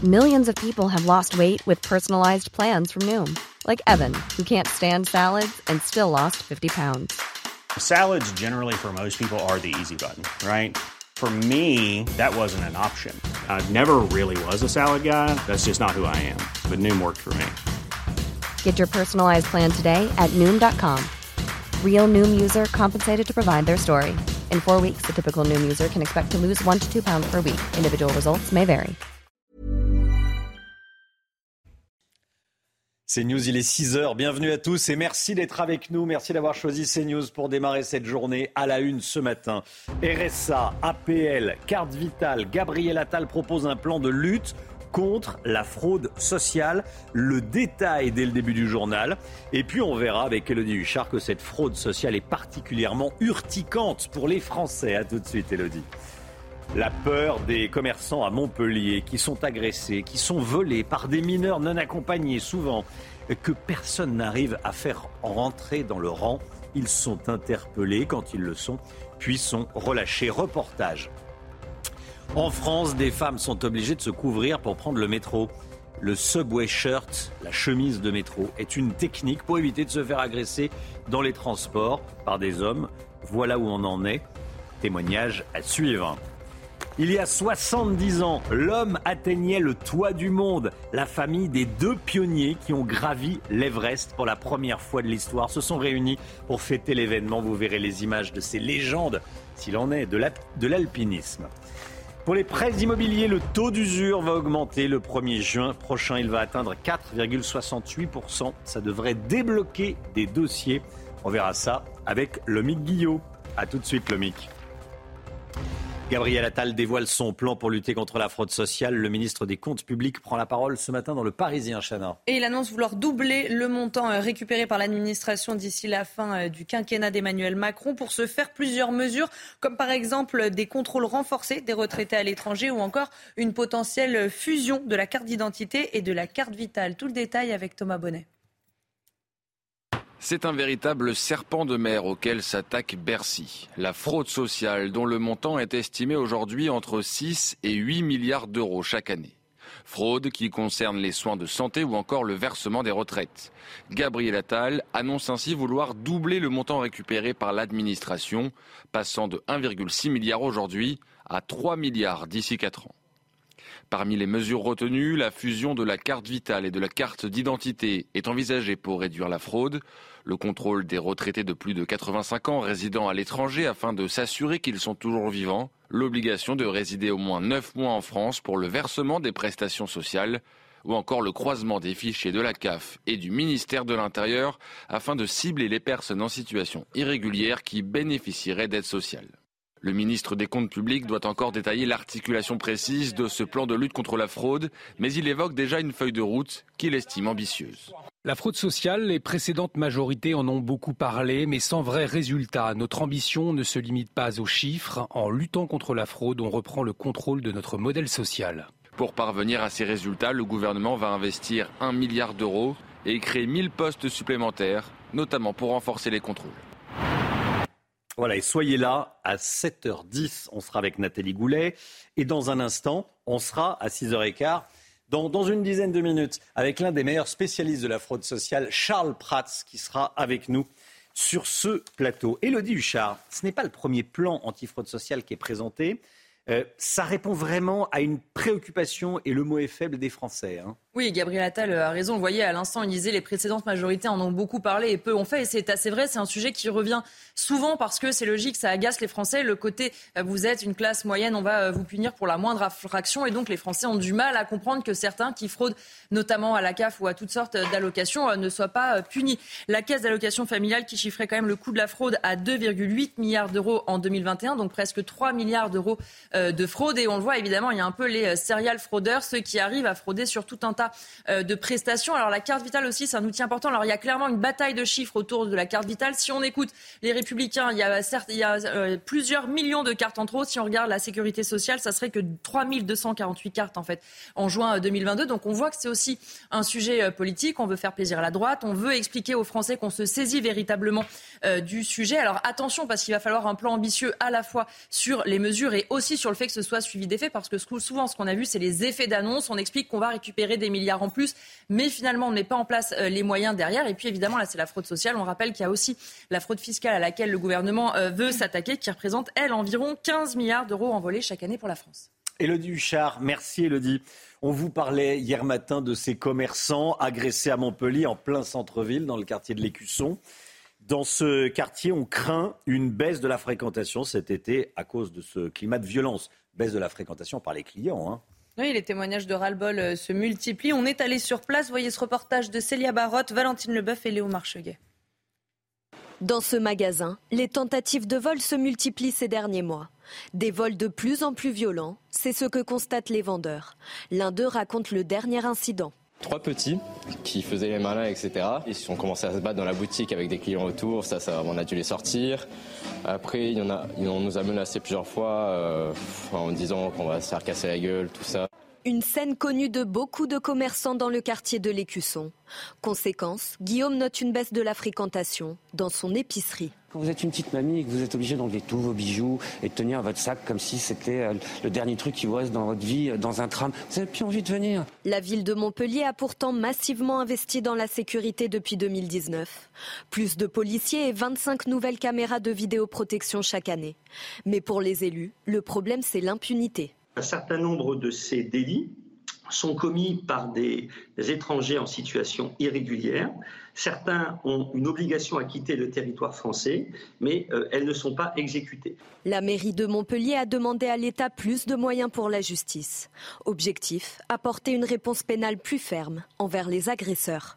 Millions of people have lost weight with personalized plans from Noom. Like Evan, who can't stand salads and still lost 50 pounds. Salads generally for most people are the easy button, right? For me, that wasn't an option. I never really was a salad guy. That's just not who I am. But Noom worked for me. Get your personalized plan today at Noom.com. Real Noom user compensated to provide their story. In 4 weeks, the typical Noom user can expect to lose 1 to 2 pounds per week. Individual results may vary. CNews, il est 6h. Bienvenue à tous et merci d'être avec nous. Merci d'avoir choisi CNews pour démarrer cette journée à la une ce matin. RSA, APL, carte vitale. Gabriel Attal propose un plan de lutte contre la fraude sociale. Le détail dès le début du journal. Et puis on verra avec Élodie Huchard que cette fraude sociale est particulièrement urticante pour les Français. A tout de suite, Élodie. La peur des commerçants à Montpellier qui sont agressés, qui sont volés par des mineurs non accompagnés souvent, que personne n'arrive à faire rentrer dans le rang. Ils sont interpellés quand ils le sont, puis sont relâchés. Reportage. En France, des femmes sont obligées de se couvrir pour prendre le métro. Le subway shirt, la chemise de métro, est une technique pour éviter de se faire agresser dans les transports par des hommes. Voilà où on en est. Témoignage à suivre. Il y a 70 ans, l'homme atteignait le toit du monde. La famille des 2 pionniers qui ont gravi l'Everest pour la première fois de l'histoire se sont réunis pour fêter l'événement. Vous verrez les images de ces légendes, s'il en est, de l'alpinisme. Pour les prêts immobiliers, le taux d'usure va augmenter le 1er juin prochain. Il va atteindre 4,68%. Ça devrait débloquer des dossiers. On verra ça avec Lomique Guillot. A tout de suite, Lomique. Gabriel Attal dévoile son plan pour lutter contre la fraude sociale. Le ministre des Comptes publics prend la parole ce matin dans Le Parisien, Chana. Et il annonce vouloir doubler le montant récupéré par l'administration d'ici la fin du quinquennat d'Emmanuel Macron. Pour ce faire, plusieurs mesures, comme par exemple des contrôles renforcés des retraités à l'étranger ou encore une potentielle fusion de la carte d'identité et de la carte vitale. Tout le détail avec Thomas Bonnet. C'est un véritable serpent de mer auquel s'attaque Bercy. La fraude sociale dont le montant est estimé aujourd'hui entre 6 et 8 milliards d'euros chaque année. Fraude qui concerne les soins de santé ou encore le versement des retraites. Gabriel Attal annonce ainsi vouloir doubler le montant récupéré par l'administration, passant de 1,6 milliard aujourd'hui à 3 milliards d'ici 4 ans. Parmi les mesures retenues, la fusion de la carte vitale et de la carte d'identité est envisagée pour réduire la fraude. Le contrôle des retraités de plus de 85 ans résidant à l'étranger afin de s'assurer qu'ils sont toujours vivants. L'obligation de résider au moins 9 mois en France pour le versement des prestations sociales. Ou encore le croisement des fichiers de la CAF et du ministère de l'Intérieur afin de cibler les personnes en situation irrégulière qui bénéficieraient d'aide sociale. Le ministre des Comptes publics doit encore détailler l'articulation précise de ce plan de lutte contre la fraude, mais il évoque déjà une feuille de route qu'il estime ambitieuse. La fraude sociale, les précédentes majorités en ont beaucoup parlé, mais sans vrai résultat. Notre ambition ne se limite pas aux chiffres. En luttant contre la fraude, on reprend le contrôle de notre modèle social. Pour parvenir à ces résultats, le gouvernement va investir 1 milliard d'euros et créer 1000 postes supplémentaires, notamment pour renforcer les contrôles. Voilà, et soyez là à 7h10, on sera avec Nathalie Goulet. Et dans un instant, on sera à 6h15, dans une dizaine de minutes, avec l'un des meilleurs spécialistes de la fraude sociale, Charles Prats, qui sera avec nous sur ce plateau. Élodie Huchard, ce n'est pas le premier plan anti-fraude sociale qui est présenté. Ça répond vraiment à une préoccupation, et le mot est faible, des Français. Oui, Gabriel Attal a raison. Vous voyez, à l'instant, il disait les précédentes majorités en ont beaucoup parlé et peu ont fait. Et c'est assez vrai, c'est un sujet qui revient souvent parce que c'est logique, ça agace les Français. Le côté, vous êtes une classe moyenne, on va vous punir pour la moindre infraction. Et donc, les Français ont du mal à comprendre que certains qui fraudent, notamment à la CAF ou à toutes sortes d'allocations, ne soient pas punis. La caisse d'allocation familiale qui chiffrait quand même le coût de la fraude à 2,8 milliards d'euros en 2021, donc presque 3 milliards d'euros de fraude. Et on le voit, évidemment, il y a un peu les serial fraudeurs, ceux qui arrivent à frauder sur tout un tas tas de prestations. Alors la carte vitale aussi, c'est un outil important. Alors il y a clairement une bataille de chiffres autour de la carte vitale. Si on écoute les Républicains, il y a plusieurs millions de cartes en trop. Si on regarde la sécurité sociale, ça serait que 3248 cartes en fait en juin 2022. Donc on voit que c'est aussi un sujet politique. On veut faire plaisir à la droite. On veut expliquer aux Français qu'on se saisit véritablement du sujet. Alors attention, parce qu'il va falloir un plan ambitieux à la fois sur les mesures et aussi sur le fait que ce soit suivi d'effets, parce que souvent ce qu'on a vu, c'est les effets d'annonce. On explique qu'on va récupérer des milliards en plus, mais finalement on ne met pas en place les moyens derrière. Et puis évidemment, là c'est la fraude sociale. On rappelle qu'il y a aussi la fraude fiscale à laquelle le gouvernement veut s'attaquer, qui représente, elle, environ 15 milliards d'euros envolés chaque année pour la France. Élodie Huchard, merci Élodie. On vous parlait hier matin de ces commerçants agressés à Montpellier, en plein centre-ville, dans le quartier de l'Écusson. Dans ce quartier, on craint une baisse de la fréquentation cet été à cause de ce climat de violence. Baisse de la fréquentation par les clients. Oui, les témoignages de ras-le-bol se multiplient. On est allé sur place. Voyez ce reportage de Célia Barotte, Valentine Leboeuf et Léo Marcheguet. Dans ce magasin, les tentatives de vol se multiplient ces derniers mois. Des vols de plus en plus violents, c'est ce que constatent les vendeurs. L'un d'eux raconte le dernier incident. 3 petits qui faisaient les malins, etc. Ils ont commencé à se battre dans la boutique avec des clients autour, ça on a dû les sortir. Après, on nous a menacés plusieurs fois en disant qu'on va se faire casser la gueule, tout ça. Une scène connue de beaucoup de commerçants dans le quartier de l'Écusson. Conséquence, Guillaume note une baisse de la fréquentation dans son épicerie. Quand vous êtes une petite mamie et que vous êtes obligé d'enlever tous vos bijoux et de tenir votre sac comme si c'était le dernier truc qui vous reste dans votre vie, dans un tram, vous n'avez plus envie de venir. La ville de Montpellier a pourtant massivement investi dans la sécurité depuis 2019. Plus de policiers et 25 nouvelles caméras de vidéoprotection chaque année. Mais pour les élus, le problème c'est l'impunité. Un certain nombre de ces délits sont commis par des étrangers en situation irrégulière. Certains ont une obligation à quitter le territoire français, mais elles ne sont pas exécutées. La mairie de Montpellier a demandé à l'État plus de moyens pour la justice. Objectif, apporter une réponse pénale plus ferme envers les agresseurs.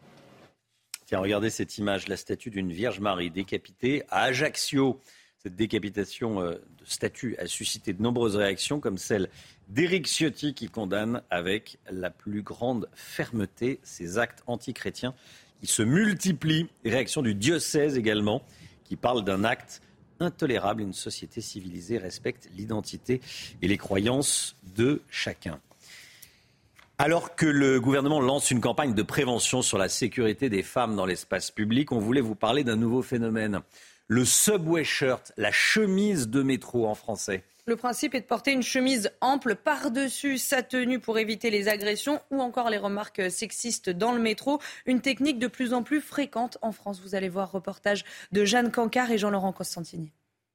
Tiens, regardez cette image, la statue d'une Vierge Marie décapitée à Ajaccio. Cette décapitation de statue a suscité de nombreuses réactions, comme celle d'Éric Ciotti qui condamne avec la plus grande fermeté ces actes antichrétiens qui se multiplient. Réaction du diocèse également, qui parle d'un acte intolérable. Une société civilisée respecte l'identité et les croyances de chacun. Alors que le gouvernement lance une campagne de prévention sur la sécurité des femmes dans l'espace public, on voulait vous parler d'un nouveau phénomène. Le subway shirt, la chemise de métro en français. Le principe est de porter une chemise ample par-dessus sa tenue pour éviter les agressions ou encore les remarques sexistes dans le métro. Une technique de plus en plus fréquente en France. Vous allez voir reportage de Jeanne Cancard et Jean-Laurent Costantini.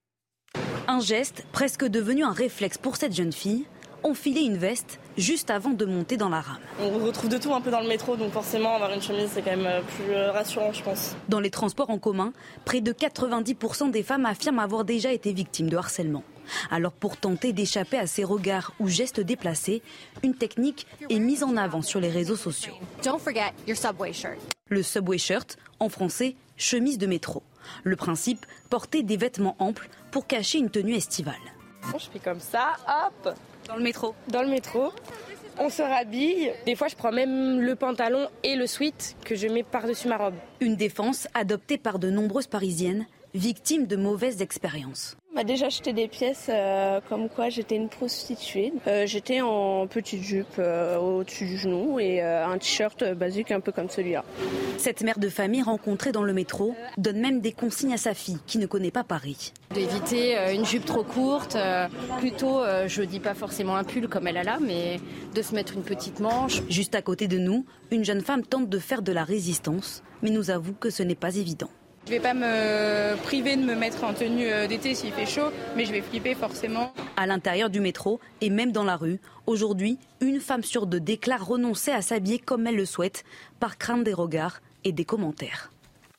Un geste presque devenu un réflexe pour cette jeune fille. Enfiler une veste juste avant de monter dans la rame. On retrouve de tout un peu dans le métro, donc forcément avoir une chemise c'est quand même plus rassurant je pense. Dans les transports en commun, près de 90% des femmes affirment avoir déjà été victimes de harcèlement. Alors pour tenter d'échapper à ces regards ou gestes déplacés, une technique est mise en avant sur les réseaux sociaux. Don't forget your subway shirt. Le subway shirt, en français, chemise de métro. Le principe, porter des vêtements amples pour cacher une tenue estivale. Je fais comme ça, hop. Dans le métro. Dans le métro, on se rhabille. Des fois, je prends même le pantalon et le sweat que je mets par-dessus ma robe. Une défense adoptée par de nombreuses Parisiennes, victimes de mauvaises expériences. On m'a déjà acheté des pièces comme quoi j'étais une prostituée. J'étais en petite jupe au-dessus du genou et un t-shirt basique un peu comme celui-là. Cette mère de famille rencontrée dans le métro donne même des consignes à sa fille qui ne connaît pas Paris. D'éviter une jupe trop courte, plutôt, je dis pas forcément un pull comme elle a là, mais de se mettre une petite manche. Juste à côté de nous, une jeune femme tente de faire de la résistance, mais nous avoue que ce n'est pas évident. Je ne vais pas me priver de me mettre en tenue d'été s'il fait chaud, mais je vais flipper forcément. À l'intérieur du métro et même dans la rue, aujourd'hui, une femme sur 2 déclare renoncer à s'habiller comme elle le souhaite, par crainte des regards et des commentaires.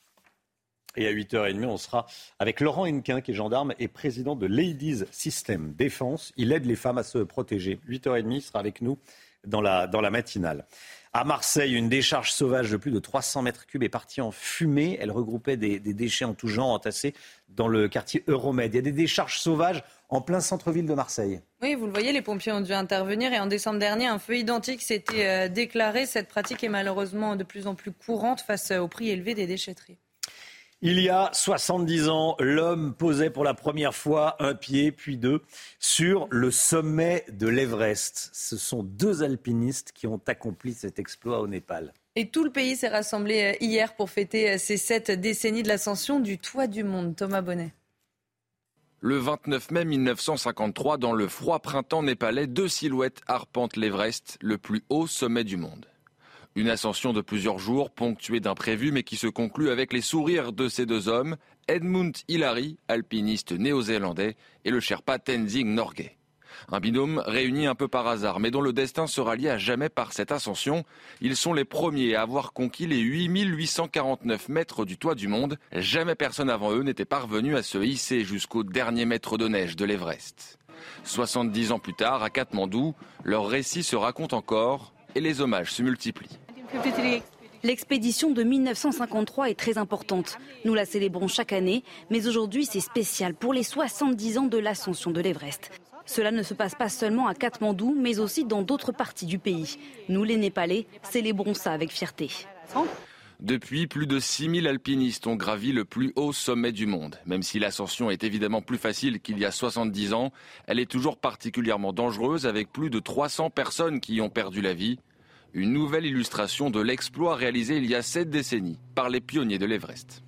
Et à 8h30, on sera avec Laurent Hennequin, qui est gendarme et président de Ladies System Défense. Il aide les femmes à se protéger. 8h30, il sera avec nous dans la matinale. À Marseille, une décharge sauvage de plus de 300 mètres cubes est partie en fumée. Elle regroupait des déchets en tout genre entassés dans le quartier Euromède. Il y a des décharges sauvages en plein centre-ville de Marseille. Oui, vous le voyez, les pompiers ont dû intervenir et en décembre dernier, un feu identique s'était déclaré. Cette pratique est malheureusement de plus en plus courante face au prix élevé des déchetteries. Il y a 70 ans, l'homme posait pour la première fois un pied, puis deux, sur le sommet de l'Everest. Ce sont 2 alpinistes qui ont accompli cet exploit au Népal. Et tout le pays s'est rassemblé hier pour fêter ces 7 décennies de l'ascension du toit du monde. Thomas Bonnet. Le 29 mai 1953, dans le froid printemps népalais, 2 silhouettes arpentent l'Everest, le plus haut sommet du monde. Une ascension de plusieurs jours, ponctuée d'imprévus, mais qui se conclut avec les sourires de ces 2 hommes, Edmund Hillary, alpiniste néo-zélandais, et le Sherpa Tenzing Norgay. Un binôme réuni un peu par hasard, mais dont le destin sera lié à jamais par cette ascension. Ils sont les premiers à avoir conquis les 8849 mètres du toit du monde. Jamais personne avant eux n'était parvenu à se hisser jusqu'au dernier mètre de neige de l'Everest. 70 ans plus tard, à Katmandou, leur récit se raconte encore et les hommages se multiplient. L'expédition de 1953 est très importante. Nous la célébrons chaque année, mais aujourd'hui c'est spécial pour les 70 ans de l'ascension de l'Everest. Cela ne se passe pas seulement à Katmandou, mais aussi dans d'autres parties du pays. Nous, les Népalais, célébrons ça avec fierté. Depuis, plus de 6000 alpinistes ont gravi le plus haut sommet du monde. Même si l'ascension est évidemment plus facile qu'il y a 70 ans, elle est toujours particulièrement dangereuse avec plus de 300 personnes qui y ont perdu la vie. Une nouvelle illustration de l'exploit réalisé il y a 7 décennies par les pionniers de l'Everest.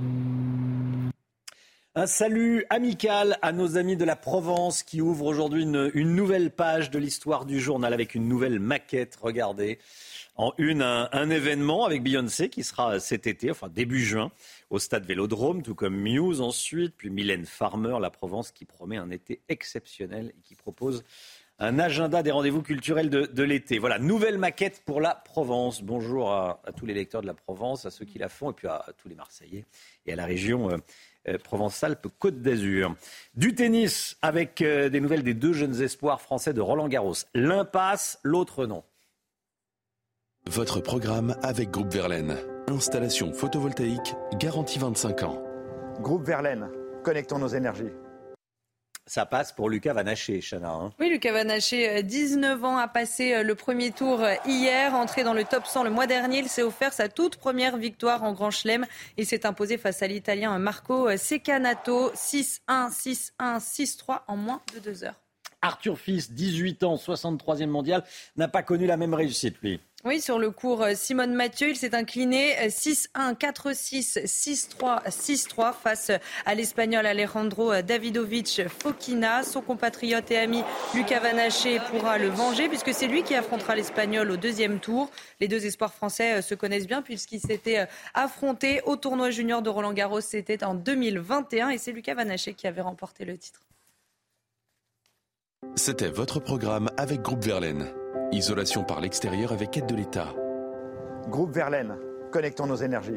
Un salut amical à nos amis de la Provence qui ouvrent aujourd'hui une nouvelle page de l'histoire du journal avec une nouvelle maquette. Regardez, en une, un événement avec Beyoncé qui sera cet été, enfin début juin, au stade Vélodrome, tout comme Muse ensuite, puis Mylène Farmer, la Provence qui promet un été exceptionnel et qui propose un agenda des rendez-vous culturels de l'été. Voilà, nouvelle maquette pour la Provence. Bonjour à tous les lecteurs de la Provence, à ceux qui la font, et puis à tous les Marseillais et à la région Provence-Alpes-Côte d'Azur. Du tennis, avec des nouvelles des 2 jeunes espoirs français de Roland-Garros. L'un passe, l'autre non. Votre programme avec Groupe Verlaine. Installation photovoltaïque, garantie 25 ans. Groupe Verlaine, connectons nos énergies. Ça passe pour Lucas Vanaché, Chana. Oui, Lucas Vanaché, 19 ans, a passé le premier tour hier. Entré dans le top 100 le mois dernier, il s'est offert sa toute première victoire en Grand Chelem. Il s'est imposé face à l'Italien Marco Cecchinato, 6-1, 6-1, 6-3 en moins de 2 heures. Arthur Fils, 18 ans, 63e mondial, n'a pas connu la même réussite, lui. Oui, sur le court Simone Mathieu, il s'est incliné 6-1, 4-6, 6-3, 6-3 face à l'Espagnol Alejandro Davidovich Fokina. Son compatriote et ami Lucas Vanaché pourra le venger puisque c'est lui qui affrontera l'Espagnol au 2e tour. Les 2 espoirs français se connaissent bien puisqu'ils s'étaient affrontés au tournoi junior de Roland-Garros. C'était en 2021 et c'est Lucas Vanaché qui avait remporté le titre. C'était votre programme avec Groupe Verlaine. Isolation par l'extérieur avec aide de l'État. Groupe Verlaine, connectons nos énergies.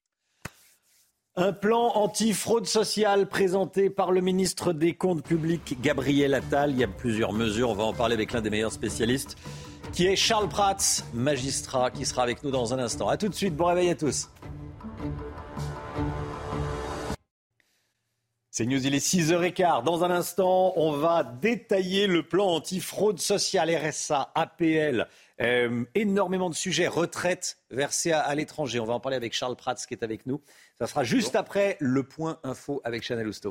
Un plan anti-fraude sociale présenté par le ministre des Comptes publics, Gabriel Attal. Il y a plusieurs mesures, on va en parler avec l'un des meilleurs spécialistes, qui est Charles Prats, magistrat, qui sera avec nous dans un instant. A tout de suite, bon réveil à tous. C'est News, il est 6h15. Dans un instant, on va détailler le plan anti-fraude sociale, RSA, APL, énormément de sujets, retraite versée à l'étranger. On va en parler avec Charles Prats qui est avec nous. Ça sera juste après le point info avec Chanel Housteau.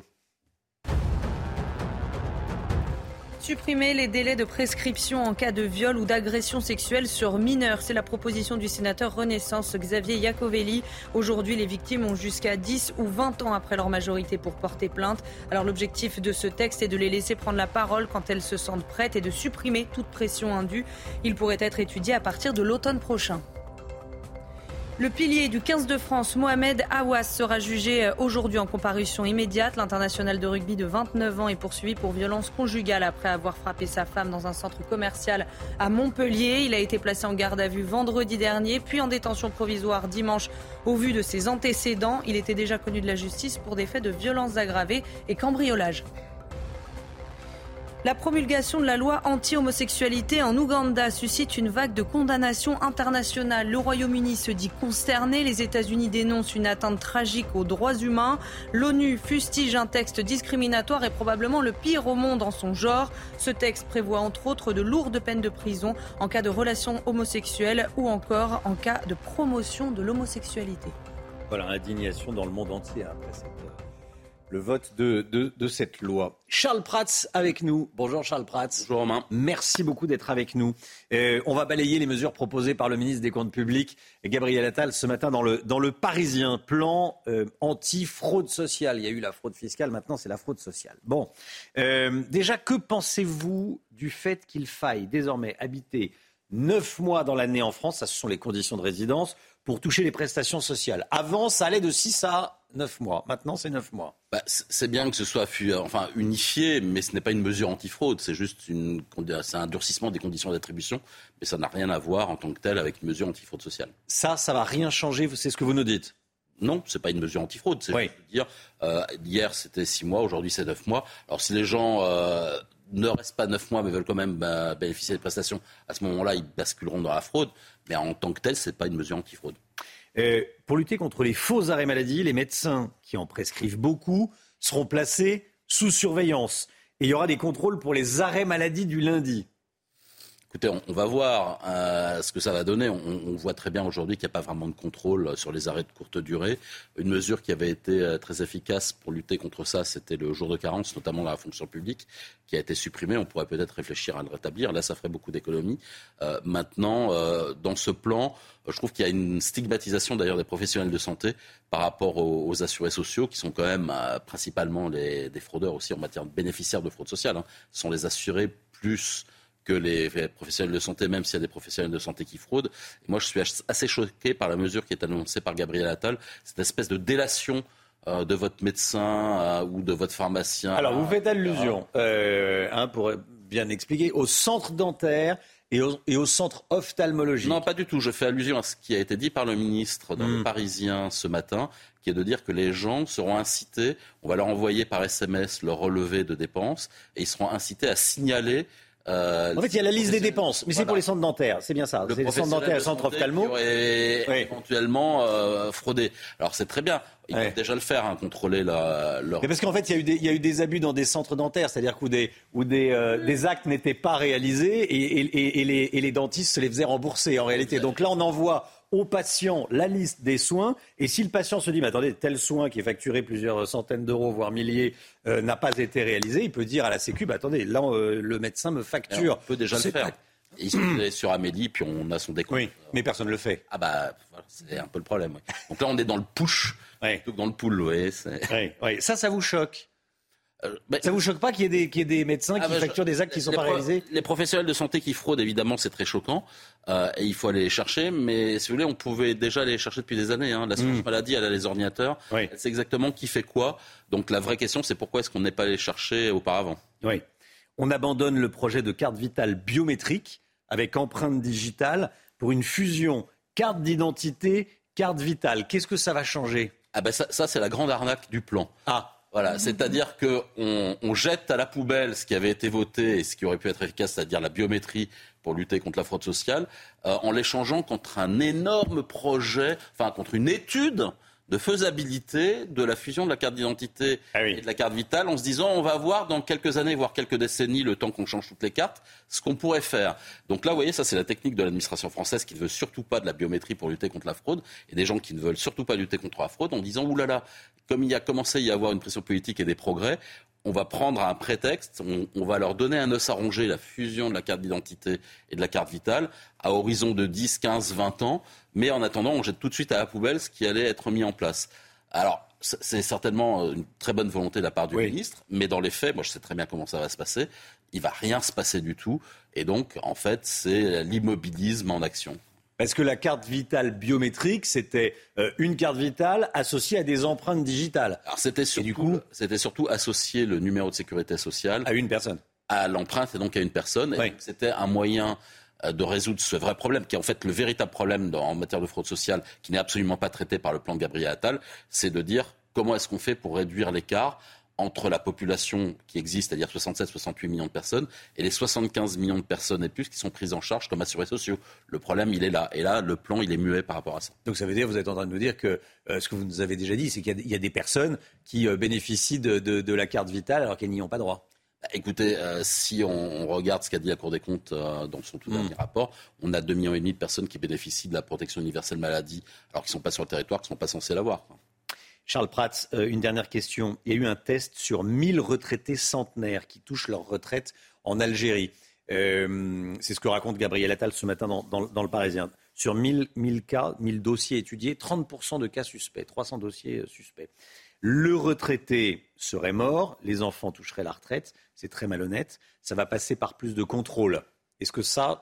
Supprimer les délais de prescription en cas de viol ou d'agression sexuelle sur mineurs. C'est la proposition du sénateur Renaissance Xavier Iacovelli. Aujourd'hui, les victimes ont jusqu'à 10 ou 20 ans après leur majorité pour porter plainte. Alors l'objectif de ce texte est de les laisser prendre la parole quand elles se sentent prêtes et de supprimer toute pression indue. Il pourrait être étudié à partir de l'automne prochain. Le pilier du 15 de France, Mohamed Aouas, sera jugé aujourd'hui en comparution immédiate. L'international de rugby de 29 ans est poursuivi pour violence conjugale après avoir frappé sa femme dans un centre commercial à Montpellier. Il a été placé en garde à vue vendredi dernier, puis en détention provisoire dimanche. Au vu de ses antécédents, il était déjà connu de la justice pour des faits de violences aggravées et cambriolage. La promulgation de la loi anti-homosexualité en Ouganda suscite une vague de condamnations internationales. Le Royaume-Uni se dit concerné. Les États-Unis dénoncent une atteinte tragique aux droits humains. L'ONU fustige un texte discriminatoire et probablement le pire au monde en son genre. Ce texte prévoit entre autres de lourdes peines de prison en cas de relations homosexuelles ou encore en cas de promotion de l'homosexualité. Voilà, indignation dans le monde entier après le vote de cette loi. Charles Prats avec nous. Bonjour Charles Prats. Bonjour Romain. Merci beaucoup d'être avec nous. On va balayer les mesures proposées par le ministre des Comptes publics, Gabriel Attal, ce matin dans le Parisien. Plan anti-fraude sociale. Il y a eu la fraude fiscale, maintenant c'est la fraude sociale. Bon, déjà, que pensez-vous du fait qu'il faille désormais habiter 9 mois dans l'année en France, ça ce sont les conditions de résidence, pour toucher les prestations sociales. Avant, ça allait de 6 à 9 mois. Maintenant, c'est 9 mois. C'est bien que ce soit unifié, mais ce n'est pas une mesure anti-fraude. C'est juste c'est un durcissement des conditions d'attribution, mais ça n'a rien à voir en tant que tel avec une mesure anti-fraude sociale. Ça va rien changer, c'est ce que vous nous dites? Non, c'est pas une mesure anti-fraude. C'est juste de dire, hier c'était 6 mois, aujourd'hui c'est 9 mois. Alors si les gens ne restent pas 9 mois mais veulent quand même bénéficier des prestations, à ce moment-là, ils basculeront dans la fraude. Mais en tant que tel, c'est pas une mesure anti-fraude. Pour lutter contre les faux arrêts maladie, les médecins qui en prescrivent beaucoup seront placés sous surveillance. Et il y aura des contrôles pour les arrêts maladie du lundi. Écoutez, on va voir ce que ça va donner. On voit très bien aujourd'hui qu'il n'y a pas vraiment de contrôle sur les arrêts de courte durée. Une mesure qui avait été très efficace pour lutter contre ça, c'était le jour de carence, notamment dans la fonction publique, qui a été supprimé. On pourrait peut-être réfléchir à le rétablir. Là, ça ferait beaucoup d'économies. Maintenant, dans ce plan, je trouve qu'il y a une stigmatisation d'ailleurs des professionnels de santé par rapport aux assurés sociaux, qui sont quand même principalement des fraudeurs aussi en matière de bénéficiaires de fraude sociale. Ce sont les assurés plus que les professionnels de santé, même s'il y a des professionnels de santé qui fraudent. Et moi, je suis assez choqué par la mesure qui est annoncée par Gabriel Attal, cette espèce de délation de votre médecin ou de votre pharmacien. Alors, vous faites allusion, pour bien expliquer, au centre dentaire et au centre ophtalmologique. Non, pas du tout. Je fais allusion à ce qui a été dit par le ministre dans le Parisien ce matin, qui est de dire que les gens seront incités, on va leur envoyer par SMS leur relevé de dépenses, et ils seront incités à signaler. En fait, il y a la liste des dépenses, mais c'est pour les centres dentaires, c'est bien ça. C'est les centres dentaires et les centres ophtalmo. Éventuellement fraudé. Alors c'est très bien, ils peuvent déjà le faire, contrôler leur... Mais parce qu'en fait, il y a eu des abus dans des centres dentaires, c'est-à-dire où des actes n'étaient pas réalisés et les dentistes se les faisaient rembourser en réalité. Donc là, on envoie au patient la liste des soins, et si le patient se dit mais attendez, tel soin qui est facturé plusieurs centaines d'euros voire milliers n'a pas été réalisé, il peut dire à la Sécu attendez, là le médecin me facture. Alors, on peut déjà le faire. Ils sont sur Amélie, puis on a son décompte. Oui, mais personne ne le fait. Voilà, c'est un peu le problème. Ouais. Donc là on est dans le push plutôt que dans le pull. Ça vous choque? Ça vous choque pas qu'il y ait des médecins qui facturent des actes qui ne sont pas réalisés? Les professionnels de santé qui fraudent, évidemment, c'est très choquant. Et il faut aller les chercher. Mais si vous voulez, on pouvait déjà les chercher depuis des années. L'assurance maladie, elle a les ordinateurs. Elle sait exactement qui fait quoi. Donc la vraie question, c'est pourquoi est-ce qu'on n'est pas allé les chercher auparavant? Oui. On abandonne le projet de carte vitale biométrique avec empreinte digitale pour une fusion carte d'identité, carte vitale. Qu'est-ce que ça va changer? Ça, c'est la grande arnaque du plan. Voilà, c'est-à-dire qu'on jette à la poubelle ce qui avait été voté et ce qui aurait pu être efficace, c'est-à-dire la biométrie pour lutter contre la fraude sociale, en l'échangeant contre un énorme projet, contre une étude de faisabilité de la fusion de la carte d'identité et de la carte vitale, en se disant on va voir dans quelques années, voire quelques décennies, le temps qu'on change toutes les cartes, ce qu'on pourrait faire. Donc là, vous voyez, ça c'est la technique de l'administration française qui ne veut surtout pas de la biométrie pour lutter contre la fraude, et des gens qui ne veulent surtout pas lutter contre la fraude en disant oulala, comme il y a commencé à y avoir une pression politique et des progrès, on va prendre un prétexte, on va leur donner un os à ronger, la fusion de la carte d'identité et de la carte vitale, à horizon de 10, 15, 20 ans. Mais en attendant, on jette tout de suite à la poubelle ce qui allait être mis en place. Alors, c'est certainement une très bonne volonté de la part du ministre, mais dans les faits, moi je sais très bien comment ça va se passer. Il ne va rien se passer du tout. Et donc, en fait, c'est l'immobilisme en action. Parce que la carte vitale biométrique, c'était une carte vitale associée à des empreintes digitales. Alors c'était surtout associer le numéro de sécurité sociale à une personne, à l'empreinte et donc à une personne. Et donc, c'était un moyen de résoudre ce vrai problème, qui est en fait le véritable problème en matière de fraude sociale, qui n'est absolument pas traité par le plan de Gabriel Attal. C'est de dire comment est-ce qu'on fait pour réduire l'écart entre la population qui existe, c'est-à-dire 67-68 millions de personnes, et les 75 millions de personnes et plus qui sont prises en charge comme assurés sociaux. Le problème, il est là. Et là, le plan, il est muet par rapport à ça. Donc ça veut dire, vous êtes en train de nous dire que ce que vous nous avez déjà dit, c'est qu'il y a des personnes qui bénéficient de la carte vitale alors qu'elles n'y ont pas droit. Écoutez, si on regarde ce qu'a dit la Cour des comptes dans son tout dernier rapport, on a 2,5 millions de personnes qui bénéficient de la protection universelle maladie alors qu'ils ne sont pas sur le territoire, qui ne sont pas censés l'avoir. Charles Prats, une dernière question. Il y a eu un test sur 1000 retraités centenaires qui touchent leur retraite en Algérie. C'est ce que raconte Gabriel Attal ce matin dans le Parisien. Sur 1000 cas, 1000 dossiers étudiés, 30% de cas suspects, 300 dossiers suspects. Le retraité serait mort, les enfants toucheraient la retraite, c'est très malhonnête. Ça va passer par plus de contrôle. Est-ce que ça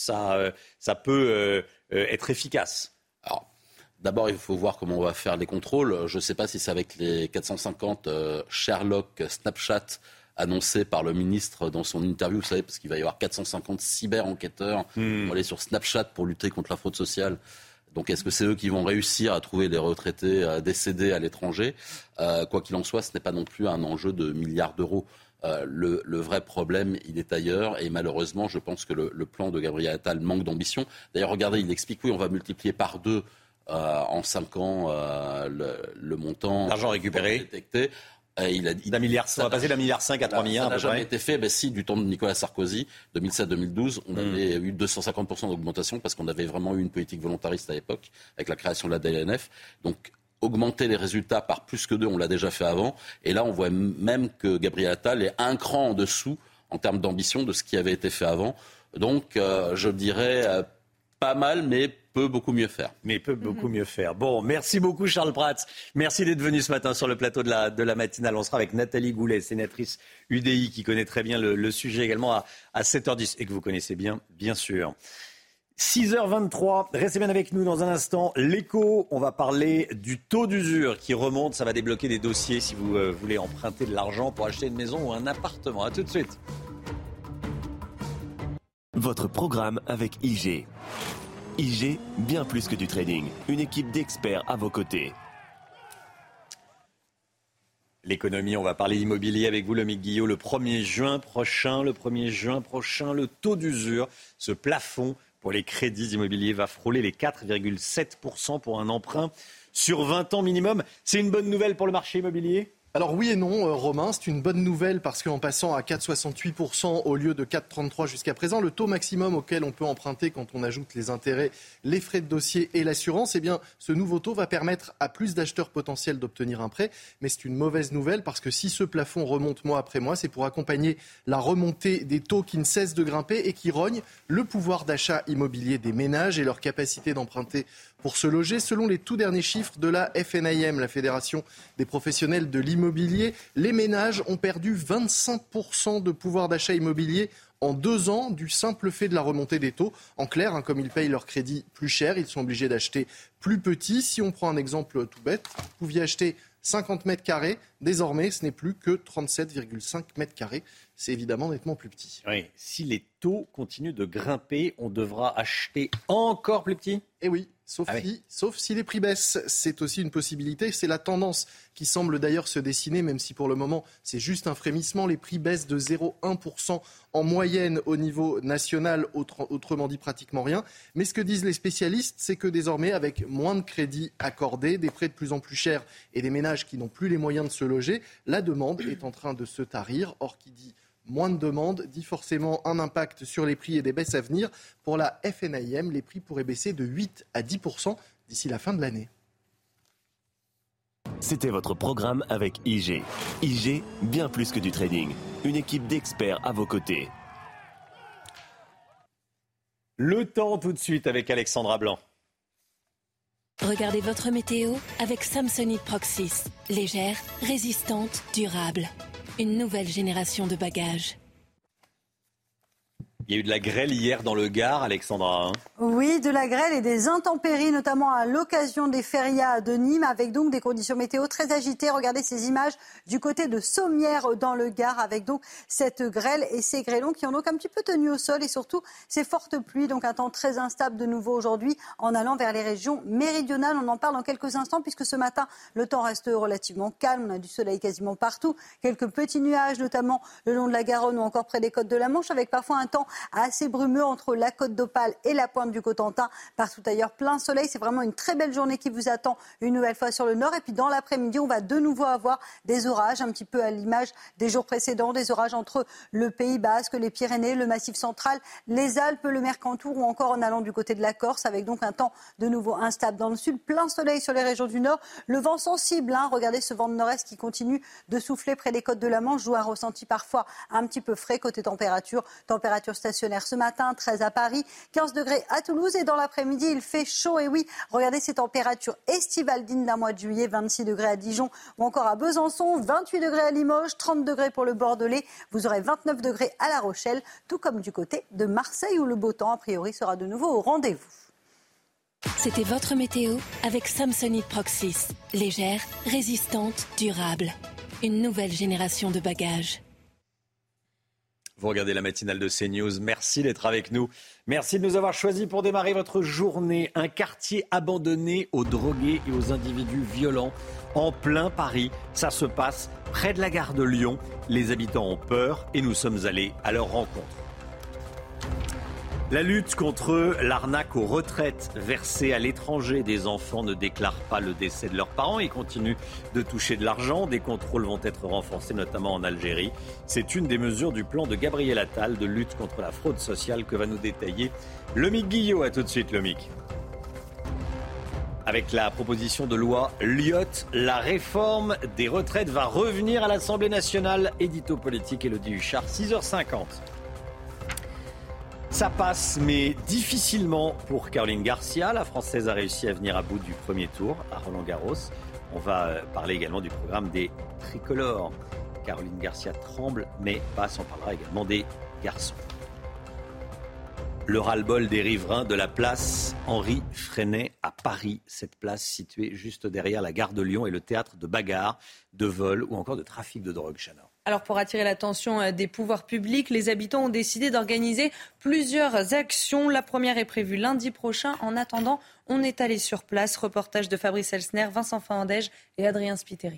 peut être efficace ? Alors, d'abord, il faut voir comment on va faire les contrôles. Je ne sais pas si c'est avec les 450 Sherlock Snapchat annoncés par le ministre dans son interview, vous savez, parce qu'il va y avoir 450 cyber-enquêteurs qui vont aller sur Snapchat pour lutter contre la fraude sociale. Donc est-ce que c'est eux qui vont réussir à trouver les retraités décédés à l'étranger ? Quoi qu'il en soit, ce n'est pas non plus un enjeu de milliards d'euros. Le vrai problème, il est ailleurs. Et malheureusement, je pense que le plan de Gabriel Attal manque d'ambition. D'ailleurs, regardez, il explique, oui, on va multiplier par 2 en 5 ans le montant. L'argent récupéré. Détecté. Il a dit, on va passer d'1,5 milliard à 3 milliards. Ça n'a jamais été fait. Si, du temps de Nicolas Sarkozy, 2007-2012, on avait eu 250% d'augmentation parce qu'on avait vraiment eu une politique volontariste à l'époque, avec la création de la DLNF. Donc, augmenter les résultats par plus que 2, on l'a déjà fait avant. Et là, on voit même que Gabriel Attal est un cran en dessous en termes d'ambition de ce qui avait été fait avant. Donc, je dirais pas mal, mais peut beaucoup mieux faire. Bon, merci beaucoup Charles Prats. Merci d'être venu ce matin sur le plateau de la matinale. On sera avec Nathalie Goulet, sénatrice UDI, qui connaît très bien le sujet également à 7h10 et que vous connaissez bien sûr. 6h23, restez bien avec nous dans un instant. L'Écho, on va parler du taux d'usure qui remonte. Ça va débloquer des dossiers si vous voulez emprunter de l'argent pour acheter une maison ou un appartement. A tout de suite. Votre programme avec IG. IG, bien plus que du trading. Une équipe d'experts à vos côtés. L'économie, on va parler immobilier avec vous, Lomique Guillot. Le 1er juin prochain, le taux d'usure, ce plafond pour les crédits immobiliers va frôler les 4,7% pour un emprunt sur 20 ans minimum. C'est une bonne nouvelle pour le marché immobilier ? Alors oui et non, Romain, c'est une bonne nouvelle parce qu'en passant à 4,68% au lieu de 4,33% jusqu'à présent, le taux maximum auquel on peut emprunter quand on ajoute les intérêts, les frais de dossier et l'assurance, eh bien, ce nouveau taux va permettre à plus d'acheteurs potentiels d'obtenir un prêt. Mais c'est une mauvaise nouvelle parce que si ce plafond remonte mois après mois, c'est pour accompagner la remontée des taux qui ne cessent de grimper et qui rognent le pouvoir d'achat immobilier des ménages et leur capacité d'emprunter pour se loger. Selon les tout derniers chiffres de la FNIM, la Fédération des professionnels de l'immobilier, les ménages ont perdu 25% de pouvoir d'achat immobilier en 2 ans du simple fait de la remontée des taux. En clair, comme ils payent leur crédit plus cher, ils sont obligés d'acheter plus petit. Si on prend un exemple tout bête, vous pouviez acheter 50 mètres carrés. Désormais, ce n'est plus que 37,5 mètres carrés. C'est évidemment nettement plus petit. Oui, si les taux continuent de grimper, on devra acheter encore plus petit ? Eh oui. Sauf si les prix baissent, c'est aussi une possibilité. C'est la tendance qui semble d'ailleurs se dessiner, même si pour le moment c'est juste un frémissement. Les prix baissent de 0,1% en moyenne au niveau national, autrement dit pratiquement rien. Mais ce que disent les spécialistes, c'est que désormais, avec moins de crédits accordés, des prêts de plus en plus chers et des ménages qui n'ont plus les moyens de se loger, la demande est en train de se tarir. Or, qui dit moins de demandes dit forcément un impact sur les prix et des baisses à venir. Pour la FNIM, les prix pourraient baisser de 8 à 10% d'ici la fin de l'année. C'était votre programme avec IG. IG, bien plus que du trading. Une équipe d'experts à vos côtés. Le temps tout de suite avec Alexandra Blanc. Regardez votre météo avec Samsonite Proxys. Légère, résistante, durable. Une nouvelle génération de bagages. Il y a eu de la grêle hier dans le Gard, Alexandra. Oui, de la grêle et des intempéries, notamment à l'occasion des férias de Nîmes, avec donc des conditions météo très agitées. Regardez ces images du côté de Sommières dans le Gard, avec donc cette grêle et ces grêlons qui ont donc un petit peu tenu au sol et surtout ces fortes pluies. Donc un temps très instable de nouveau aujourd'hui en allant vers les régions méridionales. On en parle dans quelques instants puisque ce matin, le temps reste relativement calme. On a du soleil quasiment partout. Quelques petits nuages, notamment le long de la Garonne ou encore près des côtes de la Manche, avec parfois un temps assez brumeux entre la côte d'Opale et la pointe du Cotentin. Partout ailleurs, plein soleil. C'est vraiment une très belle journée qui vous attend une nouvelle fois sur le nord. Et puis dans l'après-midi, on va de nouveau avoir des orages, un petit peu à l'image des jours précédents, des orages entre le Pays Basque, les Pyrénées, le Massif central, les Alpes, le Mercantour ou encore en allant du côté de la Corse, avec donc un temps de nouveau instable dans le sud. Plein soleil sur les régions du nord. Le vent sensible, regardez ce vent de nord-est qui continue de souffler près des côtes de la Manche, joue un ressenti parfois un petit peu frais côté température stationnaire ce matin, 13 à Paris, 15 degrés à Toulouse et dans l'après-midi, il fait chaud. Et oui, regardez ces températures estivales dignes d'un mois de juillet, 26 degrés à Dijon ou encore à Besançon, 28 degrés à Limoges, 30 degrés pour le Bordelais. Vous aurez 29 degrés à La Rochelle, tout comme du côté de Marseille où le beau temps, a priori, sera de nouveau au rendez-vous. C'était votre météo avec Samsonite Proxys. Légère, résistante, durable. Une nouvelle génération de bagages. Vous regardez la matinale de CNews. Merci d'être avec nous. Merci de nous avoir choisis pour démarrer votre journée. Un quartier abandonné aux drogués et aux individus violents en plein Paris. Ça se passe près de la gare de Lyon. Les habitants ont peur et nous sommes allés à leur rencontre. La lutte contre l'arnaque aux retraites versées à l'étranger. Des enfants ne déclarent pas le décès de leurs parents et continuent de toucher de l'argent. Des contrôles vont être renforcés, notamment en Algérie. C'est une des mesures du plan de Gabriel Attal de lutte contre la fraude sociale que va nous détailler Lomique Guillot. À tout de suite, Lomique. Avec la proposition de loi Lyotte, la réforme des retraites va revenir à l'Assemblée nationale. Édito politique, Élodie Huchard, 6h50. Ça passe, mais difficilement pour Caroline Garcia. La Française a réussi à venir à bout du premier tour à Roland-Garros. On va parler également du programme des tricolores. Caroline Garcia tremble, mais passe. On parlera également des garçons. Le ras-le-bol des riverains de la place Henri Freinet à Paris. Cette place située juste derrière la gare de Lyon est le théâtre de bagarres, de vols ou encore de trafic de drogue, Chana. Alors pour attirer l'attention des pouvoirs publics, les habitants ont décidé d'organiser plusieurs actions. La première est prévue lundi prochain. En attendant, on est allé sur place. Reportage de Fabrice Elsner, Vincent Fahandège et Adrien Spiteri.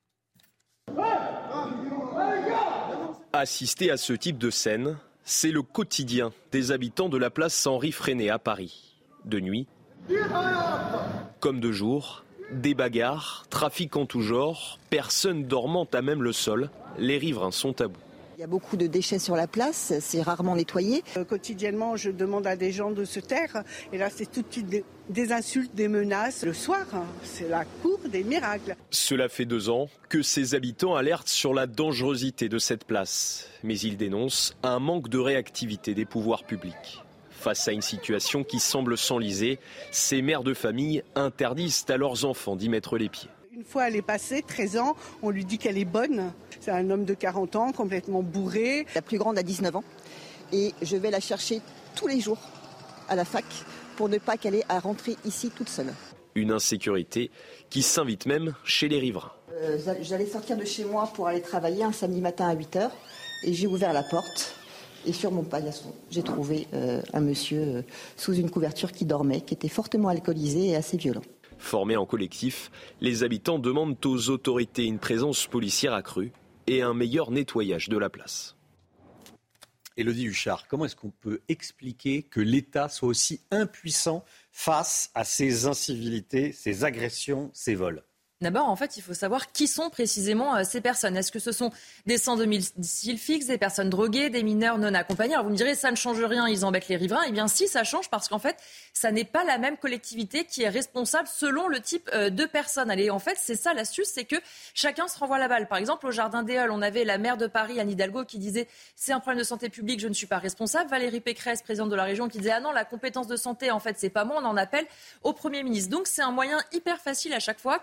Assister à ce type de scène, c'est le quotidien des habitants de la place Henri Freinet à Paris. De nuit, comme de jour, des bagarres, trafic en tout genre, personnes dormant à même le sol. Les riverains sont à bout. Il y a beaucoup de déchets sur la place, c'est rarement nettoyé. Quotidiennement, je demande à des gens de se taire. Et là, c'est tout de suite des insultes, des menaces. Le soir, c'est la cour des miracles. Cela fait 2 ans que ces habitants alertent sur la dangerosité de cette place. Mais ils dénoncent un manque de réactivité des pouvoirs publics. Face à une situation qui semble s'enliser, ces mères de famille interdisent à leurs enfants d'y mettre les pieds. Une fois elle est passée, 13 ans, on lui dit qu'elle est bonne. C'est un homme de 40 ans, complètement bourré. La plus grande a 19 ans et je vais la chercher tous les jours à la fac pour ne pas qu'elle ait à rentrer ici toute seule. Une insécurité qui s'invite même chez les riverains. J'allais sortir de chez moi pour aller travailler un samedi matin à 8h et j'ai ouvert la porte. Et sur mon paillasson, j'ai trouvé un monsieur sous une couverture qui dormait, qui était fortement alcoolisé et assez violent. Formés en collectif, les habitants demandent aux autorités une présence policière accrue et un meilleur nettoyage de la place. Élodie Huchard, comment est-ce qu'on peut expliquer que l'État soit aussi impuissant face à ces incivilités, ces agressions, ces vols ? D'abord, en fait, il faut savoir qui sont précisément ces personnes. Est-ce que ce sont des sans domicile fixe, des personnes droguées, des mineurs non accompagnés ? Alors vous me direz, ça ne change rien, ils embêtent les riverains. Eh bien si, ça change parce qu'en fait, ça n'est pas la même collectivité qui est responsable selon le type de personne. Allez, en fait, c'est ça l'astuce, c'est que chacun se renvoie la balle. Par exemple, au Jardin des Halles, on avait la maire de Paris, Anne Hidalgo, qui disait « c'est un problème de santé publique, je ne suis pas responsable ». Valérie Pécresse, présidente de la région, qui disait « ah non, la compétence de santé, en fait, c'est pas moi, on en appelle au Premier ministre ». Donc c'est un moyen hyper facile à chaque fois que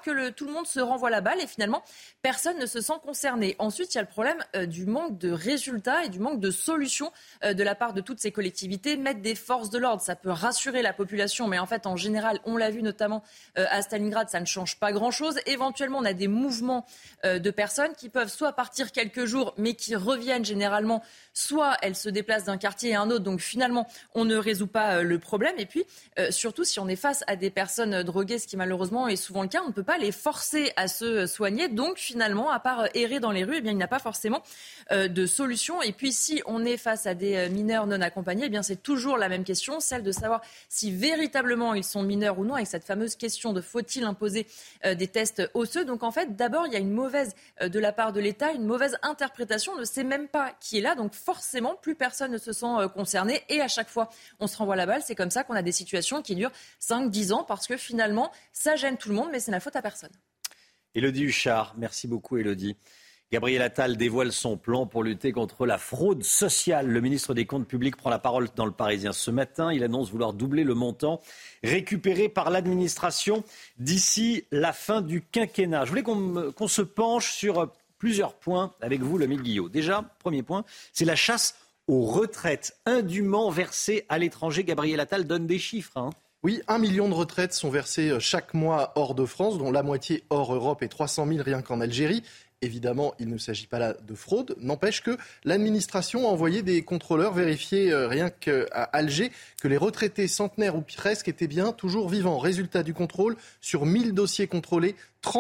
tout le monde se renvoie la balle et finalement, personne ne se sent concerné. Ensuite, il y a le problème du manque de résultats et du manque de solutions de la part de toutes ces collectivités. Mettre des forces de l'ordre, ça peut rassurer la population, mais en fait, en général, on l'a vu notamment à Stalingrad, ça ne change pas grand-chose. Éventuellement, on a des mouvements de personnes qui peuvent soit partir quelques jours, mais qui reviennent généralement, soit elles se déplacent d'un quartier à un autre. Donc finalement, on ne résout pas le problème. Et puis, surtout, si on est face à des personnes droguées, ce qui malheureusement est souvent le cas, on ne peut pas les forcer à se soigner. Donc finalement, à part errer dans les rues, eh bien, il n'y a pas forcément de solution. Et puis, si on est face à des mineurs non accompagnés, eh bien, c'est toujours la même question, celle de savoir si véritablement ils sont mineurs ou non, avec cette fameuse question de faut-il imposer des tests osseux. Donc en fait, d'abord, il y a une mauvaise, de la part de l'État, une mauvaise interprétation. On ne sait même pas qui est là. Donc forcément, plus personne ne se sent concerné. Et à chaque fois, on se renvoie la balle. C'est comme ça qu'on a des situations qui durent 5-10 ans parce que finalement, ça gêne tout le monde, mais c'est la faute à personne. Élodie Huchard, merci beaucoup Élodie. Gabriel Attal dévoile son plan pour lutter contre la fraude sociale. Le ministre des Comptes publics prend la parole dans Le Parisien ce matin. Il annonce vouloir doubler le montant récupéré par l'administration d'ici la fin du quinquennat. Je voulais qu'on se penche sur plusieurs points avec vous, Lomique Guillot. Déjà, premier point, c'est la chasse aux retraites indûment versées à l'étranger. Gabriel Attal donne des chiffres. Oui, 1 million de retraites sont versées chaque mois hors de France, dont la moitié hors Europe et 300 000 rien qu'en Algérie. Évidemment, il ne s'agit pas là de fraude. N'empêche que l'administration a envoyé des contrôleurs vérifier rien qu'à Alger que les retraités centenaires ou presque étaient bien toujours vivants. Résultat du contrôle, sur 1000 dossiers contrôlés,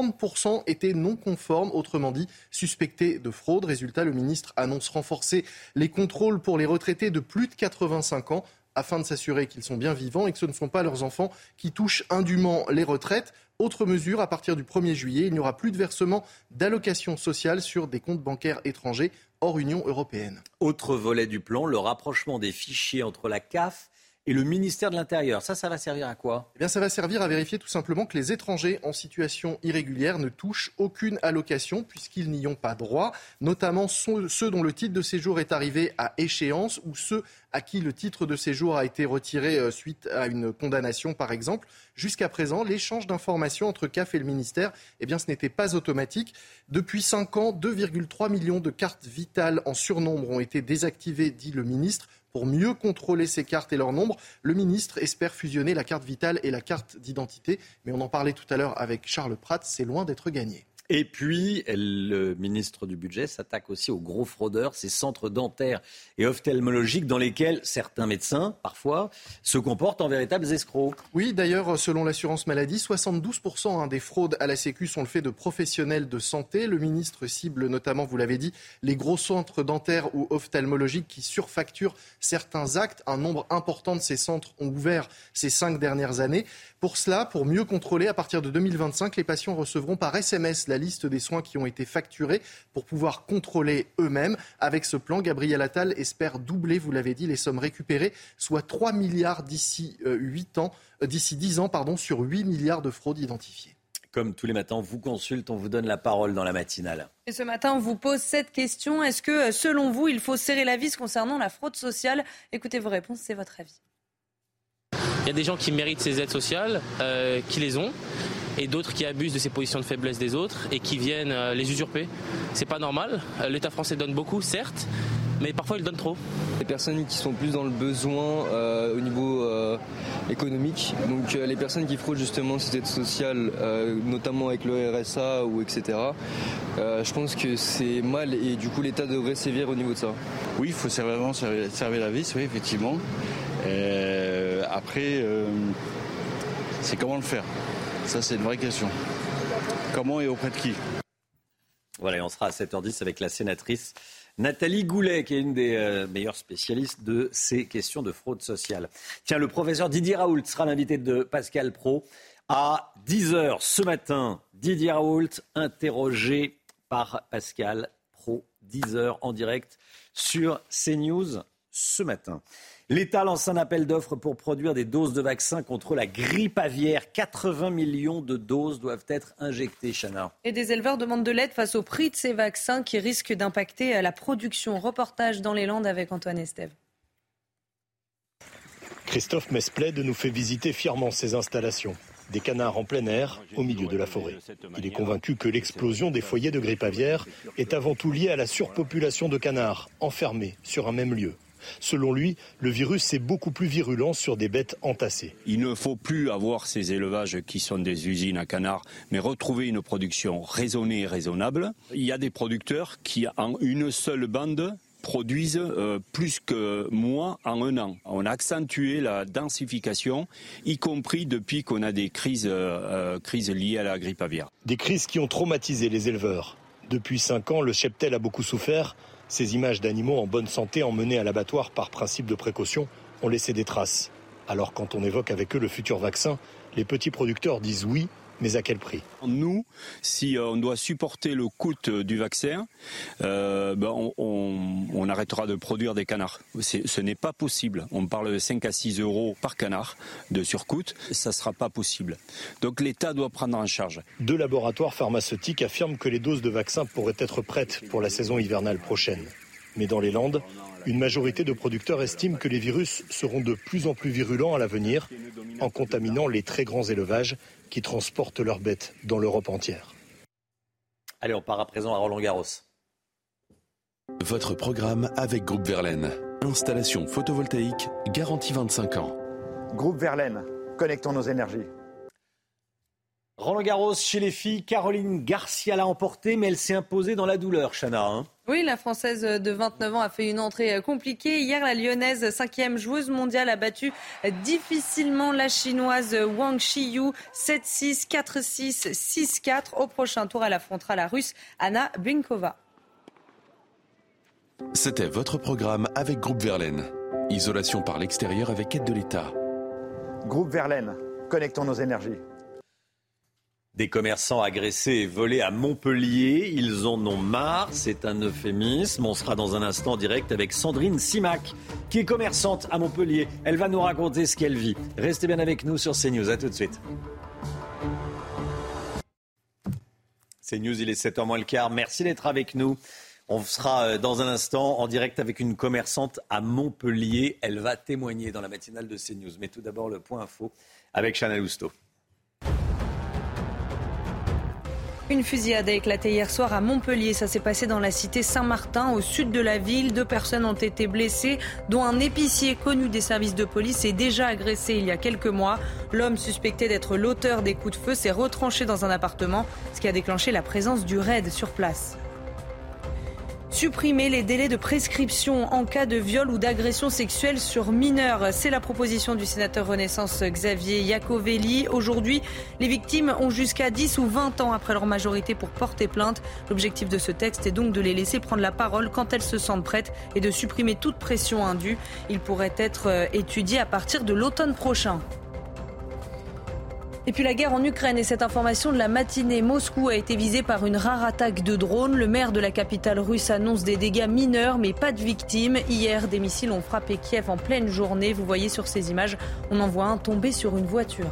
30% étaient non conformes, autrement dit suspectés de fraude. Résultat, le ministre annonce renforcer les contrôles pour les retraités de plus de 85 ans afin de s'assurer qu'ils sont bien vivants et que ce ne sont pas leurs enfants qui touchent indûment les retraites. Autre mesure, à partir du 1er juillet, il n'y aura plus de versement d'allocations sociales sur des comptes bancaires étrangers hors Union européenne. Autre volet du plan, le rapprochement des fichiers entre la CAF et le ministère de l'Intérieur. Ça va servir à quoi ? Eh bien, ça va servir à vérifier tout simplement que les étrangers en situation irrégulière ne touchent aucune allocation puisqu'ils n'y ont pas droit, notamment ceux dont le titre de séjour est arrivé à échéance ou ceux à qui le titre de séjour a été retiré suite à une condamnation, par exemple. Jusqu'à présent, l'échange d'informations entre CAF et le ministère, eh bien, ce n'était pas automatique. Depuis 5 ans, 2,3 millions de cartes vitales en surnombre ont été désactivées, dit le ministre. Pour mieux contrôler ces cartes et leur nombre, le ministre espère fusionner la carte vitale et la carte d'identité. Mais on en parlait tout à l'heure avec Charles Prats, c'est loin d'être gagné. Et puis, le ministre du Budget s'attaque aussi aux gros fraudeurs, ces centres dentaires et ophtalmologiques dans lesquels certains médecins, parfois, se comportent en véritables escrocs. Oui, d'ailleurs, selon l'assurance maladie, 72% des fraudes à la Sécu sont le fait de professionnels de santé. Le ministre cible notamment, vous l'avez dit, les gros centres dentaires ou ophtalmologiques qui surfacturent certains actes. Un nombre important de ces centres ont ouvert ces 5 dernières années. Pour cela, pour mieux contrôler, à partir de 2025, les patients recevront par SMS la liste des soins qui ont été facturés pour pouvoir contrôler eux-mêmes. Avec ce plan, Gabriel Attal espère doubler, vous l'avez dit, les sommes récupérées, soit 3 milliards d'ici 10 ans, sur 8 milliards de fraudes identifiées. Comme tous les matins, on vous consulte, on vous donne la parole dans la matinale. Et ce matin, on vous pose cette question. Est-ce que, selon vous, il faut serrer la vis concernant la fraude sociale ? Écoutez vos réponses, c'est votre avis. Il y a des gens qui méritent ces aides sociales, qui les ont, et d'autres qui abusent de ces positions de faiblesse des autres et qui viennent les usurper. C'est pas normal. L'État français donne beaucoup, certes, mais parfois il donne trop. Les personnes qui sont plus dans le besoin au niveau économique, donc les personnes qui fraudent justement ces aides sociales, notamment avec le RSA ou etc., je pense que c'est mal et du coup l'État devrait sévir au niveau de ça. Oui, il faut vraiment servir la vis, oui, effectivement. Après, c'est comment le faire ? Ça, c'est une vraie question. Comment et auprès de qui ? Voilà, et on sera à 7h10 avec la sénatrice Nathalie Goulet, qui est une des meilleures spécialistes de ces questions de fraude sociale. Tiens, le professeur Didier Raoult sera l'invité de Pascal Praud à 10h ce matin. Didier Raoult, interrogé par Pascal Praud, 10h en direct sur CNews ce matin. L'État lance un appel d'offres pour produire des doses de vaccins contre la grippe aviaire. 80 millions de doses doivent être injectées, Chana. Et des éleveurs demandent de l'aide face au prix de ces vaccins qui risquent d'impacter la production. Reportage dans les Landes avec Antoine Estève. Christophe Mesplède nous fait visiter fièrement ces installations. des canards en plein air, au milieu de la forêt. Il est convaincu que l'explosion des foyers de grippe aviaire est avant tout liée à la surpopulation de canards, enfermés sur un même lieu. Selon lui, le virus est beaucoup plus virulent sur des bêtes entassées. Il ne faut plus avoir ces élevages qui sont des usines à canards, mais retrouver une production raisonnée et raisonnable. Il y a des producteurs qui, en une seule bande, produisent plus que moi en un an. On a accentué la densification, y compris depuis qu'on a des crises liées à la grippe aviaire. Des crises qui ont traumatisé les éleveurs. Depuis 5 ans, le cheptel a beaucoup souffert. Ces images d'animaux en bonne santé emmenés à l'abattoir par principe de précaution ont laissé des traces. Alors quand on évoque avec eux le futur vaccin, les petits producteurs disent oui, mais à quel prix ? Nous, si on doit supporter le coût du vaccin, on arrêtera de produire des canards. Ce n'est pas possible. On parle de 5 à 6 euros par canard de surcoût. Ça ne sera pas possible. Donc l'État doit prendre en charge. 2 laboratoires pharmaceutiques affirment que les doses de vaccins pourraient être prêtes pour la saison hivernale prochaine. Mais dans les Landes, une majorité de producteurs estiment que les virus seront de plus en plus virulents à l'avenir, en contaminant les très grands élevages qui transportent leurs bêtes dans l'Europe entière. Allez, on part à présent à Roland-Garros. Votre programme avec Groupe Verlaine. Installation photovoltaïque, garantie 25 ans. Groupe Verlaine, connectons nos énergies. Roland-Garros chez les filles, Caroline Garcia l'a emporté, mais elle s'est imposée dans la douleur, Chana. Oui, la Française de 29 ans a fait une entrée compliquée. Hier, la Lyonnaise, 5e joueuse mondiale, a battu difficilement la Chinoise Wang Qiyu, 7-6, 4-6, 6-4. Au prochain tour, elle affrontera la Russe Anna Blinkova. C'était votre programme avec Groupe Verlaine. Isolation par l'extérieur avec aide de l'État. Groupe Verlaine, connectons nos énergies. Des commerçants agressés et volés à Montpellier, ils en ont marre, c'est un euphémisme. On sera dans un instant en direct avec Sandrine Simac, qui est commerçante à Montpellier. Elle va nous raconter ce qu'elle vit. Restez bien avec nous sur CNews, à tout de suite. CNews, il est 7h moins le quart, merci d'être avec nous. On sera dans un instant en direct avec une commerçante à Montpellier. Elle va témoigner dans la matinale de CNews. Mais tout d'abord, le point info avec Chana Lousteau. Une fusillade a éclaté hier soir à Montpellier. Ça s'est passé dans la cité Saint-Martin, au sud de la ville. 2 personnes ont été blessées, dont un épicier connu des services de police et déjà agressé il y a quelques mois. L'homme suspecté d'être l'auteur des coups de feu s'est retranché dans un appartement, ce qui a déclenché la présence du RAID sur place. Supprimer les délais de prescription en cas de viol ou d'agression sexuelle sur mineurs. C'est la proposition du sénateur Renaissance Xavier Iacovelli. Aujourd'hui, les victimes ont jusqu'à 10 ou 20 ans après leur majorité pour porter plainte. L'objectif de ce texte est donc de les laisser prendre la parole quand elles se sentent prêtes et de supprimer toute pression indue. Il pourrait être étudié à partir de l'automne prochain. Et puis la guerre en Ukraine et cette information de la matinée. Moscou a été visé par une rare attaque de drones. Le maire de la capitale russe annonce des dégâts mineurs mais pas de victimes. Hier, des missiles ont frappé Kiev en pleine journée. Vous voyez sur ces images, on en voit un tomber sur une voiture.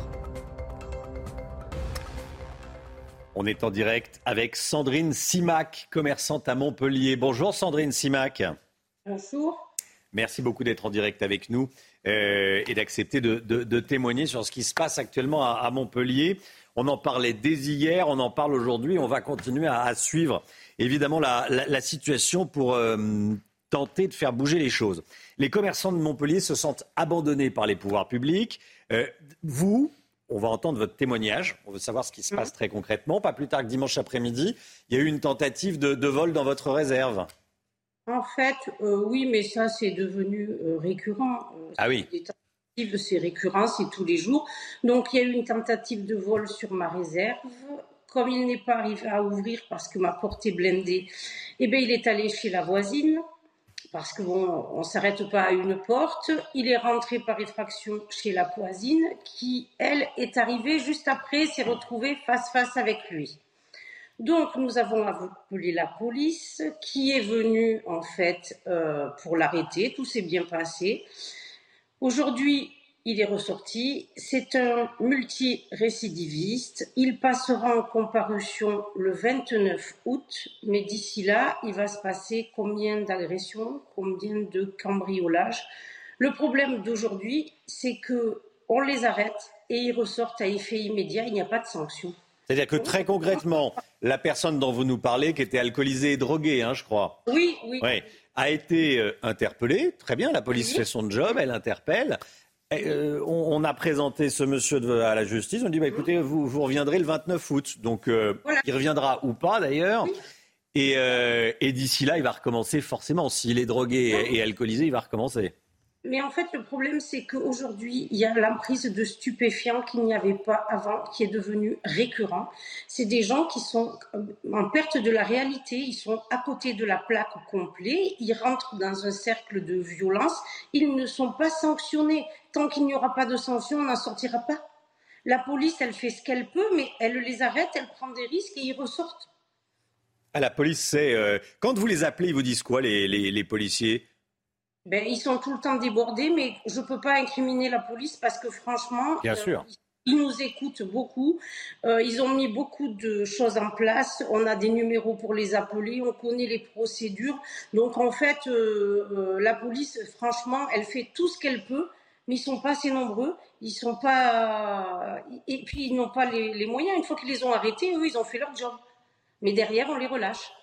On est en direct avec Sandrine Simac, commerçante à Montpellier. Bonjour Sandrine Simac. Bonjour. Merci beaucoup d'être en direct avec nous et d'accepter de témoigner sur ce qui se passe actuellement à Montpellier. On en parlait dès hier, on en parle aujourd'hui. On va continuer à suivre évidemment la situation pour tenter de faire bouger les choses. Les commerçants de Montpellier se sentent abandonnés par les pouvoirs publics. Vous, on va entendre votre témoignage. On veut savoir ce qui se passe très concrètement. Pas plus tard que dimanche après-midi, il y a eu une tentative de vol dans votre réserve. En fait, oui, mais ça, c'est devenu récurrent. Ah oui. Des tentatives, c'est récurrent, c'est tous les jours. Donc, il y a eu une tentative de vol sur ma réserve. Comme il n'est pas arrivé à ouvrir parce que ma porte est blindée, eh bien, il est allé chez la voisine. Parce que bon, on ne s'arrête pas à une porte. Il est rentré par effraction chez la voisine qui, elle, est arrivée juste après, s'est retrouvée face-face avec lui. Donc, nous avons appelé la police qui est venue, en fait, pour l'arrêter. Tout s'est bien passé. Aujourd'hui, il est ressorti. C'est un multirécidiviste. Il passera en comparution le 29 août. Mais d'ici là, il va se passer combien d'agressions, combien de cambriolages. Le problème d'aujourd'hui, c'est que on les arrête et ils ressortent à effet immédiat, il n'y a pas de sanction. C'est-à-dire que très concrètement, la personne dont vous nous parlez, qui était alcoolisée et droguée, je crois, oui. a été interpellée. Très bien, la police fait son job, elle interpelle. On a présenté ce monsieur à la justice. On dit écoutez, vous reviendrez le 29 août. Donc, il reviendra ou pas d'ailleurs. Oui. Et d'ici là, il va recommencer forcément. S'il est drogué et alcoolisé, il va recommencer. Mais en fait, le problème, c'est qu'aujourd'hui, il y a l'emprise de stupéfiants qu'il n'y avait pas avant, qui est devenu récurrent. C'est des gens qui sont en perte de la réalité, ils sont à côté de la plaque au complet, ils rentrent dans un cercle de violence, ils ne sont pas sanctionnés. Tant qu'il n'y aura pas de sanction, on n'en sortira pas. La police, elle fait ce qu'elle peut, mais elle les arrête, elle prend des risques et ils ressortent. La police, c'est... quand vous les appelez, ils vous disent quoi, les policiers ? Ils sont tout le temps débordés, mais je ne peux pas incriminer la police parce que franchement, bien sûr. Ils nous écoutent beaucoup. Ils ont mis beaucoup de choses en place. On a des numéros pour les appeler, on connaît les procédures. Donc en fait, la police, franchement, elle fait tout ce qu'elle peut, mais ils ne sont pas assez nombreux. Ils sont pas... Et puis ils n'ont pas les moyens. Une fois qu'ils les ont arrêtés, eux, ils ont fait leur job. Mais derrière, on les relâche.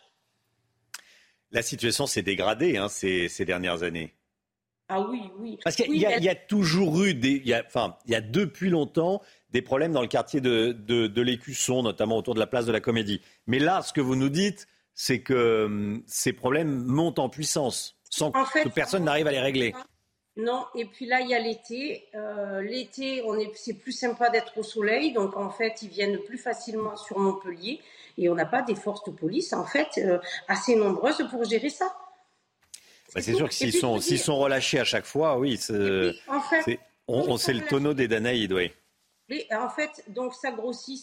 La situation s'est dégradée ces dernières années. Ah oui. Parce qu'il y a toujours eu il y a depuis longtemps des problèmes dans le quartier de l'Écusson, notamment autour de la place de la Comédie. Mais là, ce que vous nous dites, c'est que ces problèmes montent en puissance, sans que personne n'arrive à les régler. Non, et puis là, il y a l'été. L'été, c'est plus sympa d'être au soleil. Donc, en fait, ils viennent plus facilement sur Montpellier. Et on n'a pas des forces de police, en fait, assez nombreuses pour gérer ça. C'est sûr que s'ils sont relâchés à chaque fois, oui. C'est le tonneau des Danaïdes, oui. En fait, donc ça grossit.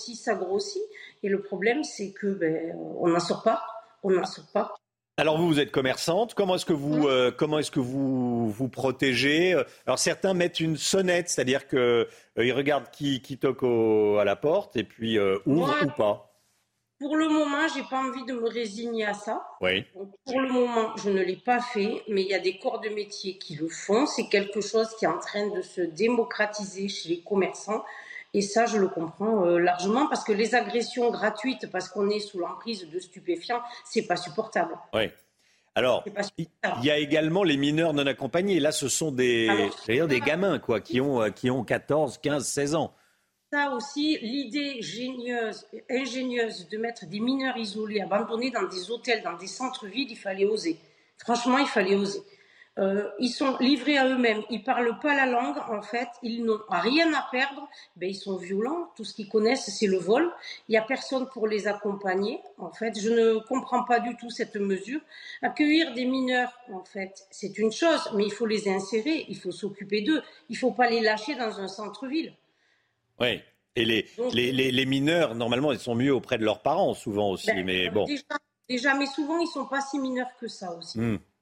Et le problème, c'est que on n'en sort pas. Alors vous êtes commerçante. Comment est-ce que vous protégez ? Alors certains mettent une sonnette, c'est-à-dire qu'ils regardent qui toque à la porte et puis ouvrent ou pas. Pour le moment, j'ai pas envie de me résigner à ça. Oui. Donc, pour le moment, je ne l'ai pas fait, mais il y a des corps de métier qui le font. C'est quelque chose qui est en train de se démocratiser chez les commerçants. Et ça, je le comprends largement, parce que les agressions gratuites, parce qu'on est sous l'emprise de stupéfiants, c'est pas supportable. Oui. Alors, il y a également les mineurs non accompagnés. Là, ce sont des gamins, qui ont 14, 15, 16 ans. Ça aussi, l'idée ingénieuse de mettre des mineurs isolés, abandonnés dans des hôtels, dans des centres-villes, il fallait oser. Franchement, il fallait oser. Ils sont livrés à eux-mêmes. Ils ne parlent pas la langue, en fait. Ils n'ont rien à perdre. Ils sont violents. Tout ce qu'ils connaissent, c'est le vol. Il n'y a personne pour les accompagner, en fait. Je ne comprends pas du tout cette mesure. Accueillir des mineurs, en fait, c'est une chose, mais il faut les insérer, il faut s'occuper d'eux. Il ne faut pas les lâcher dans un centre-ville. Oui, et les mineurs, normalement, ils sont mieux auprès de leurs parents, souvent aussi, mais bon. Déjà, mais souvent, ils ne sont pas si mineurs que ça aussi.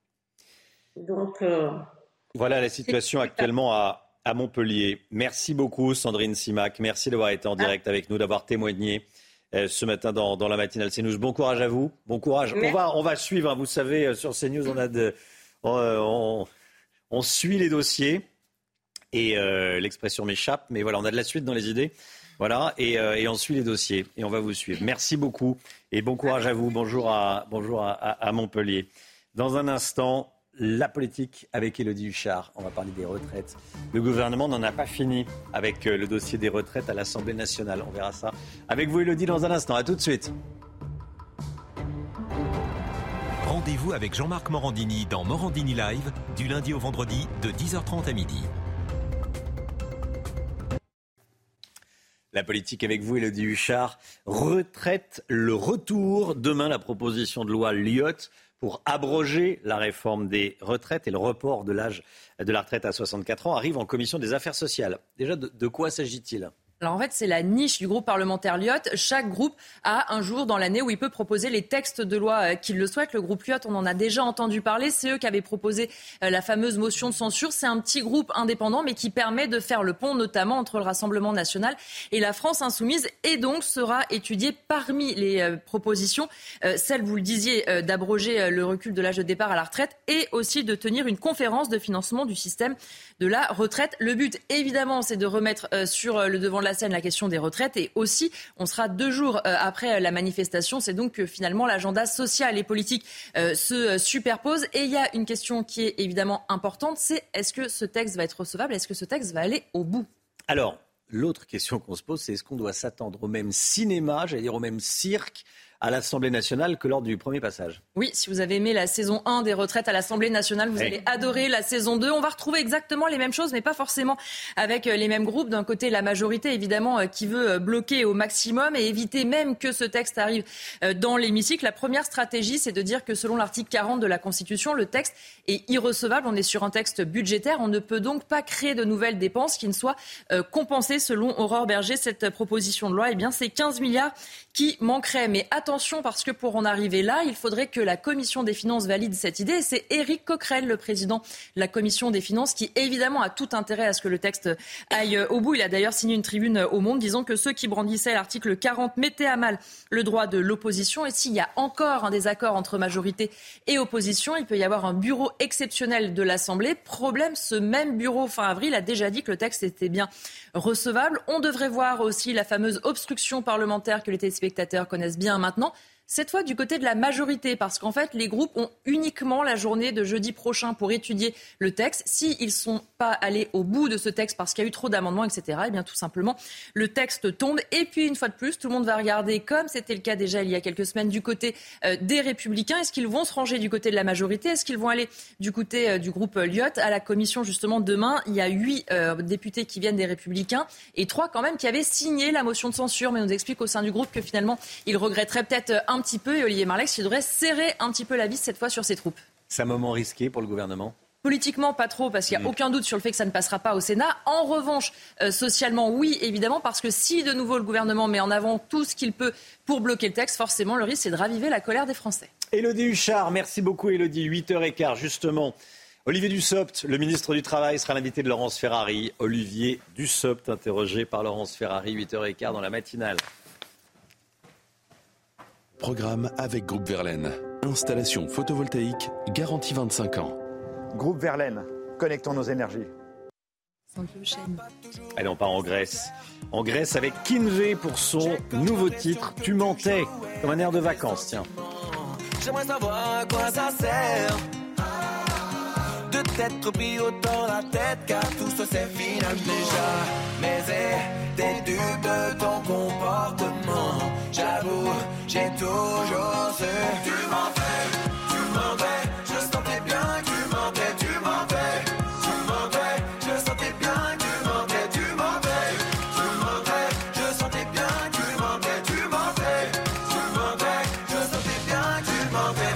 Donc, voilà la situation actuellement à Montpellier. Merci beaucoup, Sandrine Simac. Merci d'avoir été en direct avec nous, d'avoir témoigné ce matin dans la matinale CNews. Bon courage à vous. Bon courage. On va suivre, vous savez, sur CNews, on suit les dossiers. Et l'expression m'échappe, mais voilà, on a de la suite dans les idées. Voilà, et on suit les dossiers et on va vous suivre. Merci beaucoup et bon courage à vous. Bonjour à Montpellier. Dans un instant, la politique avec Élodie Huchard. On va parler des retraites. Le gouvernement n'en a pas fini avec le dossier des retraites à l'Assemblée nationale. On verra ça avec vous, Élodie, dans un instant. À tout de suite. Rendez-vous avec Jean-Marc Morandini dans Morandini Live, du lundi au vendredi, de 10h30 à midi. La politique avec vous, Élodie Huchard. Retraite, le retour. Demain, la proposition de loi Lyotte pour abroger la réforme des retraites et le report de l'âge de la retraite à 64 ans arrive en commission des affaires sociales. Déjà, de quoi s'agit-il ? Alors en fait, c'est la niche du groupe parlementaire Lyotte. Chaque groupe a un jour dans l'année où il peut proposer les textes de loi qu'il le souhaite. Le groupe Lyotte, on en a déjà entendu parler. C'est eux qui avaient proposé la fameuse motion de censure. C'est un petit groupe indépendant, mais qui permet de faire le pont, notamment entre le Rassemblement national et la France insoumise. Et donc sera étudiée parmi les propositions, celle, vous le disiez, d'abroger le recul de l'âge de départ à la retraite et aussi de tenir une conférence de financement du système de la retraite. Le but, évidemment, c'est de remettre sur le devant de la scène la question des retraites et aussi, on sera 2 jours après la manifestation. C'est donc que finalement l'agenda social et politique se superpose. Et il y a une question qui est évidemment importante, c'est est-ce que ce texte va être recevable ? Est-ce que ce texte va aller au bout ? Alors, l'autre question qu'on se pose, c'est est-ce qu'on doit s'attendre au même cinéma, j'allais dire au même cirque, à l'Assemblée nationale que lors du premier passage? Oui, si vous avez aimé la saison 1 des retraites à l'Assemblée nationale, vous allez adorer la saison 2. On va retrouver exactement les mêmes choses, mais pas forcément avec les mêmes groupes. D'un côté, la majorité, évidemment, qui veut bloquer au maximum et éviter même que ce texte arrive dans l'hémicycle. La première stratégie, c'est de dire que selon l'article 40 de la Constitution, le texte est irrecevable. On est sur un texte budgétaire. On ne peut donc pas créer de nouvelles dépenses qui ne soient compensées. Selon Aurore Berger, cette proposition de loi, eh bien, c'est 15 milliards qui manqueraient. Mais attention, parce que pour en arriver là, il faudrait que la Commission des finances valide cette idée. Et c'est Éric Coquerel, le président de la Commission des finances, qui évidemment a tout intérêt à ce que le texte aille au bout. Il a d'ailleurs signé une tribune au Monde disant que ceux qui brandissaient l'article 40 mettaient à mal le droit de l'opposition. Et s'il y a encore un désaccord entre majorité et opposition, il peut y avoir un bureau exceptionnel de l'Assemblée. Problème, ce même bureau, fin avril, a déjà dit que le texte était bien recevable. On devrait voir aussi la fameuse obstruction parlementaire que les téléspectateurs connaissent bien maintenant. Cette fois du côté de la majorité, parce qu'en fait, les groupes ont uniquement la journée de jeudi prochain pour étudier le texte. S'ils ne sont pas allés au bout de ce texte parce qu'il y a eu trop d'amendements, etc., eh bien tout simplement, le texte tombe. Et puis, une fois de plus, tout le monde va regarder, comme c'était le cas déjà il y a quelques semaines, du côté des Républicains. Est-ce qu'ils vont se ranger du côté de la majorité ? Est-ce qu'ils vont aller du côté du groupe Lyotte ? À la commission, justement, demain, il y a 8 députés qui viennent des Républicains et 3 quand même qui avaient signé la motion de censure. Mais on nous explique au sein du groupe que finalement, ils regretteraient peut-être un petit peu, et Olivier Marleix, il devrait serrer un petit peu la vis cette fois sur ses troupes. C'est un moment risqué pour le gouvernement ? Politiquement, pas trop, parce qu'il n'y a aucun doute sur le fait que ça ne passera pas au Sénat. En revanche, socialement, oui, évidemment, parce que si de nouveau le gouvernement met en avant tout ce qu'il peut pour bloquer le texte, forcément, le risque, c'est de raviver la colère des Français. Élodie Huchard, merci beaucoup Élodie. 8h15, justement. Olivier Dussopt, le ministre du Travail, sera l'invité de Laurence Ferrari. Olivier Dussopt, interrogé par Laurence Ferrari, 8h15 dans la matinale. Programme avec Groupe Verlaine. Installation photovoltaïque, garantie 25 ans. Groupe Verlaine, connectons nos énergies. Allez, on part en Grèce. En Grèce avec Kinvey pour son nouveau titre, Tu mentais, comme un air de vacances, tiens. J'aimerais savoir à quoi ça sert de t'être pris autant la tête, car tout ça c'est final déjà. Mais t'es dû de ton comportement. J'avoue, j'ai toujours su. Tu mentais, je sentais bien que tu mentais, tu mentais, je sentais bien que tu mentais, je sentais bien que tu mentais, je sentais bien que tu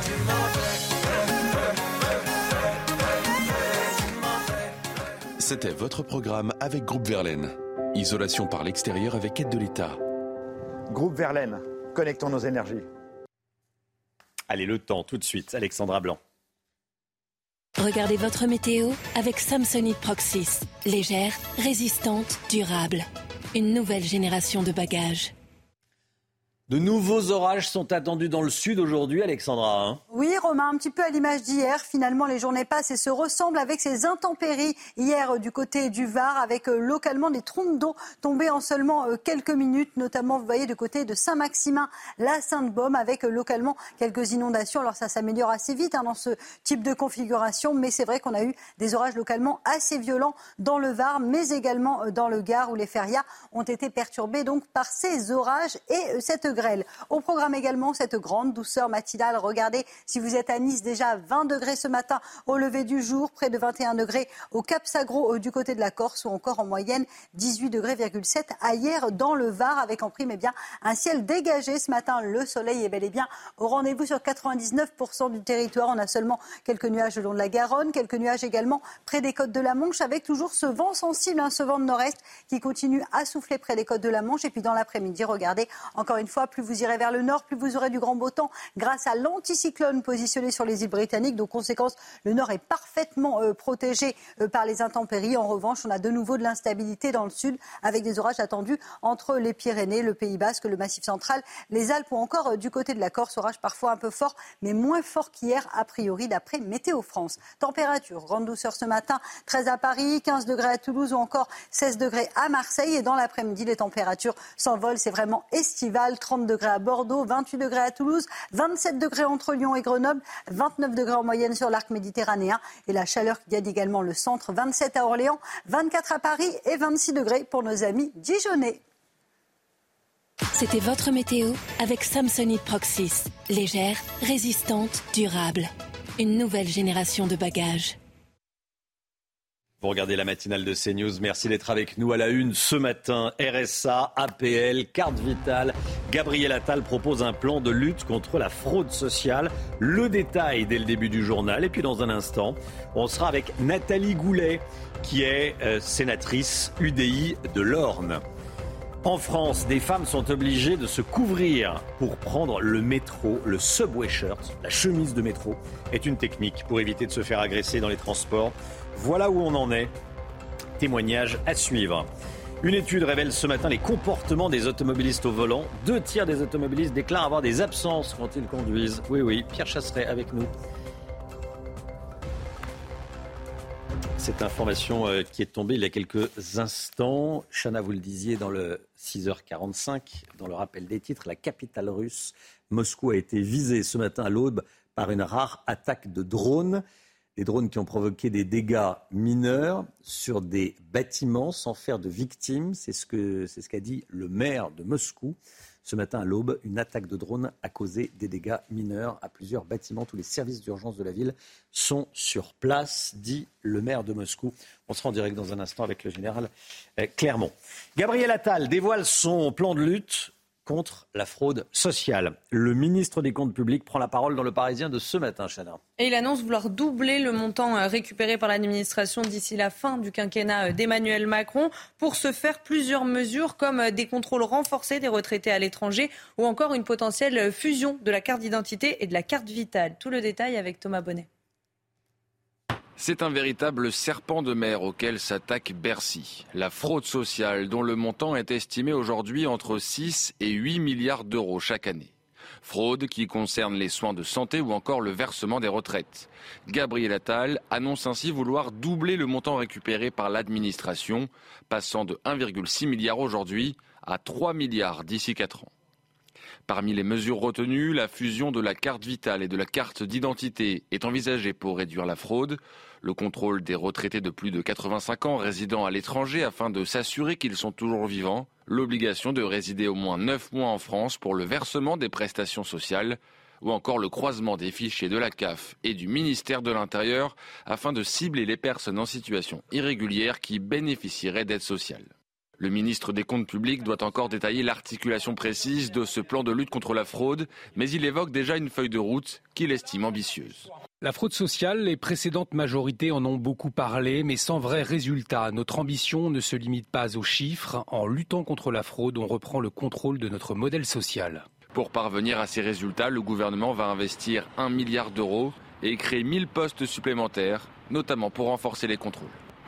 mentais. C'était votre programme avec Groupe Verlaine. Isolation par l'extérieur avec aide de l'État. Groupe Verlaine, connectons nos énergies. Allez, le temps, tout de suite, Alexandra Blanc. Regardez votre météo avec Samsonite Proxys. Légère, résistante, durable. Une nouvelle génération de bagages. De nouveaux orages sont attendus dans le sud aujourd'hui, Alexandra. Oui, Romain, un petit peu à l'image d'hier. Finalement, les journées passent et se ressemblent avec ces intempéries hier du côté du Var, avec localement des trompes d'eau tombées en seulement quelques minutes, notamment, vous voyez, du côté de Saint-Maximin, la Sainte-Baume, avec localement quelques inondations. Alors ça s'améliore assez vite dans ce type de configuration, mais c'est vrai qu'on a eu des orages localement assez violents dans le Var, mais également dans le Gard, où les férias ont été perturbés donc par ces orages et cette grêle. Au programme également cette grande douceur matinale. Regardez, si vous êtes à Nice, déjà 20 degrés ce matin au lever du jour, près de 21 degrés au Cap Sagro du côté de la Corse, ou encore en moyenne 18,7 degrés à hier dans le Var, avec en prime un ciel dégagé ce matin. Le soleil est bel et bien au rendez-vous sur 99% du territoire. On a seulement quelques nuages le long de la Garonne, quelques nuages également près des côtes de la Manche, avec toujours ce vent sensible, ce vent de nord-est qui continue à souffler près des côtes de la Manche. Et puis dans l'après-midi, regardez, encore une fois, plus vous irez vers le nord, plus vous aurez du grand beau temps grâce à l'anticyclone positionné sur les îles britanniques. Donc conséquence, le nord est parfaitement protégé par les intempéries. En revanche, on a de nouveau de l'instabilité dans le sud, avec des orages attendus entre les Pyrénées, le Pays Basque, le Massif central, les Alpes ou encore du côté de la Corse. Orages parfois un peu forts, mais moins forts qu'hier, a priori, d'après Météo France. Température, grande douceur ce matin, 13 à Paris, 15 degrés à Toulouse ou encore 16 degrés à Marseille. Et dans l'après-midi, les températures s'envolent. C'est vraiment estival. 30 degrés à Bordeaux, 28 degrés à Toulouse, 27 degrés entre Lyon et Grenoble, 29 degrés en moyenne sur l'arc méditerranéen. Et la chaleur qui gagne également le centre, 27 à Orléans, 24 à Paris et 26 degrés pour nos amis dijonnais. C'était votre météo avec Samsonite Proxys. Légère, résistante, durable. Une nouvelle génération de bagages. Vous regardez la matinale de CNews. Merci d'être avec nous à la une ce matin. RSA, APL, carte vitale. Gabriel Attal propose un plan de lutte contre la fraude sociale. Le détail dès le début du journal. Et puis dans un instant, on sera avec Nathalie Goulet, qui est sénatrice UDI de l'Orne. En France, des femmes sont obligées de se couvrir pour prendre le métro. Le subway shirt, la chemise de métro, est une technique pour éviter de se faire agresser dans les transports. Voilà où on en est. Témoignage à suivre. Une étude révèle ce matin les comportements des automobilistes au volant. 2 tiers des automobilistes déclarent avoir des absences quand ils conduisent. Oui, Pierre Chasseret avec nous. Cette information qui est tombée il y a quelques instants. Chana, vous le disiez dans le 6h45, dans le rappel des titres, la capitale russe, Moscou, a été visée ce matin à l'aube par une rare attaque de drones. Des drones qui ont provoqué des dégâts mineurs sur des bâtiments sans faire de victimes. C'est ce qu'a dit le maire de Moscou. Ce matin à l'aube, une attaque de drone a causé des dégâts mineurs à plusieurs bâtiments. Tous les services d'urgence de la ville sont sur place, dit le maire de Moscou. On sera en direct dans un instant avec le général Clermont. Gabriel Attal dévoile son plan de lutte contre la fraude sociale. Le ministre des Comptes publics prend la parole dans Le Parisien de ce matin, Chana. Et il annonce vouloir doubler le montant récupéré par l'administration d'ici la fin du quinquennat d'Emmanuel Macron. Pour ce faire, plusieurs mesures comme des contrôles renforcés des retraités à l'étranger ou encore une potentielle fusion de la carte d'identité et de la carte vitale. Tout le détail avec Thomas Bonnet. C'est un véritable serpent de mer auquel s'attaque Bercy. La fraude sociale, dont le montant est estimé aujourd'hui entre 6 et 8 milliards d'euros chaque année. Fraude qui concerne les soins de santé ou encore le versement des retraites. Gabriel Attal annonce ainsi vouloir doubler le montant récupéré par l'administration, passant de 1,6 milliard aujourd'hui à 3 milliards d'ici 4 ans. Parmi les mesures retenues, la fusion de la carte vitale et de la carte d'identité est envisagée pour réduire la fraude. Le contrôle des retraités de plus de 85 ans résidant à l'étranger afin de s'assurer qu'ils sont toujours vivants. L'obligation de résider au moins 9 mois en France pour le versement des prestations sociales. Ou encore le croisement des fichiers de la CAF et du ministère de l'Intérieur afin de cibler les personnes en situation irrégulière qui bénéficieraient d'aide sociale. Le ministre des Comptes publics doit encore détailler l'articulation précise de ce plan de lutte contre la fraude, mais il évoque déjà une feuille de route qu'il estime ambitieuse. La fraude sociale, les précédentes majorités en ont beaucoup parlé, mais sans vrai résultat. Notre ambition ne se limite pas aux chiffres. En luttant contre la fraude, on reprend le contrôle de notre modèle social. Pour parvenir à ces résultats, le gouvernement va investir 1 milliard d'euros et créer 1000 postes supplémentaires, notamment pour renforcer les contrôles.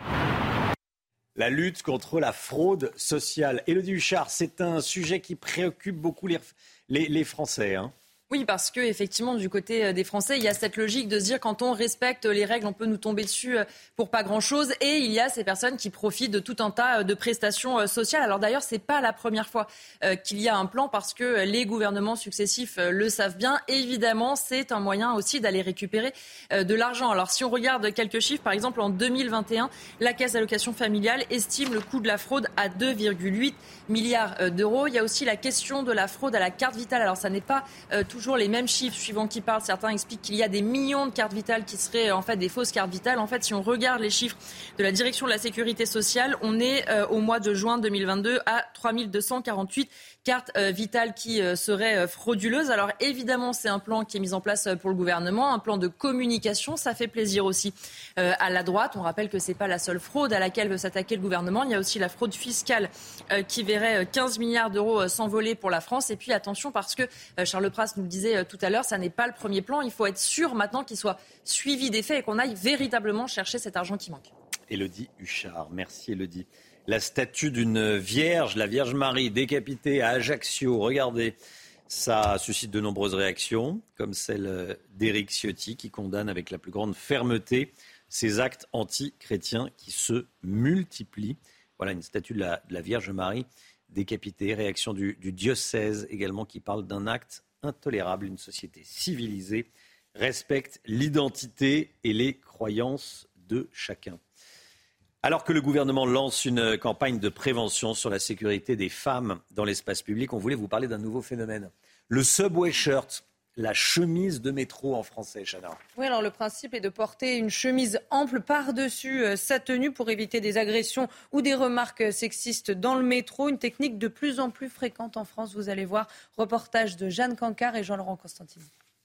La lutte contre la fraude sociale. Élodie Huchard, c'est un sujet qui préoccupe beaucoup les Français. Oui, parce que effectivement, du côté des Français, il y a cette logique de se dire quand on respecte les règles, on peut nous tomber dessus pour pas grand-chose. Et il y a ces personnes qui profitent de tout un tas de prestations sociales. Alors d'ailleurs, c'est pas la première fois qu'il y a un plan, parce que les gouvernements successifs le savent bien. Et évidemment, c'est un moyen aussi d'aller récupérer de l'argent. Alors si on regarde quelques chiffres, par exemple en 2021, la Caisse d'allocation familiale estime le coût de la fraude à 2,8 milliards d'euros. Il y a aussi la question de la fraude à la carte vitale. Alors ça n'est pas toujours les mêmes chiffres suivant qui parle. Certains expliquent qu'il y a des millions de cartes vitales qui seraient en fait des fausses cartes vitales. En fait, si on regarde les chiffres de la direction de la sécurité sociale, on est au mois de juin 2022 à 3248 cartes vitales qui seraient frauduleuses. Alors évidemment, c'est un plan qui est mis en place pour le gouvernement, un plan de communication. Ça fait plaisir aussi à la droite. On rappelle que c'est pas la seule fraude à laquelle veut s'attaquer le gouvernement. Il y a aussi la fraude fiscale qui verrait 15 milliards d'euros s'envoler pour la France. Et puis attention, parce que Charles Pras nous le disait tout à l'heure, ça n'est pas le premier plan. Il faut être sûr maintenant qu'il soit suivi des faits et qu'on aille véritablement chercher cet argent qui manque. Élodie Huchard, merci Élodie. La statue d'une vierge, la Vierge Marie, décapitée à Ajaccio. Regardez, ça suscite de nombreuses réactions, comme celle d'Éric Ciotti, qui condamne avec la plus grande fermeté ces actes anti-chrétiens qui se multiplient. Voilà une statue de la Vierge Marie décapitée. Réaction du diocèse également, qui parle d'un acte intolérable. Une société civilisée respecte l'identité et les croyances de chacun. Alors que le gouvernement lance une campagne de prévention sur la sécurité des femmes dans l'espace public, on voulait vous parler d'un nouveau phénomène. Le subway shirt, la chemise de métro en français, Chana. Oui, alors le principe est de porter une chemise ample par-dessus sa tenue pour éviter des agressions ou des remarques sexistes dans le métro. Une technique de plus en plus fréquente en France. Vous allez voir, reportage de Jeanne Cancard et Jean-Laurent Constantini.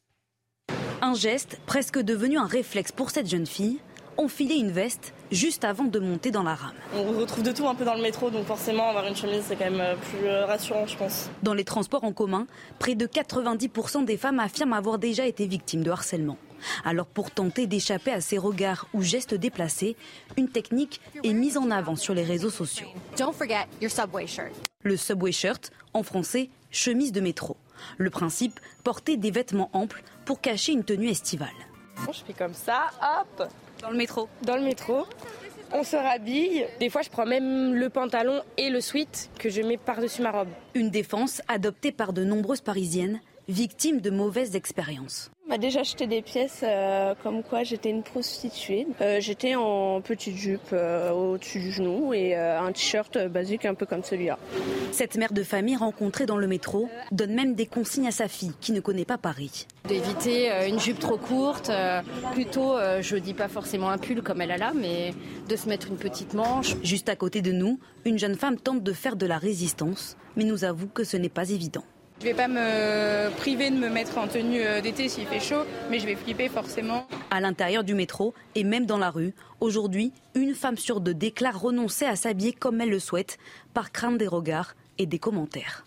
Un geste presque devenu un réflexe pour cette jeune fille. Enfiler une veste juste avant de monter dans la rame. On retrouve de tout un peu dans le métro, donc forcément avoir une chemise c'est quand même plus rassurant, je pense. Dans les transports en commun, près de 90% des femmes affirment avoir déjà été victimes de harcèlement. Alors pour tenter d'échapper à ces regards ou gestes déplacés, une technique est mise en avant sur les réseaux sociaux. Don't forget your subway shirt. Le subway shirt, en français, chemise de métro. Le principe, porter des vêtements amples pour cacher une tenue estivale. Je fais comme ça, hop. Dans le métro. Dans le métro. On se rhabille. Des fois, je prends même le pantalon et le sweat que je mets par-dessus ma robe. Une défense adoptée par de nombreuses Parisiennes, victimes de mauvaises expériences. On m'a déjà acheté des pièces comme quoi j'étais une prostituée. J'étais en petite jupe au-dessus du genou et un t-shirt basique un peu comme celui-là. Cette mère de famille rencontrée dans le métro donne même des consignes à sa fille qui ne connaît pas Paris. D'éviter une jupe trop courte, plutôt, je dis pas forcément un pull comme elle a là, mais de se mettre une petite manche. Juste à côté de nous, une jeune femme tente de faire de la résistance, mais nous avoue que ce n'est pas évident. Je ne vais pas me priver de me mettre en tenue d'été s'il fait chaud, mais je vais flipper forcément. À l'intérieur du métro et même dans la rue, aujourd'hui, une femme sur deux déclare renoncer à s'habiller comme elle le souhaite, par crainte des regards et des commentaires.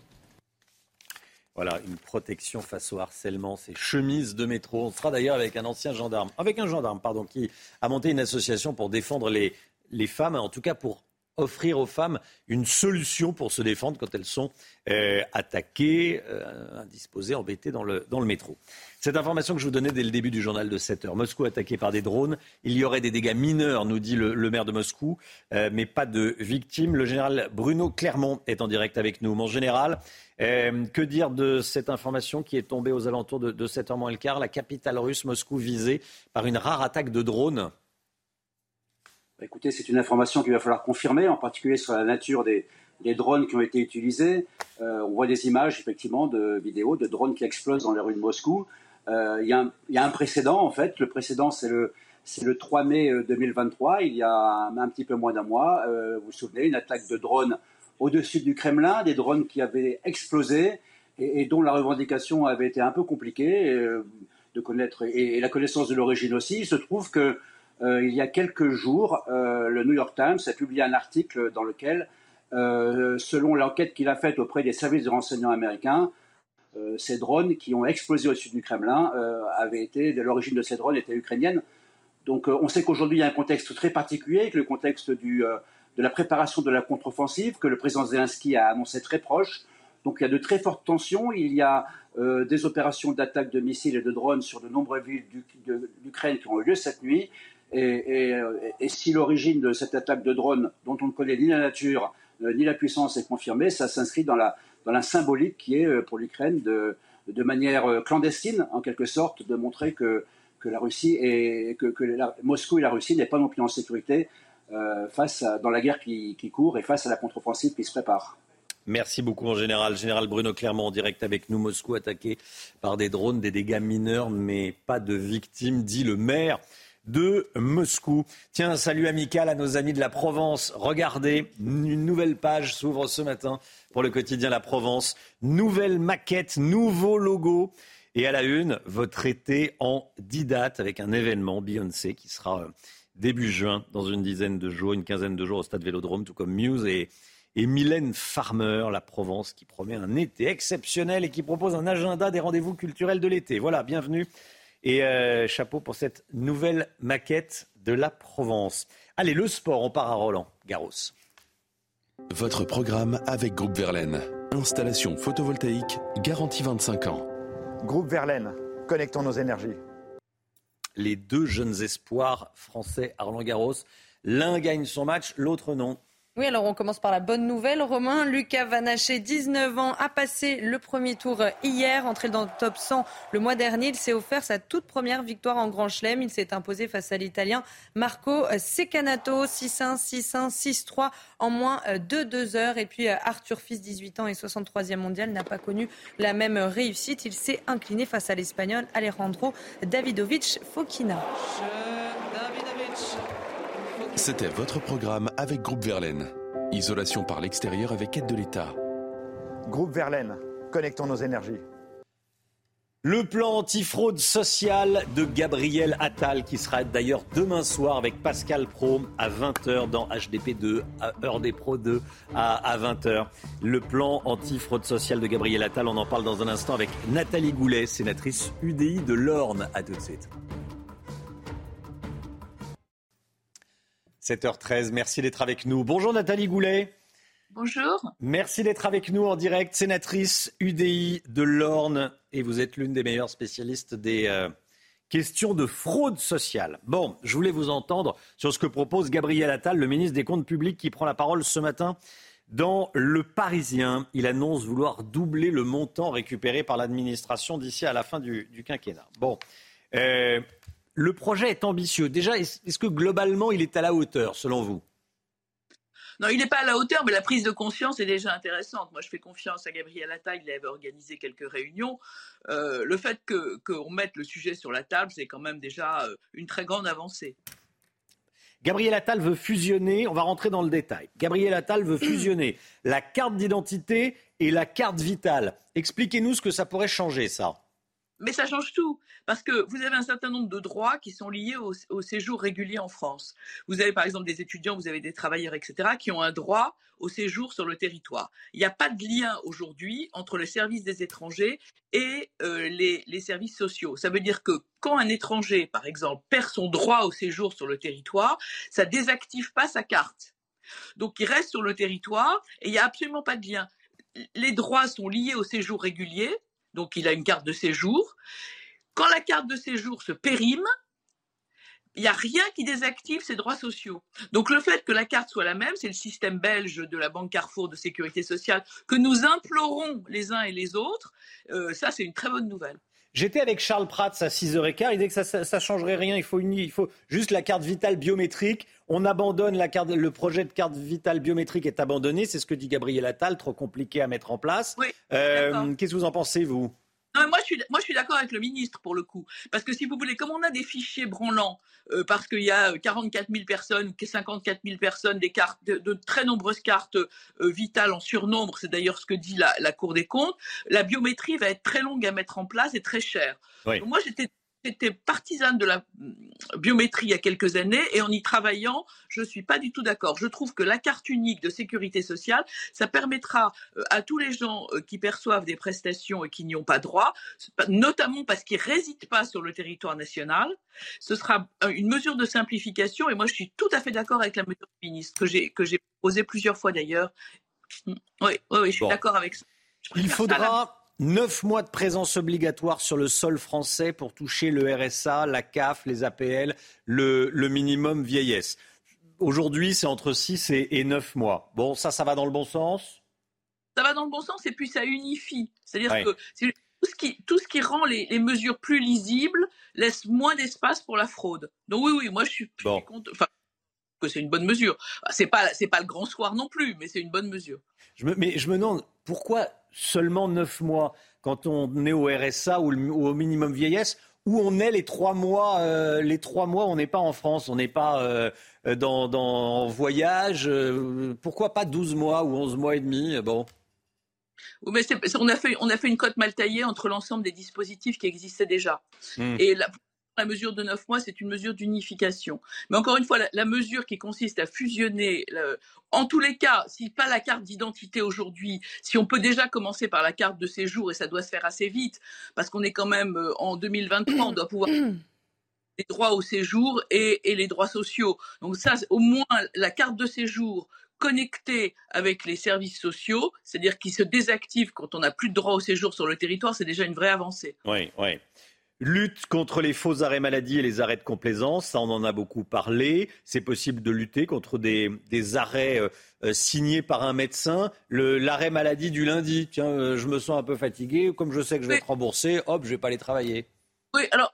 Voilà, une protection face au harcèlement, ces chemises de métro. On sera d'ailleurs avec un gendarme, qui a monté une association pour défendre les femmes, en tout cas pour offrir aux femmes une solution pour se défendre quand elles sont attaquées, indisposées, embêtées dans le métro. Cette information que je vous donnais dès le début du journal de 7h. Moscou attaqué par des drones. Il y aurait des dégâts mineurs, nous dit le maire de Moscou, mais pas de victimes. Le général Bruno Clermont est en direct avec nous. Mon général, que dire de cette information qui est tombée aux alentours de 7h moins le quart? La capitale russe, Moscou, visée par une rare attaque de drones. Écoutez, c'est une information qu'il va falloir confirmer, en particulier sur la nature des drones qui ont été utilisés. On voit des images, effectivement, de vidéos de drones qui explosent dans les rues de Moscou. Il y a un précédent, en fait. Le précédent, c'est le 3 mai 2023, il y a un petit peu moins d'un mois. Vous vous souvenez, une attaque de drones au-dessus du Kremlin, des drones qui avaient explosé et dont la revendication avait été un peu compliquée de connaître, et la connaissance de l'origine aussi. Il se trouve que il y a quelques jours, le New York Times a publié un article dans lequel, selon l'enquête qu'il a faite auprès des services de renseignement américains, ces drones qui ont explosé au-dessus du Kremlin l'origine de ces drones était ukrainienne. Donc on sait qu'aujourd'hui il y a un contexte très particulier, le contexte de la préparation de la contre-offensive que le président Zelensky a annoncé très proche. Donc il y a de très fortes tensions. Il y a des opérations d'attaque de missiles et de drones sur de nombreuses villes d'Ukraine qui ont eu lieu cette nuit. Et si l'origine de cette attaque de drones, dont on ne connaît ni la nature ni la puissance, est confirmée, ça s'inscrit dans la symbolique qui est pour l'Ukraine de manière clandestine, en quelque sorte, de montrer que la Russie Moscou et la Russie n'est pas non plus en sécurité dans la guerre qui court et face à la contre-offensive qui se prépare. Merci beaucoup en général. Général Bruno Clermont en direct avec nous. Moscou attaqué par des drones, des dégâts mineurs, mais pas de victimes, dit le maire de Moscou. Tiens, un salut amical à nos amis de la Provence. Regardez, une nouvelle page s'ouvre ce matin pour le quotidien La Provence. Nouvelle maquette, nouveau logo. Et à la une, votre été en 10 dates avec un événement Beyoncé qui sera début juin, dans une quinzaine de jours au Stade Vélodrome, tout comme Muse et Mylène Farmer. La Provence qui promet un été exceptionnel et qui propose un agenda des rendez-vous culturels de l'été. Voilà, bienvenue. Et chapeau pour cette nouvelle maquette de la Provence. Allez, le sport, on part à Roland-Garros. Votre programme avec Groupe Verlaine. Installation photovoltaïque, garantie 25 ans. Groupe Verlaine, connectons nos énergies. Les deux jeunes espoirs français à Roland-Garros. L'un gagne son match, l'autre non. Oui, alors on commence par la bonne nouvelle, Romain. Lucas Van Haché, 19 ans, a passé le premier tour hier, entré dans le top 100 le mois dernier. Il s'est offert sa toute première victoire en Grand Chelem. Il s'est imposé face à l'Italien Marco Cecchinato, 6-1, 6-1, 6-3 en moins de 2 heures. Et puis Arthur Fils, 18 ans et 63e mondial, n'a pas connu la même réussite. Il s'est incliné face à l'Espagnol Alejandro Davidovich Fokina. C'était votre programme avec Groupe Verlaine. Isolation par l'extérieur avec aide de l'État. Groupe Verlaine, connectons nos énergies. Le plan antifraude sociale de Gabriel Attal, qui sera d'ailleurs demain soir avec Pascal Praud à 20h dans HDP2, à Heure des Pros 2 à 20h. Le plan antifraude sociale de Gabriel Attal, on en parle dans un instant avec Nathalie Goulet, sénatrice UDI de l'Orne. À tout de suite. 7h13, merci d'être avec nous. Bonjour Nathalie Goulet. Bonjour. Merci d'être avec nous en direct, sénatrice UDI de l'Orne. Et vous êtes l'une des meilleures spécialistes des questions de fraude sociale. Bon, je voulais vous entendre sur ce que propose Gabriel Attal, le ministre des Comptes publics, qui prend la parole ce matin dans Le Parisien. Il annonce vouloir doubler le montant récupéré par l'administration d'ici à la fin du quinquennat. Bon, le projet est ambitieux. Déjà, est-ce que globalement, il est à la hauteur, selon vous ? Non, il n'est pas à la hauteur, mais la prise de conscience est déjà intéressante. Moi, je fais confiance à Gabriel Attal, il avait organisé quelques réunions. Le fait qu'on mette le sujet sur la table, c'est quand même déjà une très grande avancée. Gabriel Attal veut fusionner, on va rentrer dans le détail. Gabriel Attal veut fusionner la carte d'identité et la carte vitale. Expliquez-nous ce que ça pourrait changer, ça. Mais ça change tout, parce que vous avez un certain nombre de droits qui sont liés au séjour régulier en France. Vous avez par exemple des étudiants, vous avez des travailleurs, etc., qui ont un droit au séjour sur le territoire. Il n'y a pas de lien aujourd'hui entre le service des étrangers et les services sociaux. Ça veut dire que quand un étranger, par exemple, perd son droit au séjour sur le territoire, ça désactive pas sa carte. Donc il reste sur le territoire et il n'y a absolument pas de lien. Les droits sont liés au séjour régulier. Donc, il a une carte de séjour. Quand la carte de séjour se périme, il n'y a rien qui désactive ses droits sociaux. Donc, le fait que la carte soit la même, c'est le système belge de la Banque Carrefour de sécurité sociale que nous implorons les uns et les autres. Ça, c'est une très bonne nouvelle. J'étais avec Charles Prats à 6h15, il disait que ça changerait rien, il faut juste la carte vitale biométrique. On abandonne le projet de carte vitale biométrique est abandonné, c'est ce que dit Gabriel Attal, trop compliqué à mettre en place. Oui, qu'est-ce que vous en pensez, vous ? Non, moi, je suis d'accord avec le ministre, pour le coup. Parce que si vous voulez, comme on a des fichiers branlants, parce qu'il y a 44 000 personnes, 54 000 personnes, des cartes, de très nombreuses cartes vitales en surnombre, c'est d'ailleurs ce que dit la Cour des comptes, la biométrie va être très longue à mettre en place et très chère. Oui. Donc moi, j'étais partisane de la biométrie il y a quelques années et en y travaillant, je ne suis pas du tout d'accord. Je trouve que la carte unique de sécurité sociale, ça permettra à tous les gens qui perçoivent des prestations et qui n'y ont pas droit, notamment parce qu'ils ne résident pas sur le territoire national. Ce sera une mesure de simplification et moi je suis tout à fait d'accord avec la mesure du ministre que j'ai proposée plusieurs fois d'ailleurs. Oui, je suis d'accord avec ça. Il faudra 9 mois de présence obligatoire sur le sol français pour toucher le RSA, la CAF, les APL, le minimum vieillesse. Aujourd'hui, c'est entre 6 et 9 mois. Bon, ça va dans le bon sens ? Ça va dans le bon sens et puis ça unifie. C'est-à-dire que tout ce qui rend les mesures plus lisibles laisse moins d'espace pour la fraude. Donc oui, moi je suis content. Enfin, que c'est une bonne mesure. C'est pas le grand soir non plus, mais c'est une bonne mesure. Mais je me demande pourquoi seulement 9 mois quand on est au RSA ou au minimum vieillesse, où on est les 3 mois. Les 3 mois, on n'est pas en France, on n'est pas en voyage. Pourquoi pas 12 mois ou 11 mois et demi ? Bon. Oui, mais on a fait une cote mal taillée entre l'ensemble des dispositifs qui existaient déjà. Et la mesure de 9 mois, c'est une mesure d'unification. Mais encore une fois, la mesure qui consiste à fusionner, en tous les cas, si pas la carte d'identité aujourd'hui, si on peut déjà commencer par la carte de séjour, et ça doit se faire assez vite, parce qu'on est quand même en 2023, on doit pouvoir les droits au séjour et les droits sociaux. Donc ça, au moins, la carte de séjour connectée avec les services sociaux, c'est-à-dire qui se désactivent quand on n'a plus de droit au séjour sur le territoire, c'est déjà une vraie avancée. Oui. Lutte contre les faux arrêts maladie et les arrêts de complaisance, ça on en a beaucoup parlé. C'est possible de lutter contre des arrêts signés par un médecin. L'arrêt maladie du lundi, tiens, je me sens un peu fatigué, comme je sais que je vais être remboursé, hop, je vais pas aller travailler. Oui, alors,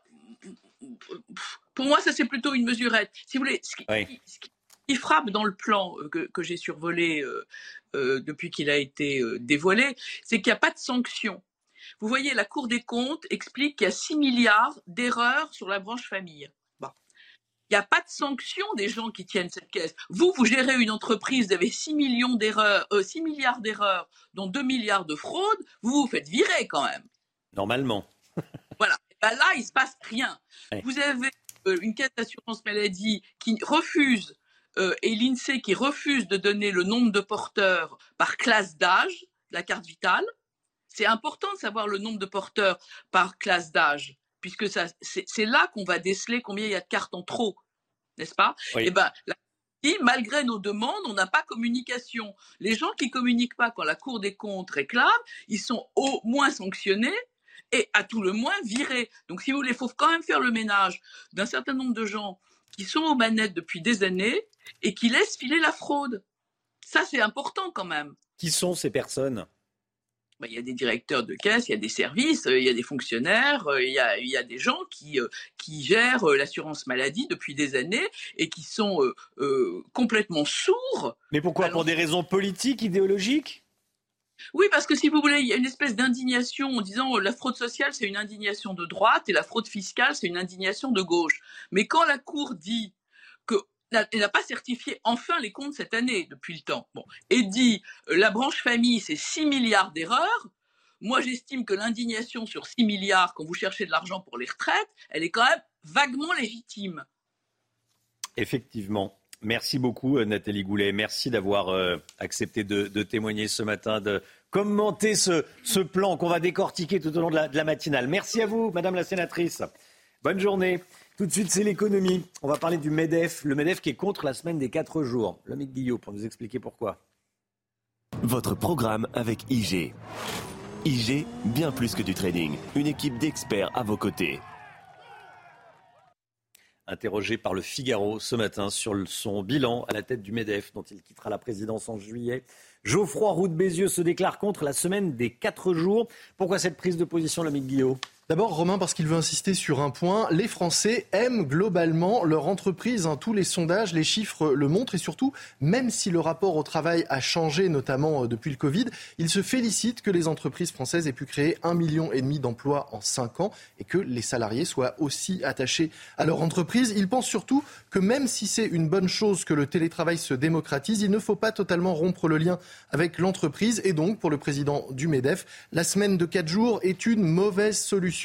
pour moi, ça c'est plutôt une mesurette. Si vous voulez, ce qui frappe dans le plan que j'ai survolé depuis qu'il a été dévoilé, c'est qu'il n'y a pas de sanction. Vous voyez, la Cour des comptes explique qu'il y a 6 milliards d'erreurs sur la branche famille. Bon. Il n'y a pas de sanction des gens qui tiennent cette caisse. Vous gérez une entreprise, vous avez 6 milliards d'erreurs, dont 2 milliards de fraude, vous faites virer quand même. Normalement. Voilà. Ben là, il ne se passe rien. Ouais. Vous avez une caisse d'assurance maladie qui refuse, et l'INSEE qui refuse de donner le nombre de porteurs par classe d'âge, la carte vitale. C'est important de savoir le nombre de porteurs par classe d'âge, puisque c'est là qu'on va déceler combien il y a de cartes en trop, n'est-ce pas ? Oui. Et malgré nos demandes, on n'a pas communication. Les gens qui communiquent pas quand la Cour des comptes réclame, ils sont au moins sanctionnés et à tout le moins virés. Donc si vous voulez, il faut quand même faire le ménage d'un certain nombre de gens qui sont aux manettes depuis des années et qui laissent filer la fraude. Ça, c'est important quand même. Qui sont ces personnes ? Il y a des directeurs de caisse, il y a des services, il y a des fonctionnaires, il y a des gens qui gèrent l'assurance maladie depuis des années et qui sont complètement sourds. Mais pourquoi ? Pour des raisons politiques, idéologiques ? Oui, parce que si vous voulez, il y a une espèce d'indignation en disant la fraude sociale, c'est une indignation de droite et la fraude fiscale, c'est une indignation de gauche. Mais quand la Cour dit elle n'a pas certifié enfin les comptes cette année, depuis le temps. Bon. Et dit, la branche famille, c'est 6 milliards d'erreurs. Moi, j'estime que l'indignation sur 6 milliards, quand vous cherchez de l'argent pour les retraites, elle est quand même vaguement légitime. Effectivement. Merci beaucoup, Nathalie Goulet. Merci d'avoir accepté de témoigner ce matin, de commenter ce plan qu'on va décortiquer tout au long de la matinale. Merci à vous, Madame la sénatrice. Bonne journée. Tout de suite, c'est l'économie. On va parler du MEDEF. Le MEDEF qui est contre la semaine des 4 jours. Lomique Guillot pour nous expliquer pourquoi. Votre programme avec IG. IG, bien plus que du trading. Une équipe d'experts à vos côtés. Interrogé par le Figaro ce matin sur son bilan à la tête du MEDEF, dont il quittera la présidence en juillet, Geoffroy Roux de Bézieux se déclare contre la semaine des 4 jours. Pourquoi cette prise de position, Lomique Guillot ? D'abord, Romain, parce qu'il veut insister sur un point. Les Français aiment globalement leur entreprise. Tous les sondages, les chiffres le montrent. Et surtout, même si le rapport au travail a changé, notamment depuis le Covid, ils se félicitent que les entreprises françaises aient pu créer 1,5 million d'emplois en 5 ans et que les salariés soient aussi attachés à leur entreprise. Ils pensent surtout que même si c'est une bonne chose que le télétravail se démocratise, il ne faut pas totalement rompre le lien avec l'entreprise. Et donc, pour le président du MEDEF, la semaine de 4 jours est une mauvaise solution.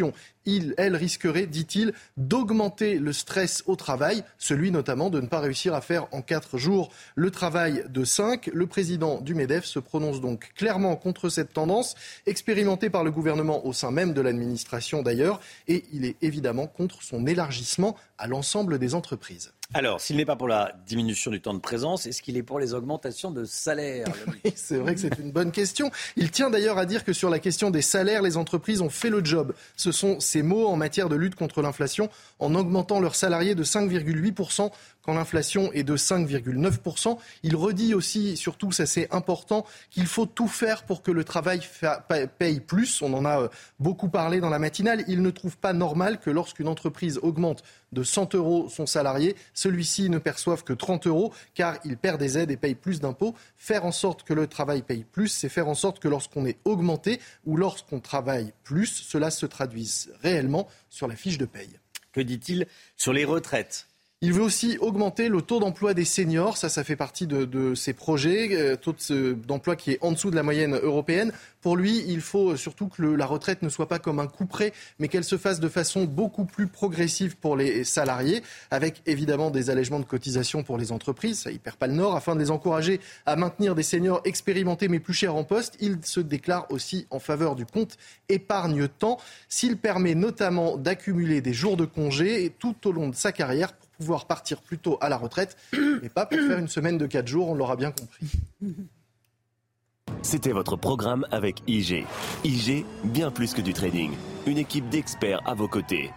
elle risquerait, dit-il, d'augmenter le stress au travail, celui notamment de ne pas réussir à faire en 4 jours le travail de 5. Le président du MEDEF se prononce donc clairement contre cette tendance, expérimentée par le gouvernement au sein même de l'administration d'ailleurs, et il est évidemment contre son élargissement à l'ensemble des entreprises. Alors, s'il n'est pas pour la diminution du temps de présence, est-ce qu'il est pour les augmentations de salaire? Oui, c'est vrai que c'est une bonne question. Il tient d'ailleurs à dire que sur la question des salaires, les entreprises ont fait le job. Ce sont ses mots en matière de lutte contre l'inflation, en augmentant leurs salariés de 5,8% quand l'inflation est de 5,9%. Il redit aussi, surtout ça c'est important, qu'il faut tout faire pour que le travail paye plus. On en a beaucoup parlé dans la matinale. Il ne trouve pas normal que lorsqu'une entreprise augmente de 100 € son salarié, celui-ci ne perçoive que 30 €, car il perd des aides et paye plus d'impôts. Faire en sorte que le travail paye plus, c'est faire en sorte que lorsqu'on est augmenté ou lorsqu'on travaille plus, cela se traduise réellement sur la fiche de paye. Que dit-il sur les retraites ? Il veut aussi augmenter le taux d'emploi des seniors, ça fait partie de ses projets, taux d'emploi qui est en dessous de la moyenne européenne. Pour lui, il faut surtout que la retraite ne soit pas comme un couperet, mais qu'elle se fasse de façon beaucoup plus progressive pour les salariés, avec évidemment des allègements de cotisations pour les entreprises, ça y perd pas le nord, afin de les encourager à maintenir des seniors expérimentés mais plus chers en poste. Il se déclare aussi en faveur du compte épargne-temps, s'il permet notamment d'accumuler des jours de congé tout au long de sa carrière pour pouvoir partir plus tôt à la retraite, mais pas pour faire une semaine de 4 jours, on l'aura bien compris. C'était votre programme avec IG. IG, bien plus que du trading. Une équipe d'experts à vos côtés.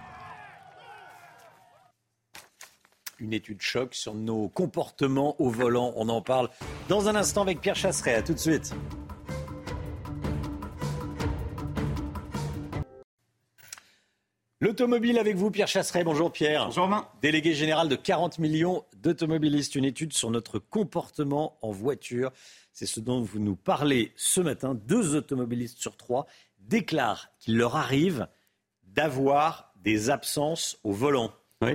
Une étude choc sur nos comportements au volant. On en parle dans un instant avec Pierre Chasseret. À tout de suite. L'automobile avec vous, Pierre Chasseret. Bonjour Pierre. Bonjour Romain. Délégué général de 40 millions d'automobilistes. Une étude sur notre comportement en voiture. C'est ce dont vous nous parlez ce matin. 2 automobilistes sur 3 déclarent qu'il leur arrive d'avoir des absences au volant. Oui.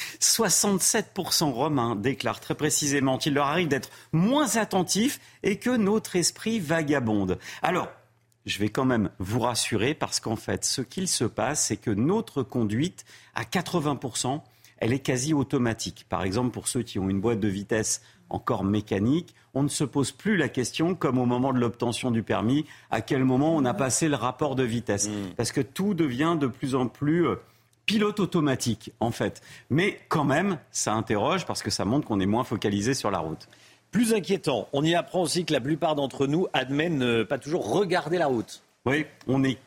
67% Romain déclarent très précisément qu'il leur arrive d'être moins attentifs et que notre esprit vagabonde. Alors, je vais quand même vous rassurer parce qu'en fait, ce qu'il se passe, c'est que notre conduite, à 80%, elle est quasi automatique. Par exemple, pour ceux qui ont une boîte de vitesse encore mécanique, on ne se pose plus la question, comme au moment de l'obtention du permis, à quel moment on a passé le rapport de vitesse. Parce que tout devient de plus en plus pilote automatique, en fait. Mais quand même, ça interroge parce que ça montre qu'on est moins focalisé sur la route. Plus inquiétant, on y apprend aussi que la plupart d'entre nous admettent ne pas toujours regarder la route. Oui, on est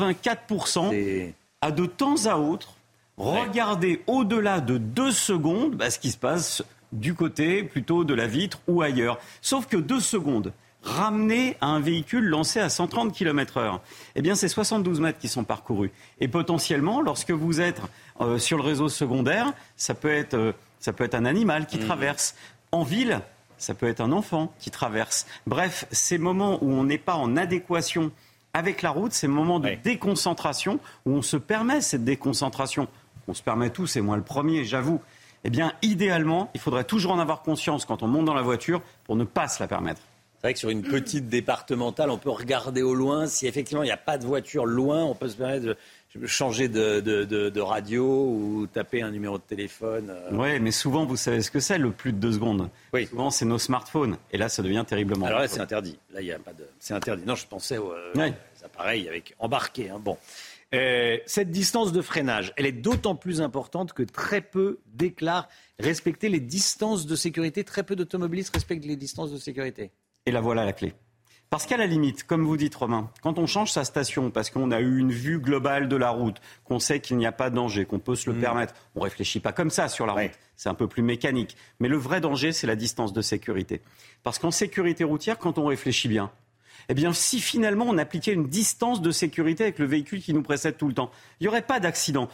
84% à de temps à autre regarder au-delà de 2 secondes ce qui se passe du côté plutôt de la vitre ou ailleurs. Sauf que 2 secondes ramenées à un véhicule lancé à 130 km/h, eh bien c'est 72 mètres qui sont parcourus. Et potentiellement, lorsque vous êtes sur le réseau secondaire, ça peut être un animal qui traverse. En ville, ça peut être un enfant qui traverse. Bref, ces moments où on n'est pas en adéquation avec la route, ces moments de déconcentration, où on se permet cette déconcentration. On se permet tous, et moi le premier, j'avoue. Eh bien, idéalement, il faudrait toujours en avoir conscience quand on monte dans la voiture pour ne pas se la permettre. C'est vrai que sur une petite départementale, on peut regarder au loin. Si effectivement il n'y a pas de voiture loin, on peut se permettre de changer de radio ou taper un numéro de téléphone. Oui, mais souvent, vous savez ce que c'est, le plus de 2 secondes. Oui. Souvent, c'est nos smartphones. Et là, ça devient terriblement... Alors là, c'est interdit. Là, il n'y a pas de... C'est interdit. Non, je pensais aux appareils avec embarqués. Hein. Bon. Cette distance de freinage, elle est d'autant plus importante que très peu déclarent respecter les distances de sécurité. Très peu d'automobilistes respectent les distances de sécurité. Et la voilà la clé. Parce qu'à la limite, comme vous dites Romain, quand on change sa station parce qu'on a eu une vue globale de la route, qu'on sait qu'il n'y a pas de danger, qu'on peut se le permettre, on ne réfléchit pas comme ça sur la route, c'est un peu plus mécanique. Mais le vrai danger, c'est la distance de sécurité. Parce qu'en sécurité routière, quand on réfléchit bien, eh bien, si finalement on appliquait une distance de sécurité avec le véhicule qui nous précède tout le temps, il n'y aurait pas d'accident.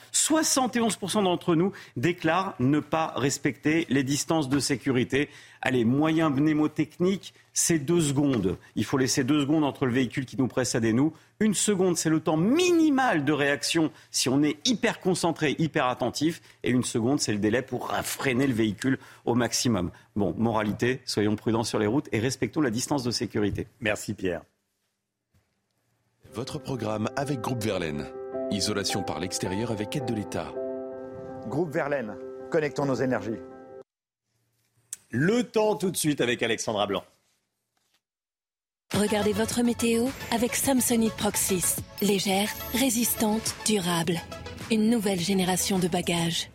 71% d'entre nous déclarent ne pas respecter les distances de sécurité. Allez, moyen mnémotechnique, c'est 2 secondes. Il faut laisser 2 secondes entre le véhicule qui nous précède et nous. 1 seconde, c'est le temps minimal de réaction si on est hyper concentré, hyper attentif. Et 1 seconde, c'est le délai pour freiner le véhicule au maximum. Bon, moralité, soyons prudents sur les routes et respectons la distance de sécurité. Merci Pierre. Votre programme avec Groupe Verlaine. Isolation par l'extérieur avec aide de l'État. Groupe Verlaine, connectons nos énergies. Le temps tout de suite avec Alexandra Blanc. Regardez votre météo avec Samsonite Proxys. Légère, résistante, durable. Une nouvelle génération de bagages.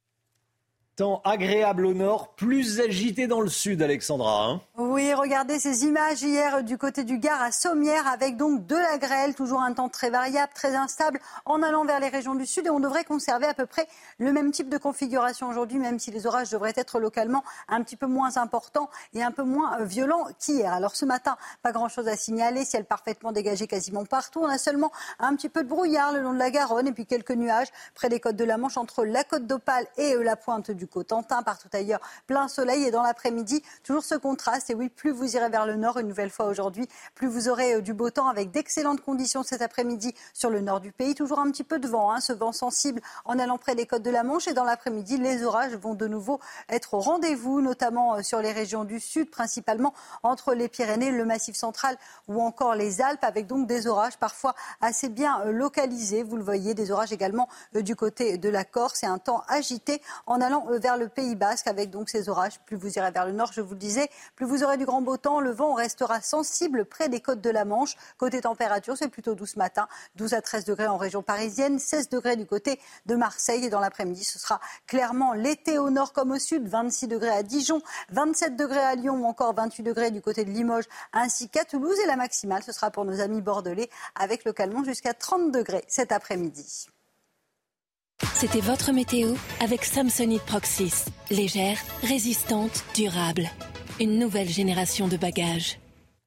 Temps agréable au nord, plus agité dans le sud, Alexandra. Oui, regardez ces images hier du côté du Gard à Sommières avec donc de la grêle, toujours un temps très variable, très instable en allant vers les régions du sud et on devrait conserver à peu près le même type de configuration aujourd'hui, même si les orages devraient être localement un petit peu moins importants et un peu moins violents qu'hier. Alors ce matin, pas grand-chose à signaler, ciel parfaitement dégagé quasiment partout. On a seulement un petit peu de brouillard le long de la Garonne et puis quelques nuages près des côtes de la Manche entre la côte d'Opale et la pointe du Cotentin, partout ailleurs, plein soleil et dans l'après-midi, toujours ce contraste. Et oui, plus vous irez vers le nord, une nouvelle fois aujourd'hui, plus vous aurez du beau temps avec d'excellentes conditions cet après-midi sur le nord du pays. Toujours un petit peu de vent, ce vent sensible en allant près des côtes de la Manche. Et dans l'après-midi, les orages vont de nouveau être au rendez-vous, notamment sur les régions du sud, principalement entre les Pyrénées, le Massif central ou encore les Alpes, avec donc des orages parfois assez bien localisés. Vous le voyez, des orages également du côté de la Corse et un temps agité en allant vers le Pays Basque avec donc ces orages. Plus vous irez vers le nord, je vous le disais, plus vous aurez du grand beau temps. Le vent restera sensible près des côtes de la Manche. Côté température, c'est plutôt doux ce matin. 12 à 13 degrés en région parisienne, 16 degrés du côté de Marseille. Et dans l'après-midi, ce sera clairement l'été au nord comme au sud. 26 degrés à Dijon, 27 degrés à Lyon ou encore 28 degrés du côté de Limoges ainsi qu'à Toulouse. Et la maximale, ce sera pour nos amis bordelais avec localement jusqu'à 30 degrés cet après-midi. C'était votre météo avec Samsonite Proxys. Légère, résistante, durable. Une nouvelle génération de bagages.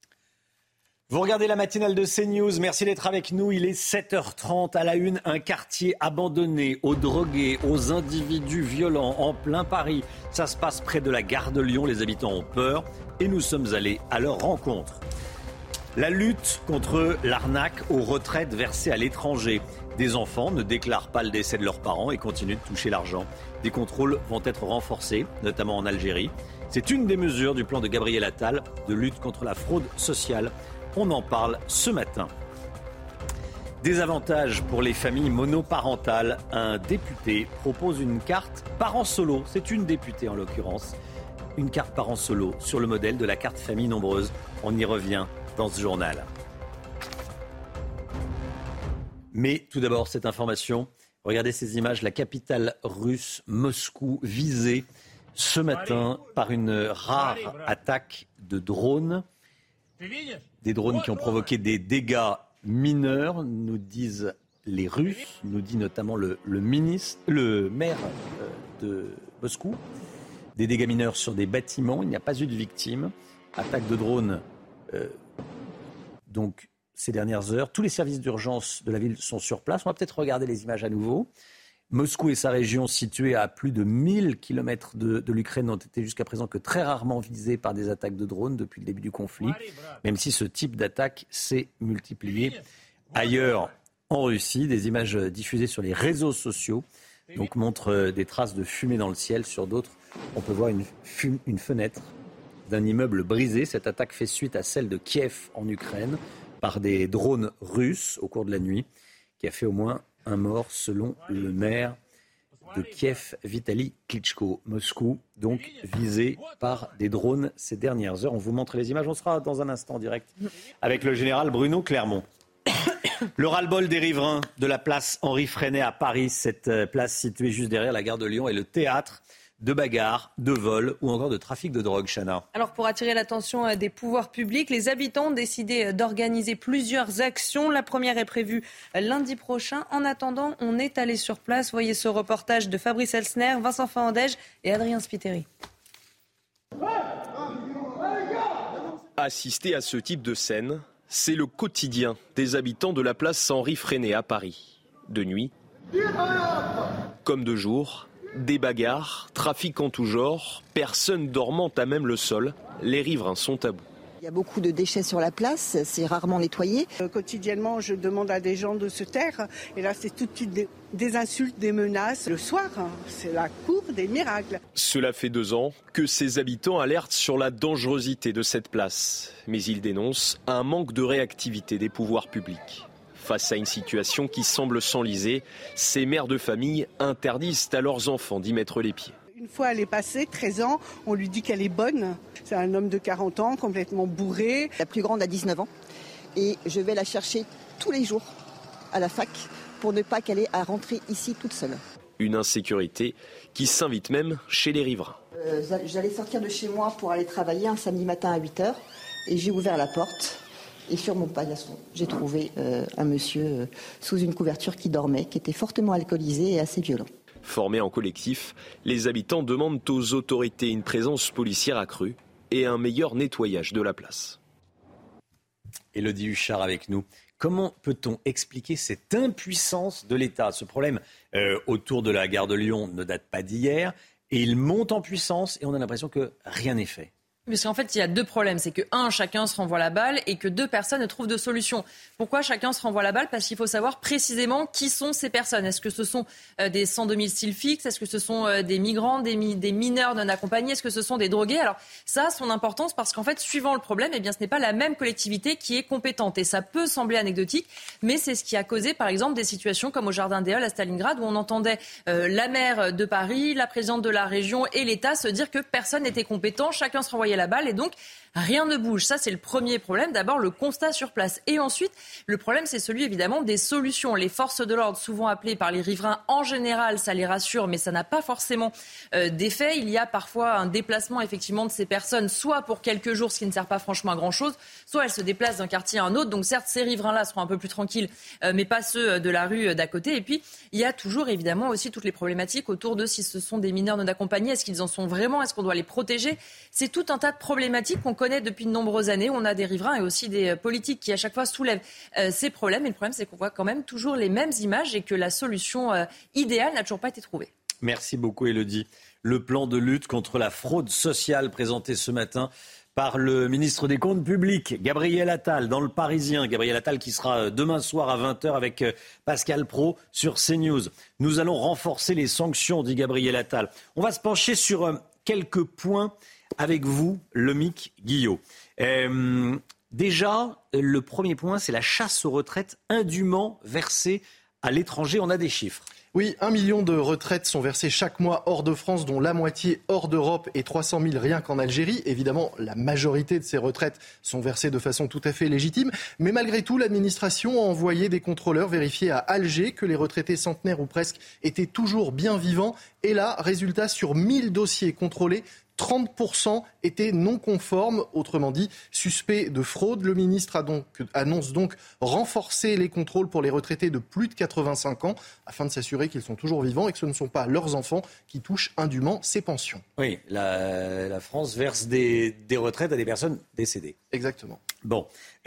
Vous regardez la matinale de CNews. Merci d'être avec nous. Il est 7h30 à la une. Un quartier abandonné aux drogués, aux individus violents en plein Paris. Ça se passe près de la gare de Lyon. Les habitants ont peur et nous sommes allés à leur rencontre. La lutte contre l'arnaque aux retraites versées à l'étranger. Des enfants ne déclarent pas le décès de leurs parents et continuent de toucher l'argent. Des contrôles vont être renforcés, notamment en Algérie. C'est une des mesures du plan de Gabriel Attal de lutte contre la fraude sociale. On en parle ce matin. Des avantages pour les familles monoparentales. Un député propose une carte parent solo. C'est une députée en l'occurrence. Une carte parent solo sur le modèle de la carte famille nombreuse. On y revient dans ce journal. Mais tout d'abord, cette information. Regardez ces images. La capitale russe, Moscou, visée ce matin par une rare attaque de drones. Des drones qui ont provoqué des dégâts mineurs, nous disent les Russes, nous dit notamment le maire de Moscou. Des dégâts mineurs sur des bâtiments, il n'y a pas eu de victimes. Attaque de drones, donc ces dernières heures. Tous les services d'urgence de la ville sont sur place. On va peut-être regarder les images à nouveau. Moscou et sa région, située à plus de 1000 km de l'Ukraine, n'ont été jusqu'à présent que très rarement visés par des attaques de drones depuis le début du conflit, même si ce type d'attaque s'est multiplié ailleurs en Russie. Des images diffusées sur les réseaux sociaux donc, montrent des traces de fumée dans le ciel. Sur d'autres, on peut voir une fenêtre d'un immeuble brisé. Cette attaque fait suite à celle de Kiev en Ukraine par des drones russes au cours de la nuit, qui a fait au moins un mort selon le maire de Kiev, Vitali Klitschko. Moscou, donc visé par des drones ces dernières heures. On vous montre les images. On sera dans un instant en direct avec le général Bruno Clermont. Le ras-le-bol des riverains de la place Henri Freinet à Paris. Cette place située juste derrière la gare de Lyon est le théâtre de bagarres, de vols ou encore de trafic de drogue, Chana. Alors pour attirer l'attention des pouvoirs publics, les habitants ont décidé d'organiser plusieurs actions. La première est prévue lundi prochain. En attendant, on est allé sur place. Voyez ce reportage de Fabrice Elsner, Vincent Fandège et Adrien Spiteri. Assister à ce type de scène, c'est le quotidien des habitants de la place Henri Freinet à Paris. De nuit, comme de jour, des bagarres, trafic en tout genre, personne dormant à même le sol, les riverains sont à bout. Il y a beaucoup de déchets sur la place, c'est rarement nettoyé. Quotidiennement, je demande à des gens de se taire. Et là, c'est tout de suite des insultes, des menaces. Le soir, c'est la cour des miracles. Cela fait 2 ans que ces habitants alertent sur la dangerosité de cette place. Mais ils dénoncent un manque de réactivité des pouvoirs publics. Face à une situation qui semble s'enliser, ces mères de famille interdisent à leurs enfants d'y mettre les pieds. Une fois elle est passée, 13 ans, on lui dit qu'elle est bonne. C'est un homme de 40 ans, complètement bourré. La plus grande a 19 ans et je vais la chercher tous les jours à la fac pour ne pas qu'elle ait à rentrer ici toute seule. Une insécurité qui s'invite même chez les riverains. J'allais sortir de chez moi pour aller travailler un samedi matin à 8h et j'ai ouvert la porte. Et sur mon paillasson, j'ai trouvé un monsieur sous une couverture qui dormait, qui était fortement alcoolisé et assez violent. Formés en collectif, les habitants demandent aux autorités une présence policière accrue et un meilleur nettoyage de la place. Élodie Huchard avec nous. Comment peut-on expliquer cette impuissance de l'État ? Ce problème autour de la gare de Lyon ne date pas d'hier et il monte en puissance et on a l'impression que rien n'est fait. Parce qu'en fait, il y a deux problèmes. C'est que, un, chacun se renvoie la balle et que deux personnes ne trouvent de solution. Pourquoi chacun se renvoie la balle ? Parce qu'il faut savoir précisément qui sont ces personnes. Est-ce que ce sont des sans domicile fixe ? Est-ce que ce sont des migrants, des mineurs non accompagnés ? Est-ce que ce sont des drogués ? Alors, ça a son importance parce qu'en fait, suivant le problème, eh bien, ce n'est pas la même collectivité qui est compétente. Et ça peut sembler anecdotique, mais c'est ce qui a causé, par exemple, des situations comme au Jardin des Halles à Stalingrad où on entendait la maire de Paris, la présidente de la région et l'État se dire que personne n'était compétent, chacun se renvoyait la balle et donc rien ne bouge. Ça, c'est le premier problème. D'abord, le constat sur place. Et ensuite, le problème, c'est celui, évidemment, des solutions. Les forces de l'ordre, souvent appelées par les riverains, en général, ça les rassure, mais ça n'a pas forcément d'effet. Il y a parfois un déplacement, effectivement, de ces personnes, soit pour quelques jours, ce qui ne sert pas franchement à grand-chose, soit elles se déplacent d'un quartier à un autre. Donc, certes, ces riverains-là seront un peu plus tranquilles, mais pas ceux de la rue d'à côté. Et puis, il y a toujours, évidemment, aussi toutes les problématiques autour de si ce sont des mineurs non accompagnés. Est-ce qu'ils en sont vraiment ? Est-ce qu'on doit les protéger ? C'est tout un tas de problématiques qu'on connaît depuis de nombreuses années. On a des riverains et aussi des politiques qui à chaque fois soulèvent ces problèmes. Et le problème, c'est qu'on voit quand même toujours les mêmes images et que la solution idéale n'a toujours pas été trouvée. Merci beaucoup Élodie. Le plan de lutte contre la fraude sociale présenté ce matin par le ministre des Comptes publics, Gabriel Attal, dans Le Parisien. Gabriel Attal qui sera demain soir à 20h avec Pascal Praud sur CNews. Nous allons renforcer les sanctions, dit Gabriel Attal. On va se pencher sur quelques points avec vous, Lomique Guillot. Déjà, le premier point, c'est la chasse aux retraites indûment versées à l'étranger. On a des chiffres. Oui, 1 million de retraites sont versées chaque mois hors de France, dont la moitié hors d'Europe et 300 000 rien qu'en Algérie. Évidemment, la majorité de ces retraites sont versées de façon tout à fait légitime. Mais malgré tout, l'administration a envoyé des contrôleurs vérifier à Alger que les retraités centenaires ou presque étaient toujours bien vivants. Et là, résultat, sur 1000 dossiers contrôlés, 30% étaient non conformes, autrement dit suspects de fraude. Le ministre annonce donc renforcer les contrôles pour les retraités de plus de 85 ans afin de s'assurer qu'ils sont toujours vivants et que ce ne sont pas leurs enfants qui touchent indûment ces pensions. Oui, la France verse des retraites à des personnes décédées. Exactement. Bon,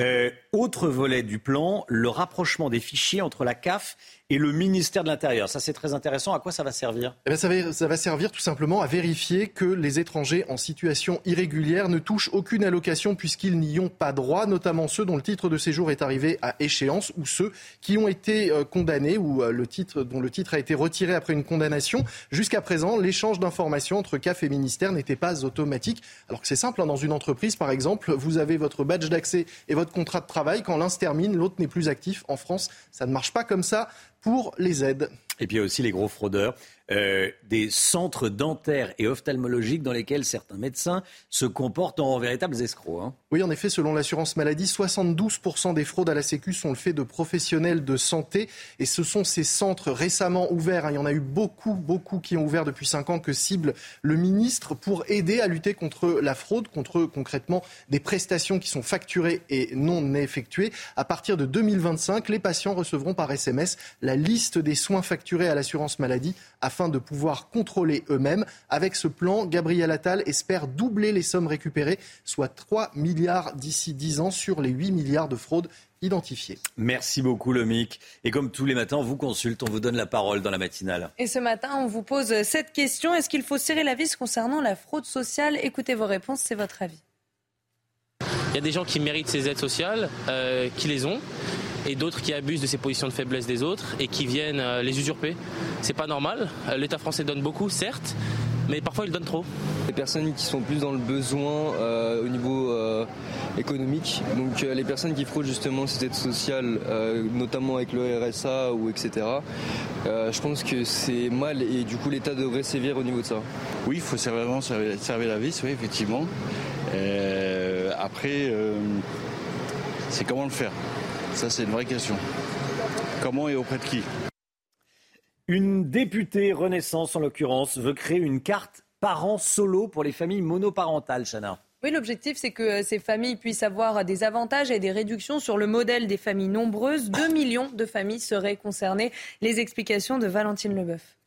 autre volet du plan, le rapprochement des fichiers entre la CAF et le ministère de l'Intérieur. Ça, c'est très intéressant. À quoi ça va servir ? Eh bien, ça va servir tout simplement à vérifier que les étrangers en situation irrégulière ne touchent aucune allocation puisqu'ils n'y ont pas droit, notamment ceux dont le titre de séjour est arrivé à échéance ou ceux qui ont été condamnés ou dont le titre a été retiré après une condamnation. Jusqu'à présent, l'échange d'informations entre CAF et ministère n'était pas automatique. Alors que c'est simple, dans une entreprise, par exemple, vous avez votre badge d'accès et votre contrat de travail. Quand l'un se termine, l'autre n'est plus actif. En France, ça ne marche pas comme ça pour les aides. Et puis il y a aussi les gros fraudeurs, des centres dentaires et ophtalmologiques dans lesquels certains médecins se comportent en véritables escrocs. Hein. Oui, en effet, selon l'assurance maladie, 72% des fraudes à la Sécu sont le fait de professionnels de santé. Et ce sont ces centres récemment ouverts, il y en a eu beaucoup qui ont ouvert depuis 5 ans, que cible le ministre pour aider à lutter contre la fraude, contre concrètement des prestations qui sont facturées et non effectuées. À partir de 2025, les patients recevront par SMS la liste des soins facturés à l'assurance maladie afin de pouvoir contrôler eux-mêmes. Avec ce plan, Gabriel Attal espère doubler les sommes récupérées, soit 3 milliards d'ici 10 ans sur les 8 milliards de fraudes identifiées. Merci beaucoup, Lomique. Et comme tous les matins, on vous consulte, on vous donne la parole dans la matinale. Et ce matin, on vous pose cette question. Est-ce qu'il faut serrer la vis concernant la fraude sociale ? Écoutez vos réponses, c'est votre avis. Il y a des gens qui méritent ces aides sociales, qui les ont, et d'autres qui abusent de ces positions de faiblesse des autres et qui viennent les usurper. C'est pas normal. L'État français donne beaucoup, certes, mais parfois ils donnent trop. Les personnes qui sont plus dans le besoin au niveau économique, donc les personnes qui fraudent justement cette aide sociale, notamment avec le RSA ou etc., je pense que c'est mal et du coup l'État devrait sévir au niveau de ça. Oui, il faut vraiment servir la vis, oui, effectivement. Après, c'est comment le faire. Ça, c'est une vraie question. Comment et auprès de qui ? Une députée Renaissance, en l'occurrence, veut créer une carte parents solo pour les familles monoparentales, Chana. Oui, l'objectif, c'est que ces familles puissent avoir des avantages et des réductions sur le modèle des familles nombreuses. 2 millions de familles seraient concernées. Les explications de Valentine Leboeuf.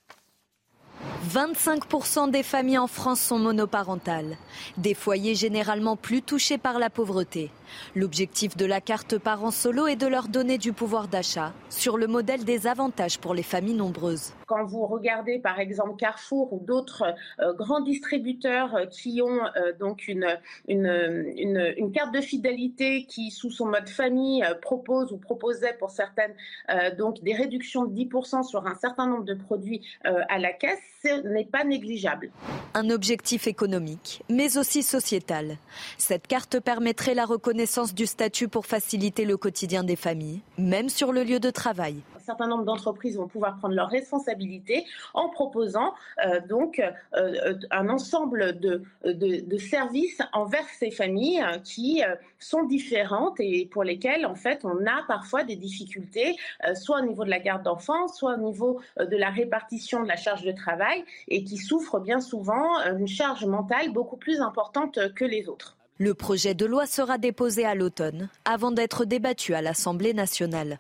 25% des familles en France sont monoparentales, des foyers généralement plus touchés par la pauvreté. L'objectif de la carte parents solo est de leur donner du pouvoir d'achat sur le modèle des avantages pour les familles nombreuses. Quand vous regardez par exemple Carrefour ou d'autres grands distributeurs qui ont donc une carte de fidélité qui, sous son mode famille, propose ou proposait pour certaines donc des réductions de 10% sur un certain nombre de produits à la caisse, ce n'est pas négligeable. Un objectif économique, mais aussi sociétal. Cette carte permettrait la reconnaissance du statut pour faciliter le quotidien des familles, même sur le lieu de travail. Un certain nombre d'entreprises vont pouvoir prendre leurs responsabilités en proposant un ensemble de services envers ces familles qui sont différentes et pour lesquelles en fait on a parfois des difficultés, soit au niveau de la garde d'enfants, soit au niveau de la répartition de la charge de travail et qui souffrent bien souvent d'une charge mentale beaucoup plus importante que les autres. Le projet de loi sera déposé à l'automne avant d'être débattu à l'Assemblée nationale.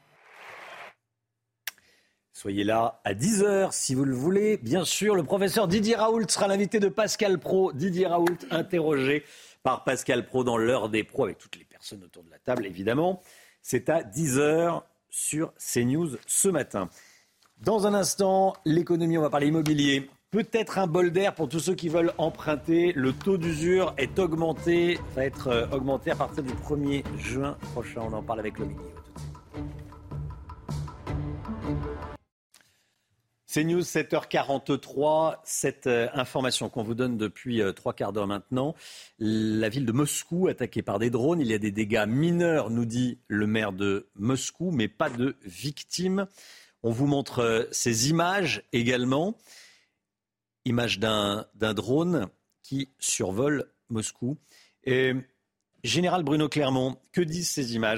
Soyez là à 10h si vous le voulez. Bien sûr, le professeur Didier Raoult sera l'invité de Pascal Praud. Didier Raoult, interrogé par Pascal Praud dans l'heure des pros, avec toutes les personnes autour de la table, évidemment. C'est à 10h sur CNews ce matin. Dans un instant, l'économie, on va parler immobilier. Peut-être un bol d'air pour tous ceux qui veulent emprunter. Le taux d'usure est augmenté, va être augmenté à partir du 1er juin prochain. On en parle avec Lomique. CNews, 7h43, cette information qu'on vous donne depuis 3 quarts d'heure maintenant. La ville de Moscou attaquée par des drones. Il y a des dégâts mineurs, nous dit le maire de Moscou, mais pas de victimes. On vous montre ces images également. Images d'un drone qui survole Moscou. Et, Général Bruno Clermont, que disent ces images ?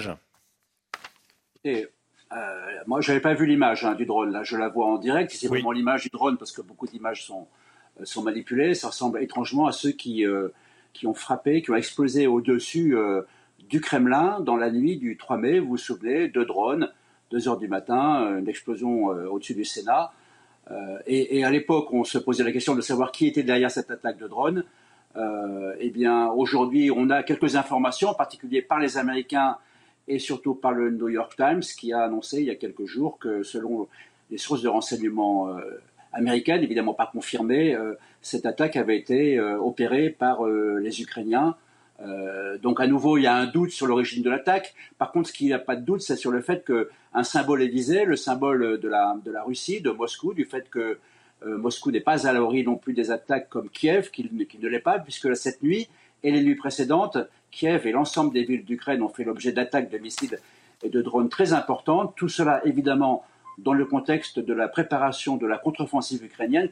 Moi, je n'avais pas vu l'image du drone. Là, je la vois en direct. C'est vraiment l'image du drone parce que beaucoup d'images sont manipulées. Ça ressemble étrangement à ceux qui ont frappé, qui ont explosé au-dessus du Kremlin dans la nuit du 3 mai. Vous vous souvenez, 2 drones, 2h du matin, une explosion au-dessus du Sénat. Et à l'époque, on se posait la question de savoir qui était derrière cette attaque de drone. Eh bien, aujourd'hui, on a quelques informations, en particulier par les Américains et surtout par le New York Times, qui a annoncé il y a quelques jours que, selon les sources de renseignement américaines, évidemment pas confirmées, cette attaque avait été opérée par les Ukrainiens. Donc à nouveau, il y a un doute sur l'origine de l'attaque. Par contre, ce qu'il n'y a pas de doute, c'est sur le fait qu'un symbole est visé, le symbole de la Russie, de Moscou, du fait que Moscou n'est pas à l'abri non plus des attaques comme Kiev, qui ne l'est pas, puisque cette nuit et les nuits précédentes, Kiev et l'ensemble des villes d'Ukraine ont fait l'objet d'attaques de missiles et de drones très importantes. Tout cela, évidemment, dans le contexte de la préparation de la contre-offensive ukrainienne,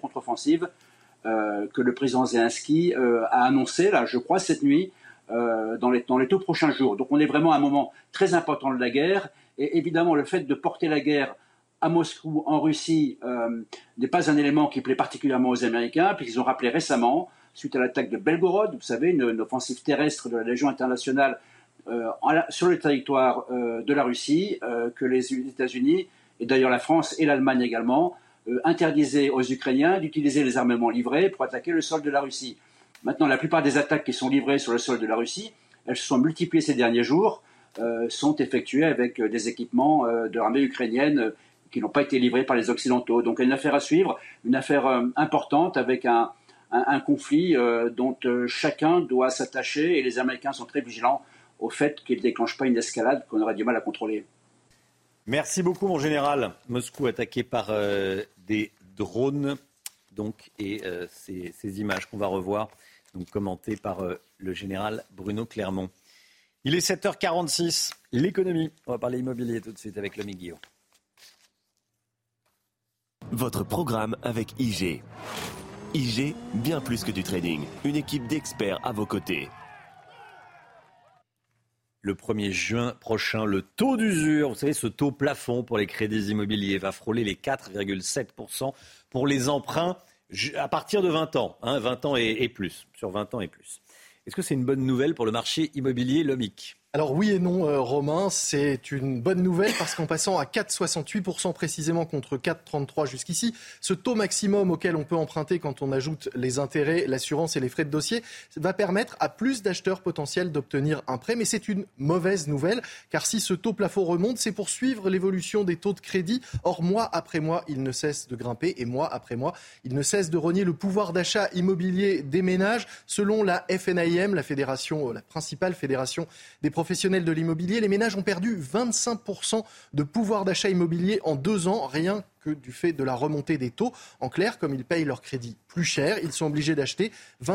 que le président Zelensky a annoncé, là, je crois, cette nuit, dans les tout prochains jours. Donc on est vraiment à un moment très important de la guerre. Et évidemment, le fait de porter la guerre à Moscou, en Russie, n'est pas un élément qui plaît particulièrement aux Américains, puisqu'ils ont rappelé récemment, suite à l'attaque de Belgorod, vous savez, une offensive terrestre de la Légion internationale sur le territoire de la Russie, que les États-Unis, et d'ailleurs la France et l'Allemagne également, interdisaient aux Ukrainiens d'utiliser les armements livrés pour attaquer le sol de la Russie. Maintenant, la plupart des attaques qui sont livrées sur le sol de la Russie, elles se sont multipliées ces derniers jours, sont effectuées avec des équipements de l'armée ukrainienne qui n'ont pas été livrés par les Occidentaux. Donc une affaire à suivre, une affaire importante avec un conflit dont chacun doit s'attacher, et les Américains sont très vigilants au fait qu'il ne déclenche pas une escalade qu'on aurait du mal à contrôler. Merci beaucoup, mon général. Moscou attaqué par des drones. donc, et ces images qu'on va revoir, donc commentées par le général Bruno Clermont. Il est 7h46, l'économie. On va parler immobilier tout de suite avec l'ami Guillaume. Votre programme avec IG. IG, bien plus que du trading. Une équipe d'experts à vos côtés. Le 1er juin prochain, le taux d'usure, vous savez, ce taux plafond pour les crédits immobiliers va frôler les 4,7% pour les emprunts à partir de 20 ans, 20 ans et plus, sur 20 ans et plus. Est-ce que c'est une bonne nouvelle pour le marché immobilier, Lomic ? Alors oui et non, Romain, c'est une bonne nouvelle parce qu'en passant à 4,68% précisément contre 4,33% jusqu'ici, ce taux maximum auquel on peut emprunter quand on ajoute les intérêts, l'assurance et les frais de dossier va permettre à plus d'acheteurs potentiels d'obtenir un prêt. Mais c'est une mauvaise nouvelle car si ce taux plafond remonte, c'est pour suivre l'évolution des taux de crédit. Or, mois après mois, il ne cesse de grimper et mois après mois, il ne cesse de rogner le pouvoir d'achat immobilier des ménages. Selon la FNAIM, la principale fédération des professionnels de l'immobilier, les ménages ont perdu 25% de pouvoir d'achat immobilier en 2 ans, rien que du fait de la remontée des taux. En clair, comme ils payent leur crédit plus cher, ils sont obligés d'acheter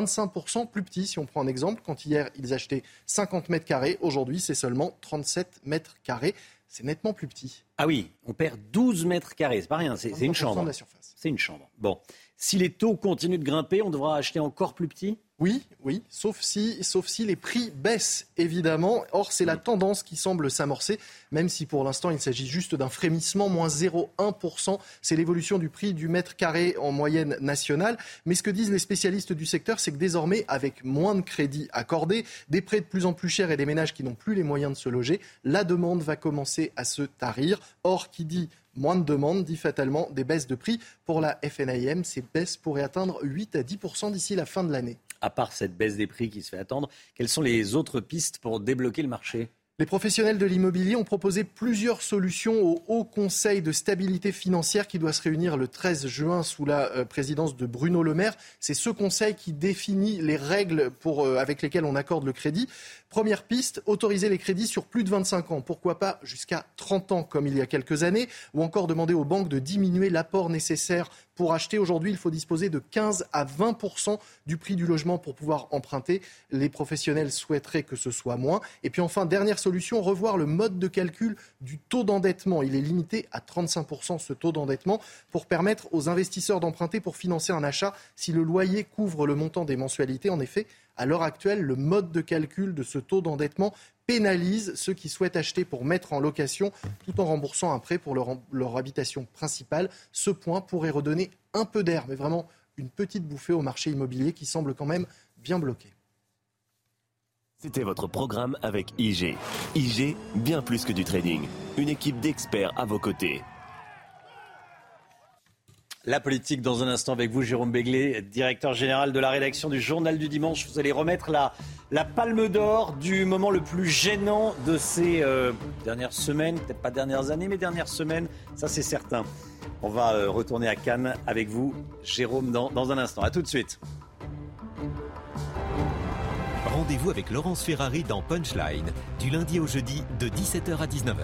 25% plus petit. Si on prend un exemple, quand hier ils achetaient 50 mètres carrés, aujourd'hui c'est seulement 37 mètres carrés. C'est nettement plus petit. Ah oui, on perd 12 mètres carrés, c'est pas rien, c'est une chambre. De la surface. C'est une chambre. Bon, si les taux continuent de grimper, on devra acheter encore plus petit ? Oui, sauf si les prix baissent, évidemment. Or, c'est la tendance qui semble s'amorcer, même si pour l'instant, il s'agit juste d'un frémissement, moins 0,1%. C'est l'évolution du prix du mètre carré en moyenne nationale. Mais ce que disent les spécialistes du secteur, c'est que désormais, avec moins de crédits accordés, des prêts de plus en plus chers et des ménages qui n'ont plus les moyens de se loger, la demande va commencer à se tarir. Or, qui dit moins de demande dit fatalement des baisses de prix. Pour la FNAIM, ces baisses pourraient atteindre 8 à 10% d'ici la fin de l'année. À part cette baisse des prix qui se fait attendre, quelles sont les autres pistes pour débloquer le marché ? Les professionnels de l'immobilier ont proposé plusieurs solutions au Haut Conseil de stabilité financière qui doit se réunir le 13 juin sous la présidence de Bruno Le Maire. C'est ce conseil qui définit les règles avec lesquelles on accorde le crédit. Première piste, autoriser les crédits sur plus de 25 ans. Pourquoi pas jusqu'à 30 ans comme il y a quelques années, ou encore demander aux banques de diminuer l'apport nécessaire pour acheter. Aujourd'hui, il faut disposer de 15 à 20% du prix du logement pour pouvoir emprunter. Les professionnels souhaiteraient que ce soit moins. Et puis enfin, dernière solution, revoir le mode de calcul du taux d'endettement. Il est limité à 35% ce taux d'endettement pour permettre aux investisseurs d'emprunter pour financer un achat si le loyer couvre le montant des mensualités. En effet, à l'heure actuelle, le mode de calcul de ce taux d'endettement pénalise ceux qui souhaitent acheter pour mettre en location tout en remboursant un prêt pour leur habitation principale. Ce point pourrait redonner un peu d'air, mais vraiment une petite bouffée au marché immobilier qui semble quand même bien bloqué. C'était votre programme avec IG. IG, bien plus que du trading. Une équipe d'experts à vos côtés. La politique dans un instant avec vous, Jérôme Béglé, directeur général de la rédaction du Journal du Dimanche. Vous allez remettre la palme d'or du moment le plus gênant de ces dernières semaines, peut-être pas dernières années, mais dernières semaines, ça c'est certain. On va retourner à Cannes avec vous, Jérôme, dans un instant. À tout de suite. Rendez-vous avec Laurence Ferrari dans Punchline, du lundi au jeudi de 17h à 19h.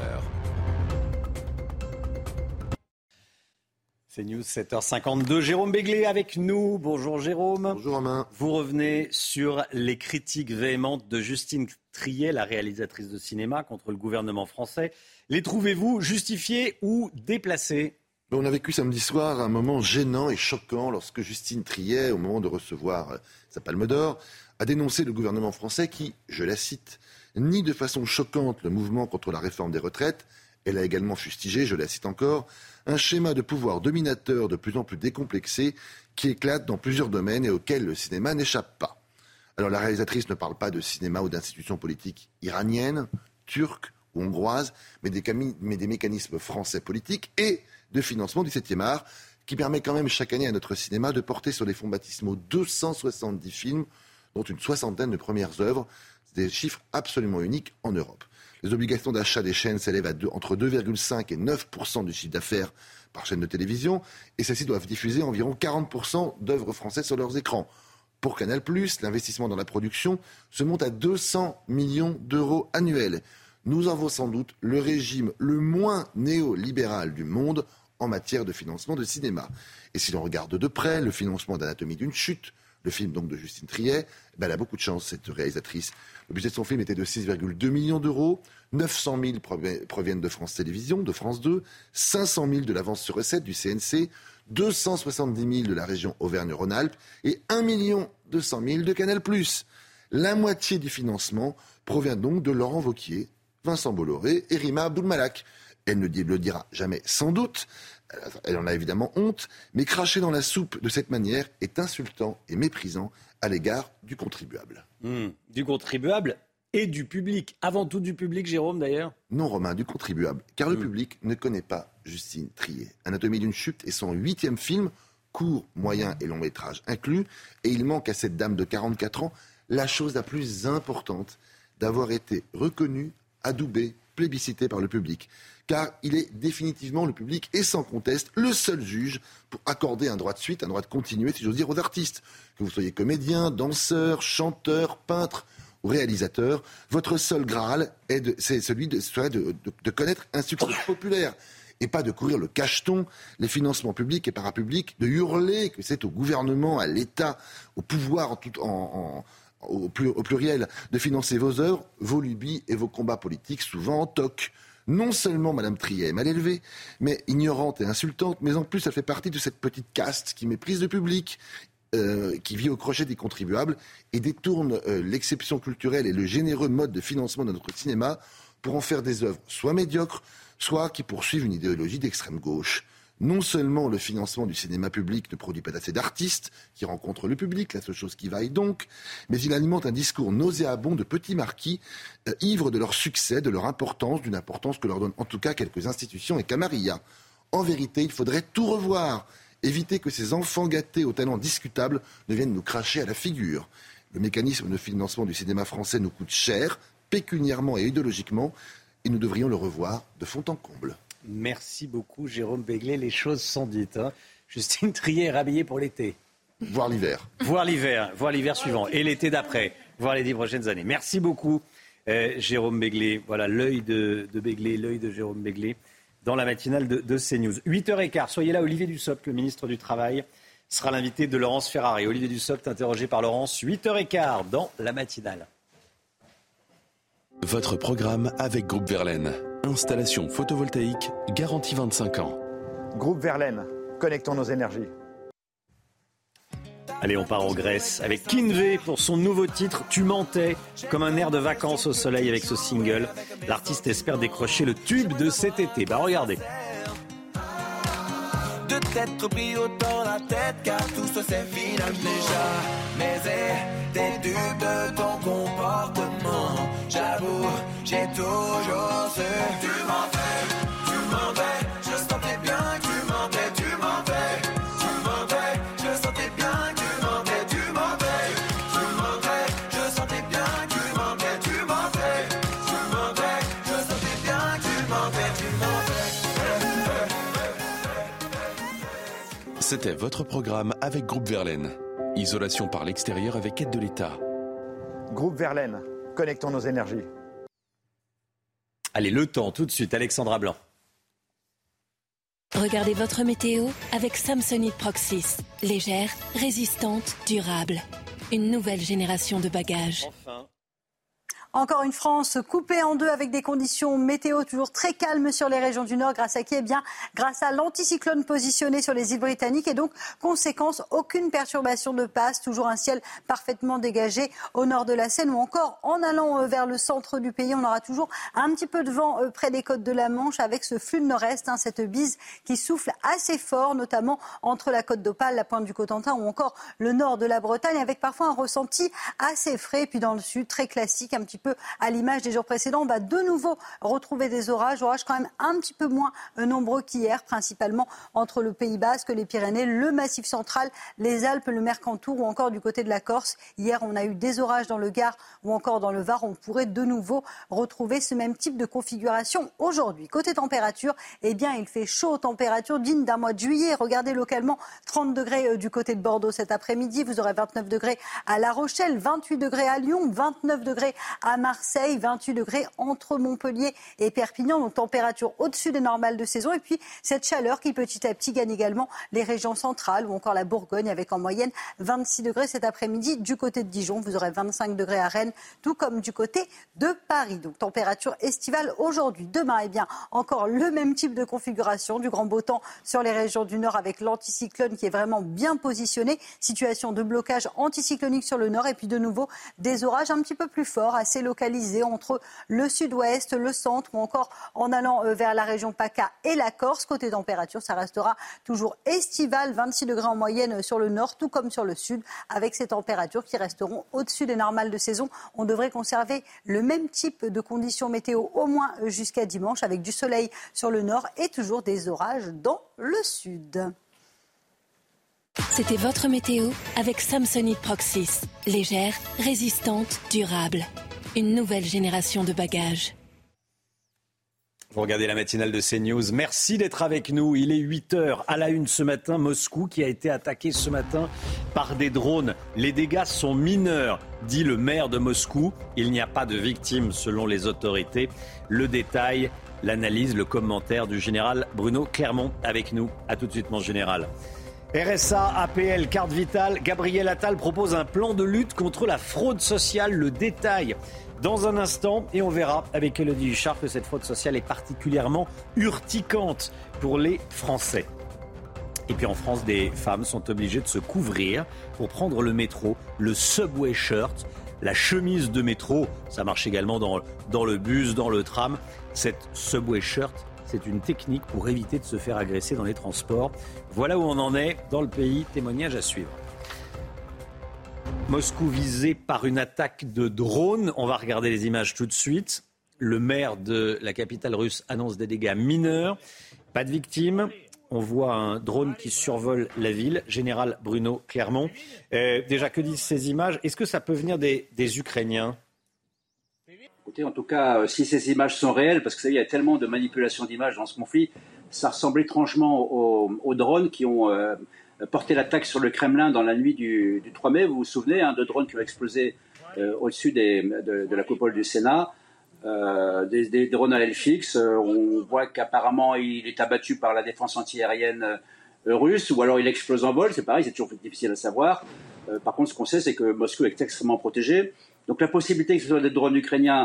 C'est News 7h52. Jérôme Béglé avec nous. Bonjour Jérôme. Bonjour Romain. Vous revenez sur les critiques véhémentes de Justine Triet, la réalisatrice de cinéma, contre le gouvernement français. Les trouvez-vous justifiées ou déplacées ? On a vécu samedi soir un moment gênant et choquant lorsque Justine Triet, au moment de recevoir sa Palme d'Or, a dénoncé le gouvernement français qui, je la cite, nie de façon choquante le mouvement contre la réforme des retraites. Elle a également fustigé, je la cite encore, un schéma de pouvoir dominateur de plus en plus décomplexé qui éclate dans plusieurs domaines et auquel le cinéma n'échappe pas. Alors la réalisatrice ne parle pas de cinéma ou d'institutions politiques iraniennes, turques ou hongroises, mais des mécanismes français politiques et de financement du 7e art qui permet quand même chaque année à notre cinéma de porter sur les fonds baptismaux 270 films, dont une soixantaine de premières œuvres, des chiffres absolument uniques en Europe. Les obligations d'achat des chaînes s'élèvent à entre 2,5 et 9% du chiffre d'affaires par chaîne de télévision, et celles-ci doivent diffuser environ 40% d'œuvres françaises sur leurs écrans. Pour Canal+, l'investissement dans la production se monte à 200 millions d'euros annuels. Nous avons sans doute le régime le moins néolibéral du monde en matière de financement de cinéma. Et si l'on regarde de près le financement d'Anatomie d'une chute, le film donc de Justine Triet, elle a beaucoup de chance, cette réalisatrice. Le budget de son film était de 6,2 millions d'euros. 900 000 proviennent de France Télévisions, de France 2, 500 000 de l'avance sur recette du CNC, 270 000 de la région Auvergne-Rhône-Alpes et 1 200 000 de Canal+. La moitié du financement provient donc de Laurent Wauquiez, Vincent Bolloré et Rima Abdul-Malak. Elle ne le dira jamais sans doute, elle en a évidemment honte, mais cracher dans la soupe de cette manière est insultant et méprisant à l'égard du contribuable. Du contribuable et du public. Avant tout du public, Jérôme, d'ailleurs ? Non, Romain, du contribuable. Car le public ne connaît pas Justine Triet. Anatomie d'une chute est son 8e film, court, moyen et long métrage inclus. Et il manque à cette dame de 44 ans la chose la plus importante, d'avoir été reconnue, adoubée, plébiscitée par le public. Car il est définitivement, le public, et sans conteste, le seul juge pour accorder un droit de suite, un droit de continuer, si j'ose dire, aux artistes. Que vous soyez comédien, danseur, chanteur, peintre ou réalisateur, votre seul Graal c'est celui de connaître un succès populaire. Et pas de courir le cacheton, les financements publics et parapublics, de hurler que c'est au gouvernement, à l'État, au pouvoir au pluriel, de financer vos œuvres, vos lubies et vos combats politiques, souvent en toc. Non seulement Mme Triet est mal élevée, mais ignorante et insultante, mais en plus elle fait partie de cette petite caste qui méprise le public, qui vit au crochet des contribuables et détourne l'exception culturelle et le généreux mode de financement de notre cinéma pour en faire des œuvres soit médiocres, soit qui poursuivent une idéologie d'extrême gauche. Non seulement le financement du cinéma public ne produit pas assez d'artistes qui rencontrent le public, la seule chose qui vaille donc, mais il alimente un discours nauséabond de petits marquis, ivres de leur succès, de leur importance, d'une importance que leur donnent en tout cas quelques institutions et camarilla. En vérité, il faudrait tout revoir, éviter que ces enfants gâtés aux talents discutables ne viennent nous cracher à la figure. Le mécanisme de financement du cinéma français nous coûte cher, pécuniairement et idéologiquement, et nous devrions le revoir de fond en comble. Merci beaucoup, Jérôme Béglé. Les choses sont dites. Justine Triet est rhabillée pour l'été. Voire l'hiver. Voire l'hiver suivant. Et l'été d'après. Voire les 10 prochaines années. Merci beaucoup, Jérôme Béglé. Voilà l'œil de Béglé, l'œil de Jérôme Béglé dans la matinale de CNews. 8h15, soyez là, Olivier Dussopt, le ministre du Travail, sera l'invité de Laurence Ferrari. Olivier Dussopt, interrogé par Laurence, 8h15 dans la matinale. Votre programme avec Groupe Verlaine. Installation photovoltaïque, garantie 25 ans. Groupe Verlaine, connectons nos énergies. Allez, on part en Grèce avec Kinvey pour son nouveau titre, Tu mentais, comme un air de vacances au soleil avec ce single. L'artiste espère décrocher le tube de cet été. Regardez. De t'être pris autant la tête car tout se sait final déjà. Mais t'es dupe de ton comportement. J'avoue, j'ai toujours su. Tu mentais, je sentais bien que tu mentais, tu mentais, je sentais bien que tu mentais, je sentais bien que tu mentais, je sentais bien que tu mentais. C'était votre programme avec Groupe Verlaine. Isolation par l'extérieur avec aide de l'État. Groupe Verlaine, connectons nos énergies. Allez, le temps, tout de suite, Alexandra Blanc. Regardez votre météo avec Samsonite Proxys. Légère, résistante, durable. Une nouvelle génération de bagages. Enfin. Encore une France coupée en deux avec des conditions météo toujours très calmes sur les régions du Nord. Grâce à qui ? Grâce à l'anticyclone positionné sur les îles britanniques. Et donc, conséquence, aucune perturbation ne passe. Toujours un ciel parfaitement dégagé au nord de la Seine ou encore en allant vers le centre du pays. On aura toujours un petit peu de vent près des côtes de la Manche avec ce flux de nord-est, cette bise qui souffle assez fort, notamment entre la côte d'Opale, la pointe du Cotentin ou encore le nord de la Bretagne, avec parfois un ressenti assez frais. Puis dans le sud, très classique, un petit peu à l'image des jours précédents, on va de nouveau retrouver des orages quand même un petit peu moins nombreux qu'hier, principalement entre le Pays Basque, les Pyrénées, le Massif central, les Alpes, le Mercantour ou encore du côté de la Corse. Hier, on a eu des orages dans le Gard ou encore dans le Var. On pourrait de nouveau retrouver ce même type de configuration aujourd'hui. Côté température, il fait chaud, température digne d'un mois de juillet. Regardez localement, 30 degrés du côté de Bordeaux cet après-midi. Vous aurez 29 degrés à La Rochelle, 28 degrés à Lyon, 29 degrés à à Marseille, 28 degrés entre Montpellier et Perpignan, donc température au-dessus des normales de saison. Et puis cette chaleur qui petit à petit gagne également les régions centrales ou encore la Bourgogne avec en moyenne 26 degrés cet après-midi du côté de Dijon. Vous aurez 25 degrés à Rennes, tout comme du côté de Paris. Donc température estivale aujourd'hui. Demain, encore le même type de configuration, du grand beau temps sur les régions du nord avec l'anticyclone qui est vraiment bien positionné. Situation de blocage anticyclonique sur le nord et puis de nouveau des orages un petit peu plus forts, assez localisés entre le sud-ouest, le centre ou encore en allant vers la région PACA et la Corse. Côté température, ça restera toujours estival, 26 degrés en moyenne sur le nord, tout comme sur le sud, avec ces températures qui resteront au-dessus des normales de saison. On devrait conserver le même type de conditions météo au moins jusqu'à dimanche, avec du soleil sur le nord et toujours des orages dans le sud. C'était votre météo avec Samsonite Proxys. Légère, résistante, durable. Une nouvelle génération de bagages. Vous regardez la matinale de CNews. Merci d'être avec nous. Il est 8h à la une ce matin. Moscou qui a été attaqué ce matin par des drones. Les dégâts sont mineurs, dit le maire de Moscou. Il n'y a pas de victimes selon les autorités. Le détail, l'analyse, le commentaire du général Bruno Clermont avec nous. A tout de suite, mon général. RSA, APL, carte vitale. Gabriel Attal propose un plan de lutte contre la fraude sociale. Le détail dans un instant, et on verra avec Élodie Huchard que cette fraude sociale est particulièrement urticante pour les Français. Et puis en France, des femmes sont obligées de se couvrir pour prendre le métro, le subway shirt, la chemise de métro, ça marche également dans le bus, dans le tram. Cette subway shirt, c'est une technique pour éviter de se faire agresser dans les transports. Voilà où on en est dans le pays, témoignage à suivre. Moscou visé par une attaque de drones. On va regarder les images tout de suite. Le maire de la capitale russe annonce des dégâts mineurs. Pas de victimes. On voit un drone qui survole la ville. Général Bruno Clermont. Déjà, que disent ces images ? Est-ce que ça peut venir des Ukrainiens ? Écoutez, en tout cas, si ces images sont réelles, parce que vous savez, il y a tellement de manipulation d'images dans ce conflit, ça ressemble étrangement aux drones qui ont porté l'attaque sur le Kremlin dans la nuit du 3 mai. Vous vous souvenez, de drones qui ont explosé au-dessus de la coupole du Sénat, des drones à l'aile fixe. On voit qu'apparemment il est abattu par la défense antiaérienne russe, ou alors il explose en vol. C'est pareil, c'est toujours difficile à savoir. Par contre, ce qu'on sait, c'est que Moscou est extrêmement protégé. Donc la possibilité que ce soit des drones ukrainiens,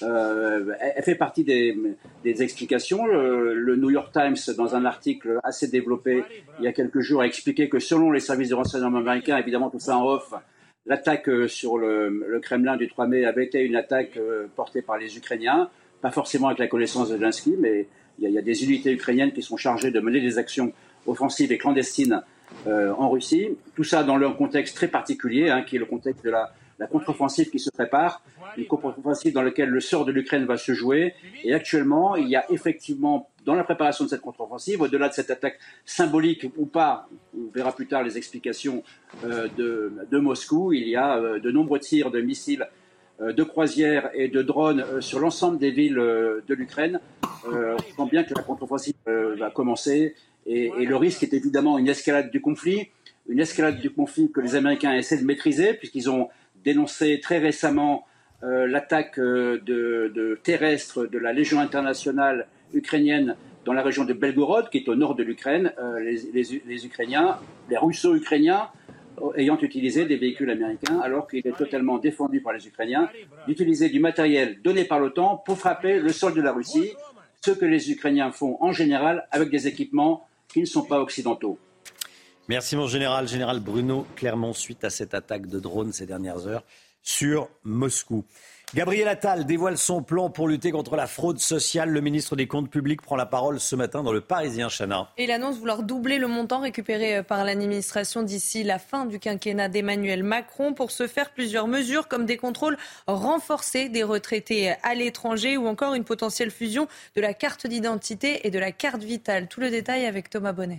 elle fait partie des explications. Le New York Times, dans un article assez développé il y a quelques jours, a expliqué que selon les services de renseignement américains, évidemment tout ça en off, l'attaque sur le Kremlin du 3 mai avait été une attaque portée par les Ukrainiens, pas forcément avec la connaissance de Zelensky, mais il y a des unités ukrainiennes qui sont chargées de mener des actions offensives et clandestines en Russie. Tout ça dans un contexte très particulier, qui est le contexte de la contre-offensive qui se prépare, une contre-offensive dans laquelle le sort de l'Ukraine va se jouer. Et actuellement, il y a effectivement, dans la préparation de cette contre-offensive, au-delà de cette attaque symbolique ou pas, on verra plus tard les explications de Moscou, il y a de nombreux tirs de missiles de croisière et de drones sur l'ensemble des villes de l'Ukraine. On sent bien que la contre-offensive va commencer. Et le risque est évidemment une escalade du conflit que les Américains essaient de maîtriser, puisqu'ils ont dénoncé très récemment l'attaque terrestre de la Légion internationale ukrainienne dans la région de Belgorod, qui est au nord de l'Ukraine. Les Ukrainiens, les Russo-Ukrainiens, ayant utilisé des véhicules américains, alors qu'il est totalement défendu par les Ukrainiens d'utiliser du matériel donné par l'OTAN pour frapper le sol de la Russie, ce que les Ukrainiens font en général avec des équipements qui ne sont pas occidentaux. Merci mon général Bruno Clermont, suite à cette attaque de drone ces dernières heures sur Moscou. Gabriel Attal dévoile son plan pour lutter contre la fraude sociale. Le ministre des Comptes publics prend la parole ce matin dans Le Parisien, Chana. Et il annonce vouloir doubler le montant récupéré par l'administration d'ici la fin du quinquennat d'Emmanuel Macron. Pour ce faire, plusieurs mesures comme des contrôles renforcés des retraités à l'étranger ou encore une potentielle fusion de la carte d'identité et de la carte vitale. Tout le détail avec Thomas Bonnet.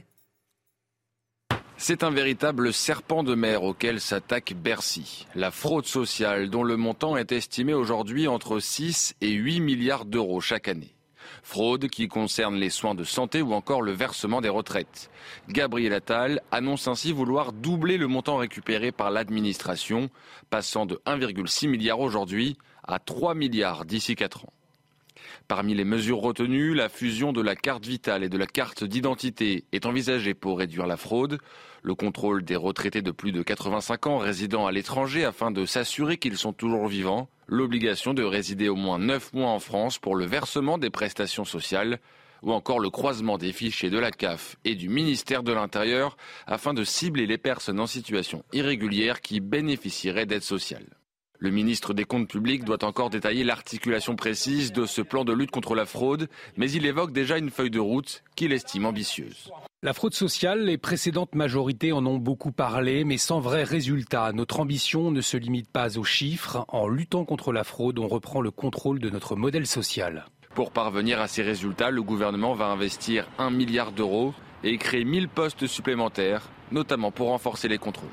C'est un véritable serpent de mer auquel s'attaque Bercy. La fraude sociale dont le montant est estimé aujourd'hui entre 6 et 8 milliards d'euros chaque année. Fraude qui concerne les soins de santé ou encore le versement des retraites. Gabriel Attal annonce ainsi vouloir doubler le montant récupéré par l'administration, passant de 1,6 milliard aujourd'hui à 3 milliards d'ici 4 ans. Parmi les mesures retenues, la fusion de la carte vitale et de la carte d'identité est envisagée pour réduire la fraude, le contrôle des retraités de plus de 85 ans résidant à l'étranger afin de s'assurer qu'ils sont toujours vivants, l'obligation de résider au moins 9 mois en France pour le versement des prestations sociales, ou encore le croisement des fichiers de la CAF et du ministère de l'Intérieur afin de cibler les personnes en situation irrégulière qui bénéficieraient d'aide sociale. Le ministre des Comptes publics doit encore détailler l'articulation précise de ce plan de lutte contre la fraude, mais il évoque déjà une feuille de route qu'il estime ambitieuse. La fraude sociale, les précédentes majorités en ont beaucoup parlé, mais sans vrai résultat. Notre ambition ne se limite pas aux chiffres. En luttant contre la fraude, on reprend le contrôle de notre modèle social. Pour parvenir à ces résultats, le gouvernement va investir 1 milliard d'euros et créer 1000 postes supplémentaires, notamment pour renforcer les contrôles.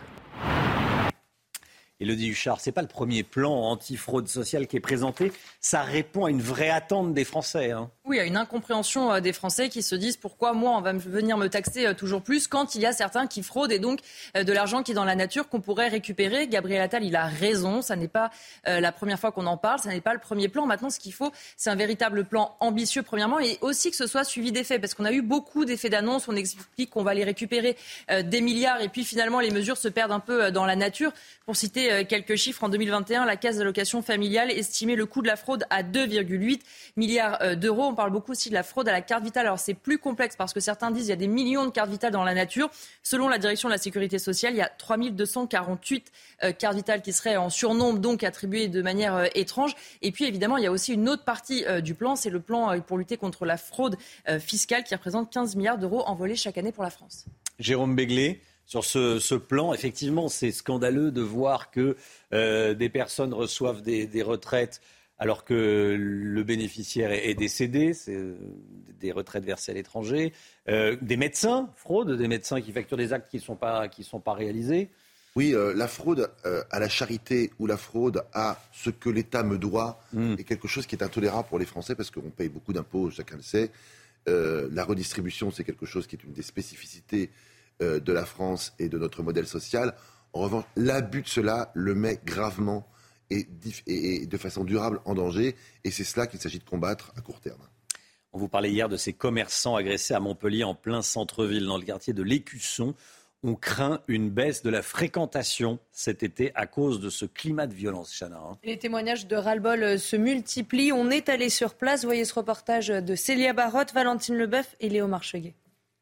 Élodie Huchard, ce n'est pas le premier plan anti-fraude sociale qui est présenté. Ça répond à une vraie attente des Français. Oui, à une incompréhension des Français qui se disent pourquoi moi on va venir me taxer toujours plus quand il y a certains qui fraudent et donc de l'argent qui est dans la nature qu'on pourrait récupérer. Gabriel Attal, il a raison. Ça n'est pas la première fois qu'on en parle. Ça n'est pas le premier plan. Maintenant, ce qu'il faut, c'est un véritable plan ambitieux premièrement et aussi que ce soit suivi d'effets parce qu'on a eu beaucoup d'effets d'annonce. On explique qu'on va les récupérer des milliards et puis finalement les mesures se perdent un peu dans la nature. Pour citer quelques chiffres, en 2021, la Caisse d'allocation familiale estimait le coût de la fraude à 2,8 milliards d'euros. On parle beaucoup aussi de la fraude à la carte vitale. Alors c'est plus complexe parce que certains disent qu'il y a des millions de cartes vitales dans la nature. Selon la direction de la Sécurité sociale, il y a 3248 cartes vitales qui seraient en surnombre, donc attribuées de manière étrange. Et puis évidemment, il y a aussi une autre partie du plan, c'est le plan pour lutter contre la fraude fiscale qui représente 15 milliards d'euros envolés chaque année pour la France. Jérôme Béglé. Sur ce plan, effectivement, c'est scandaleux de voir que des personnes reçoivent des retraites alors que le bénéficiaire est décédé, c'est des retraites versées à l'étranger, des médecins fraudent, des médecins qui facturent des actes qui sont pas réalisés. Oui, la fraude à la charité ou la fraude à ce que l'État me doit est quelque chose qui est intolérable pour les Français parce qu'on paye beaucoup d'impôts, chacun le sait. La redistribution, c'est quelque chose qui est une des spécificités de la France et de notre modèle social. En revanche, l'abus de cela le met gravement et de façon durable en danger. Et c'est cela qu'il s'agit de combattre à court terme. On vous parlait hier de ces commerçants agressés à Montpellier en plein centre-ville, dans le quartier de l'Écusson. On craint une baisse de la fréquentation cet été à cause de ce climat de violence, Chana. Les témoignages de ras-le-bol se multiplient. On est allé sur place. Voyez ce reportage de Célia Barotte, Valentine Leboeuf et Léo Marcheguet.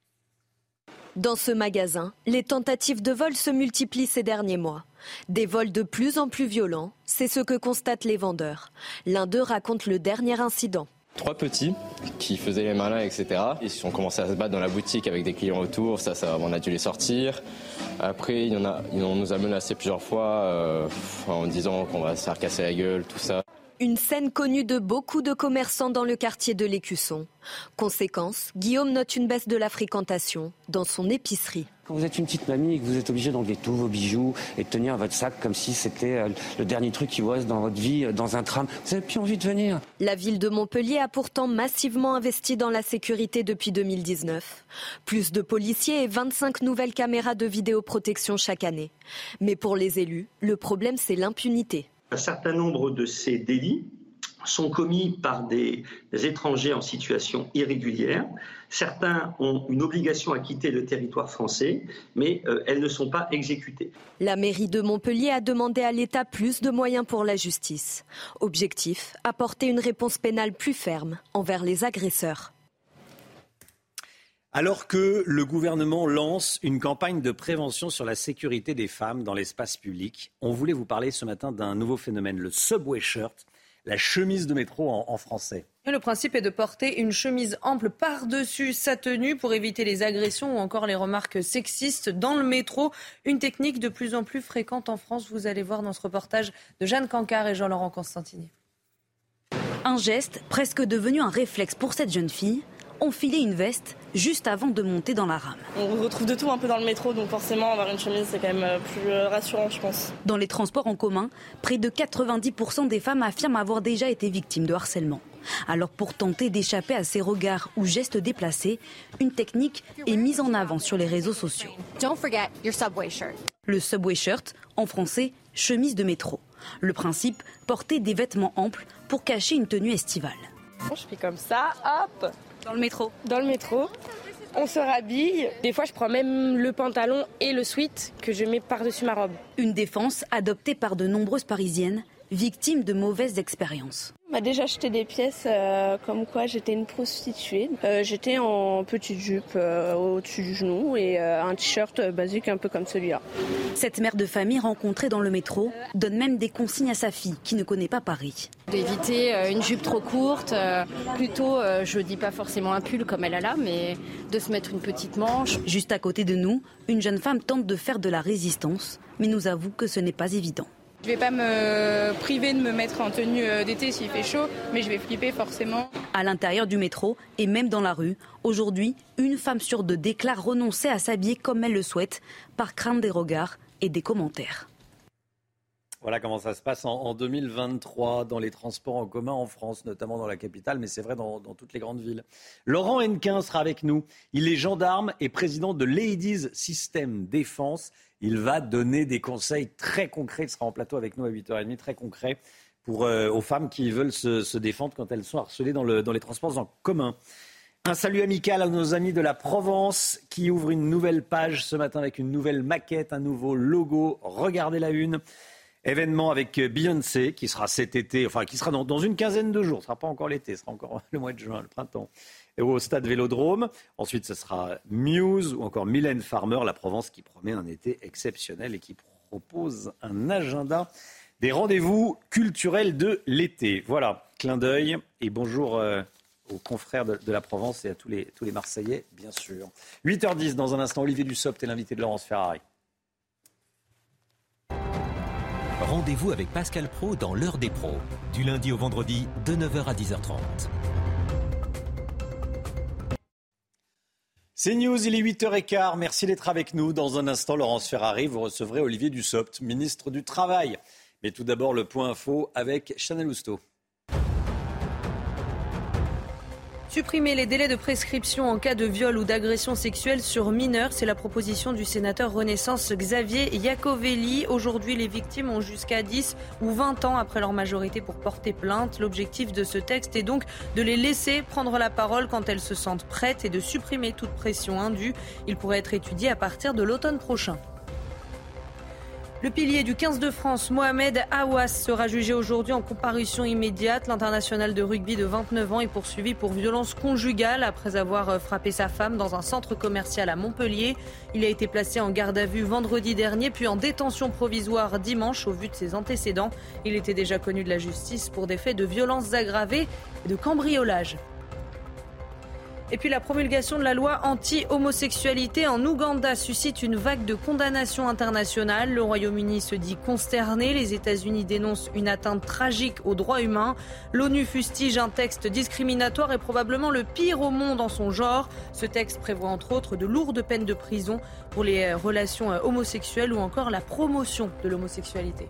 Dans ce magasin, les tentatives de vol se multiplient ces derniers mois. Des vols de plus en plus violents, c'est ce que constatent les vendeurs. L'un d'eux raconte le dernier incident. 3 petits qui faisaient les malins, etc. Ils ont commencé à se battre dans la boutique avec des clients autour, ça on a dû les sortir. Après, ils nous a menacé plusieurs fois en disant qu'on va se faire casser la gueule, tout ça. Une scène connue de beaucoup de commerçants dans le quartier de l'Écusson. Conséquence, Guillaume note une baisse de la fréquentation dans son épicerie. Quand vous êtes une petite mamie et que vous êtes obligé d'enlever tous vos bijoux et de tenir votre sac comme si c'était le dernier truc qui vous reste dans votre vie, dans un tram, vous n'avez plus envie de venir. La ville de Montpellier a pourtant massivement investi dans la sécurité depuis 2019. Plus de policiers et 25 nouvelles caméras de vidéoprotection chaque année. Mais pour les élus, le problème c'est l'impunité. Un certain nombre de ces délits sont commis par des étrangers en situation irrégulière. Certains ont une obligation à quitter le territoire français, mais elles ne sont pas exécutées. La mairie de Montpellier a demandé à l'État plus de moyens pour la justice. Objectif, apporter une réponse pénale plus ferme envers les agresseurs. Alors que le gouvernement lance une campagne de prévention sur la sécurité des femmes dans l'espace public, on voulait vous parler ce matin d'un nouveau phénomène, le subway shirt, la chemise de métro en français. Le principe est de porter une chemise ample par-dessus sa tenue pour éviter les agressions ou encore les remarques sexistes dans le métro. Une technique de plus en plus fréquente en France, vous allez voir dans ce reportage de Jeanne Cancard et Jean-Laurent Constantini. Un geste presque devenu un réflexe pour cette jeune fille. Enfiler une veste juste avant de monter dans la rame. On retrouve de tout un peu dans le métro, donc forcément avoir une chemise c'est quand même plus rassurant je pense. Dans les transports en commun, près de 90% des femmes affirment avoir déjà été victimes de harcèlement. Alors pour tenter d'échapper à ces regards ou gestes déplacés, une technique est mise en avant sur les réseaux sociaux. Don't forget your subway shirt. Le subway shirt, en français, chemise de métro. Le principe, porter des vêtements amples pour cacher une tenue estivale. Je fais comme ça, hop. Dans le métro. Dans le métro. On se rhabille. Des fois, je prends même le pantalon et le sweat que je mets par-dessus ma robe. Une défense adoptée par de nombreuses Parisiennes, victimes de mauvaises expériences. On m'a déjà acheté des pièces comme quoi j'étais une prostituée. J'étais en petite jupe au-dessus du genou et un t-shirt basique un peu comme celui-là. Cette mère de famille rencontrée dans le métro donne même des consignes à sa fille qui ne connaît pas Paris. D'éviter une jupe trop courte, plutôt, je dis pas forcément un pull comme elle a là, mais de se mettre une petite manche. Juste à côté de nous, une jeune femme tente de faire de la résistance, mais nous avoue que ce n'est pas évident. Je ne vais pas me priver de me mettre en tenue d'été s'il fait chaud, mais je vais flipper forcément. À l'intérieur du métro et même dans la rue, aujourd'hui, une femme sur deux déclare renoncer à s'habiller comme elle le souhaite, par crainte des regards et des commentaires. Voilà comment ça se passe en 2023 dans les transports en commun en France, notamment dans la capitale, mais c'est vrai dans toutes les grandes villes. Laurent Hennequin sera avec nous. Il est gendarme et président de Ladies System Défense. Il va donner des conseils très concrets. Il sera en plateau avec nous à 8h30, très concrets, aux femmes qui veulent se défendre quand elles sont harcelées dans les transports en commun. Un salut amical à nos amis de la Provence qui ouvrent une nouvelle page ce matin avec une nouvelle maquette, un nouveau logo. Regardez la une. Événement avec Beyoncé qui sera cet été, enfin qui sera dans une quinzaine de jours. Ce ne sera pas encore l'été, ce sera encore le mois de juin, le printemps. Et au stade Vélodrome. Ensuite, ce sera Muse ou encore Mylène Farmer, la Provence qui promet un été exceptionnel et qui propose un agenda des rendez-vous culturels de l'été. Voilà, clin d'œil et bonjour aux confrères de la Provence et à tous les Marseillais, bien sûr. 8h10, dans un instant, Olivier Dussopt est l'invité de Laurence Ferrari. Rendez-vous avec Pascal Praud dans l'heure des pros, du lundi au vendredi de 9h à 10h30. C'est News, il est 8h15. Merci d'être avec nous. Dans un instant, Laurence Ferrari, vous recevrez Olivier Dussopt, ministre du Travail. Mais tout d'abord, le point info avec Chanel Housteau. Supprimer les délais de prescription en cas de viol ou d'agression sexuelle sur mineurs, c'est la proposition du sénateur Renaissance Xavier Iacovelli. Aujourd'hui, les victimes ont jusqu'à 10 ou 20 ans après leur majorité pour porter plainte. L'objectif de ce texte est donc de les laisser prendre la parole quand elles se sentent prêtes et de supprimer toute pression indue. Il pourrait être étudié à partir de l'automne prochain. Le pilier du 15 de France, Mohamed Aouas, sera jugé aujourd'hui en comparution immédiate. L'international de rugby de 29 ans est poursuivi pour violence conjugale après avoir frappé sa femme dans un centre commercial à Montpellier. Il a été placé en garde à vue vendredi dernier, puis en détention provisoire dimanche au vu de ses antécédents. Il était déjà connu de la justice pour des faits de violences aggravées et de cambriolage. Et puis la promulgation de la loi anti-homosexualité en Ouganda suscite une vague de condamnations internationales. Le Royaume-Uni se dit consterné. Les États-Unis dénoncent une atteinte tragique aux droits humains. L'ONU fustige un texte discriminatoire et probablement le pire au monde en son genre. Ce texte prévoit entre autres de lourdes peines de prison pour les relations homosexuelles ou encore la promotion de l'homosexualité.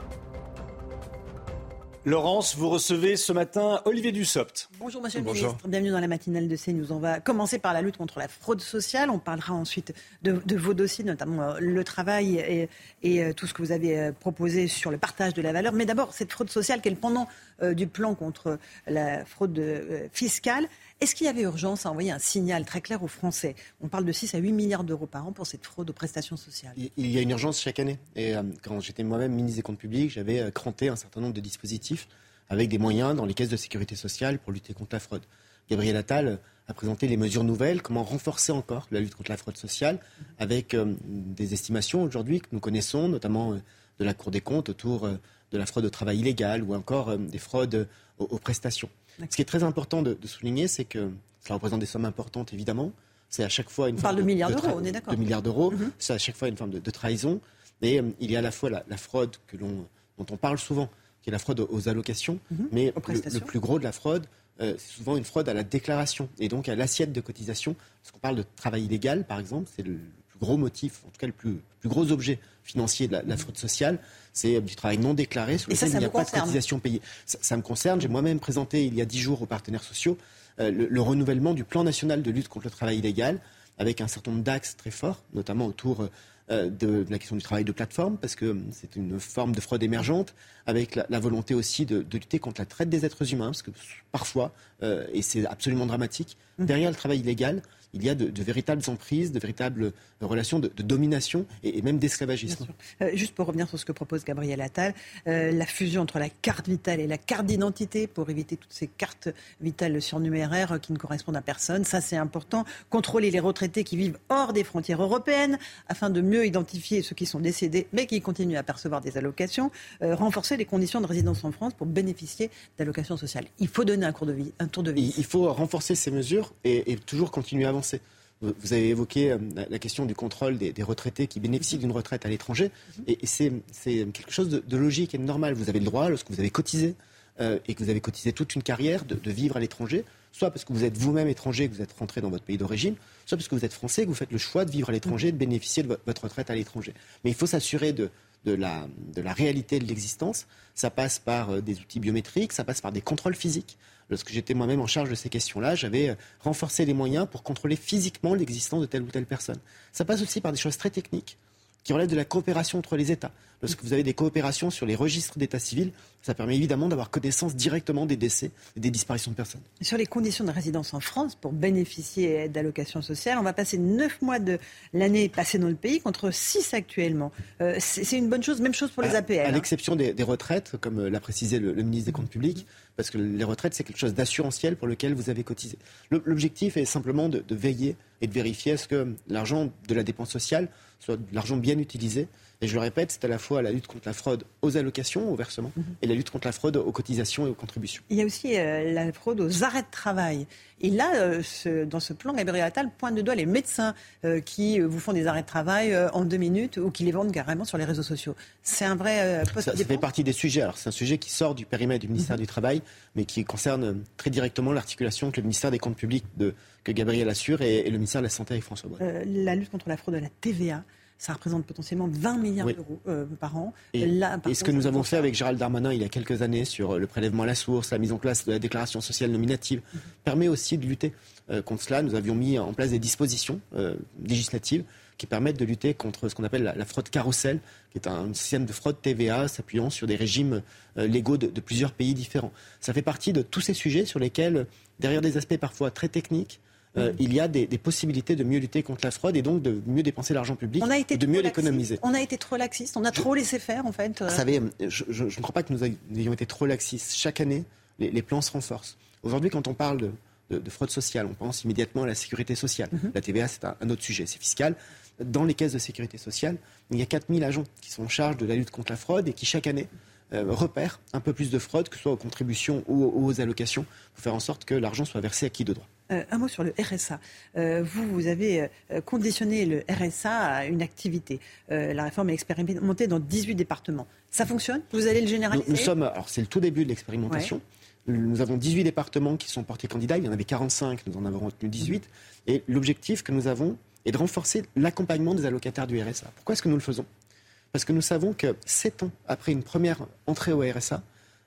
Laurence, vous recevez ce matin Olivier Dussopt. Bonjour Monsieur le Ministre, bienvenue dans la matinale de CNews. On va commencer par la lutte contre la fraude sociale. On parlera ensuite de vos dossiers, notamment le travail et tout ce que vous avez proposé sur le partage de la valeur. Mais d'abord, cette fraude sociale qui est le pendant du plan contre la fraude fiscale. Est-ce qu'il y avait urgence à envoyer un signal très clair aux Français ? On parle de 6 à 8 milliards d'euros par an pour cette fraude aux prestations sociales. Il y a une urgence chaque année. Et quand j'étais moi-même ministre des Comptes publics, j'avais cranté un certain nombre de dispositifs avec des moyens dans les caisses de sécurité sociale pour lutter contre la fraude. Gabriel Attal a présenté les mesures nouvelles, comment renforcer encore la lutte contre la fraude sociale, avec des estimations aujourd'hui que nous connaissons, notamment de la Cour des comptes autour de la fraude au travail illégal ou encore des fraudes aux prestations. Ce qui est très important de souligner, c'est que cela représente des sommes importantes, évidemment. C'est à chaque fois une forme de milliards d'euros, on est d'accord. De milliards d'euros. C'est à chaque fois une forme de trahison. Et il y a à la fois la fraude dont on parle souvent, qui est la fraude aux allocations, mais le plus gros de la fraude, c'est souvent une fraude à la déclaration et donc à l'assiette de cotisation. Parce qu'on parle de travail illégal, par exemple, c'est le plus gros motif, en tout cas le plus gros objet financier de la fraude sociale, c'est du travail non déclaré sur lequel il n'y a pas de cotisation payée. Ça me concerne. J'ai moi-même présenté il y a 10 jours aux partenaires sociaux le renouvellement du plan national de lutte contre le travail illégal avec un certain nombre d'axes très forts, notamment autour de la question du travail de plateforme, parce que c'est une forme de fraude émergente, avec la volonté aussi de lutter contre la traite des êtres humains, parce que parfois, et c'est absolument dramatique, derrière le travail illégal, il y a de véritables emprises, de véritables relations de domination et même d'esclavagisme. Juste pour revenir sur ce que propose Gabriel Attal, la fusion entre la carte vitale et la carte d'identité pour éviter toutes ces cartes vitales surnuméraires qui ne correspondent à personne, ça c'est important. Contrôler les retraités qui vivent hors des frontières européennes afin de mieux identifier ceux qui sont décédés mais qui continuent à percevoir des allocations. Renforcer les conditions de résidence en France pour bénéficier d'allocations sociales. Il faut donner un tour de vis. Il faut renforcer ces mesures et toujours continuer à avancer. Vous avez évoqué la question du contrôle des retraités qui bénéficient d'une retraite à l'étranger. Et c'est quelque chose de logique et de normal. Vous avez le droit, lorsque vous avez cotisé et que vous avez cotisé toute une carrière, de vivre à l'étranger, soit parce que vous êtes vous-même étranger, que vous êtes rentré dans votre pays d'origine, soit parce que vous êtes français, que vous faites le choix de vivre à l'étranger et de bénéficier de votre retraite à l'étranger. Mais il faut s'assurer de la réalité de l'existence. Ça passe par des outils biométriques, ça passe par des contrôles physiques. Lorsque j'étais moi-même en charge de ces questions-là, j'avais renforcé les moyens pour contrôler physiquement l'existence de telle ou telle personne. Ça passe aussi par des choses très techniques qui relèvent de la coopération entre les États. Lorsque vous avez des coopérations sur les registres d'état civil, ça permet évidemment d'avoir connaissance directement des décès et des disparitions de personnes. Sur les conditions de résidence en France pour bénéficier d'allocations sociales, on va passer 9 mois de l'année passée dans le pays contre 6 actuellement. C'est une bonne chose, même chose pour les APL. À l'exception des retraites, comme l'a précisé le ministre des Comptes publics, parce que les retraites, c'est quelque chose d'assurantiel pour lequel vous avez cotisé. L'objectif est simplement de veiller et de vérifier à ce que l'argent de la dépense sociale soit de l'argent bien utilisé. Et je le répète, c'est à la fois la lutte contre la fraude aux allocations, aux versements, et la lutte contre la fraude aux cotisations et aux contributions. Il y a aussi la fraude aux arrêts de travail. Et là, dans ce plan, Gabriel Attal pointe du doigt les médecins qui vous font des arrêts de travail en 2 minutes ou qui les vendent carrément sur les réseaux sociaux. C'est un vrai poste. Ça fait partie des sujets. Alors, c'est un sujet qui sort du périmètre du ministère du Travail, mais qui concerne très directement l'articulation entre le ministère des Comptes publics que Gabriel assure et le ministère de la Santé avec François Braun. La lutte contre la fraude à la TVA. Ça représente potentiellement 20 milliards d'euros par an. Et ce que nous avons fait avec Gérald Darmanin il y a quelques années sur le prélèvement à la source, la mise en place de la déclaration sociale nominative, permet aussi de lutter contre cela. Nous avions mis en place des dispositions législatives qui permettent de lutter contre ce qu'on appelle la fraude carrousel, qui est un système de fraude TVA s'appuyant sur des régimes légaux de plusieurs pays différents. Ça fait partie de tous ces sujets sur lesquels, derrière des aspects parfois très techniques, il y a des possibilités de mieux lutter contre la fraude et donc de mieux dépenser l'argent public et de mieux l'économiser. On a été trop laxiste, on a trop laissé faire en fait. Vous savez, je ne crois pas que nous ayons été trop laxistes. Chaque année, les plans se renforcent. Aujourd'hui, quand on parle de fraude sociale, on pense immédiatement à la sécurité sociale. La TVA, c'est un autre sujet, c'est fiscal. Dans les caisses de sécurité sociale, il y a 4000 agents qui sont en charge de la lutte contre la fraude et qui, chaque année, repèrent un peu plus de fraude, que ce soit aux contributions ou aux allocations, pour faire en sorte que l'argent soit versé à qui de droit. Un mot sur le RSA. Vous avez conditionné le RSA à une activité. La réforme est expérimentée dans 18 départements. Ça fonctionne? Vous allez le généraliser? Alors c'est le tout début de l'expérimentation. Ouais. Nous avons 18 départements qui sont portés candidats. Il y en avait 45, nous en avons retenu 18. Et l'objectif que nous avons est de renforcer l'accompagnement des allocataires du RSA. Pourquoi est-ce que nous le faisons? Parce que nous savons que 7 ans après une première entrée au RSA,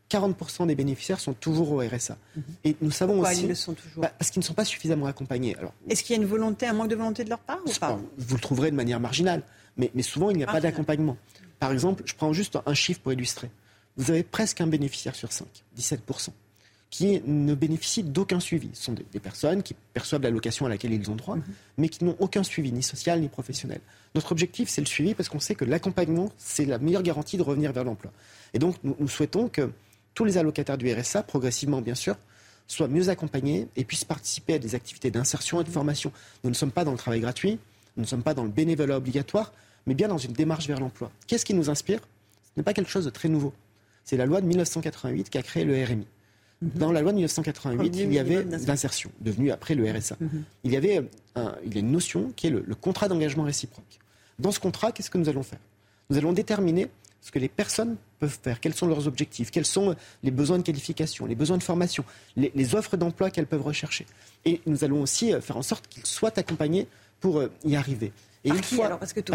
40% des bénéficiaires sont toujours au RSA. Et nous savons Pourquoi aussi... ils le sont toujours? Parce qu'ils ne sont pas suffisamment accompagnés. Alors, est-ce qu'il y a une volonté, un manque de volonté de leur part ou pas? Vous le trouverez de manière marginale, mais souvent il n'y a pas d'accompagnement. Par exemple, je prends juste un chiffre pour illustrer. Vous avez presque un bénéficiaire sur 5, 17%, qui ne bénéficient d'aucun suivi. Ce sont des personnes qui perçoivent l'allocation à laquelle ils ont droit, mais qui n'ont aucun suivi, ni social ni professionnel. Notre objectif, c'est le suivi, parce qu'on sait que l'accompagnement, c'est la meilleure garantie de revenir vers l'emploi. Et donc, nous souhaitons que tous les allocataires du RSA, progressivement bien sûr, soient mieux accompagnés et puissent participer à des activités d'insertion et de formation. Nous ne sommes pas dans le travail gratuit, nous ne sommes pas dans le bénévolat obligatoire, mais bien dans une démarche vers l'emploi. Qu'est-ce qui nous inspire? Ce n'est pas quelque chose de très nouveau. C'est la loi de 1988 qui a créé le RMI. Dans la loi de 1988, il y avait l'insertion, devenue après le RSA. Il y a une notion qui est le contrat d'engagement réciproque. Dans ce contrat, qu'est-ce que nous allons faire? Nous allons déterminer ce que les personnes peuvent faire, quels sont leurs objectifs, quels sont les besoins de qualification, les besoins de formation, les offres d'emploi qu'elles peuvent rechercher. Et nous allons aussi faire en sorte qu'ils soient accompagnés pour y arriver. Et par qui alors? Parce que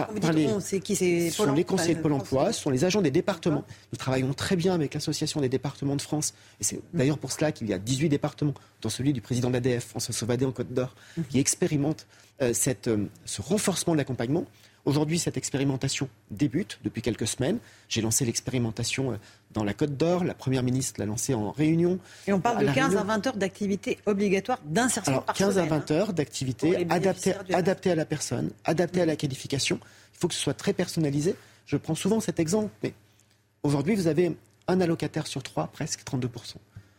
ce sont les conseillers de Pôle emploi, ce sont les agents des départements. Nous travaillons très bien avec l'Association des départements de France. Et c'est d'ailleurs pour cela qu'il y a 18 départements, dont celui du président de l'ADF, François Sauvadet en Côte d'Or, qui expérimente ce renforcement de l'accompagnement. Aujourd'hui, cette expérimentation débute depuis quelques semaines. J'ai lancé l'expérimentation dans la Côte d'Or. La Première ministre l'a lancée en Réunion. Et on parle de 15 à 20 heures d'activité obligatoire d'insertion par semaine. 15 à 20 heures d'activité adaptée à la personne, adaptée à la qualification. Il faut que ce soit très personnalisé. Je prends souvent cet exemple, mais aujourd'hui, vous avez un allocataire sur 3, presque 32%,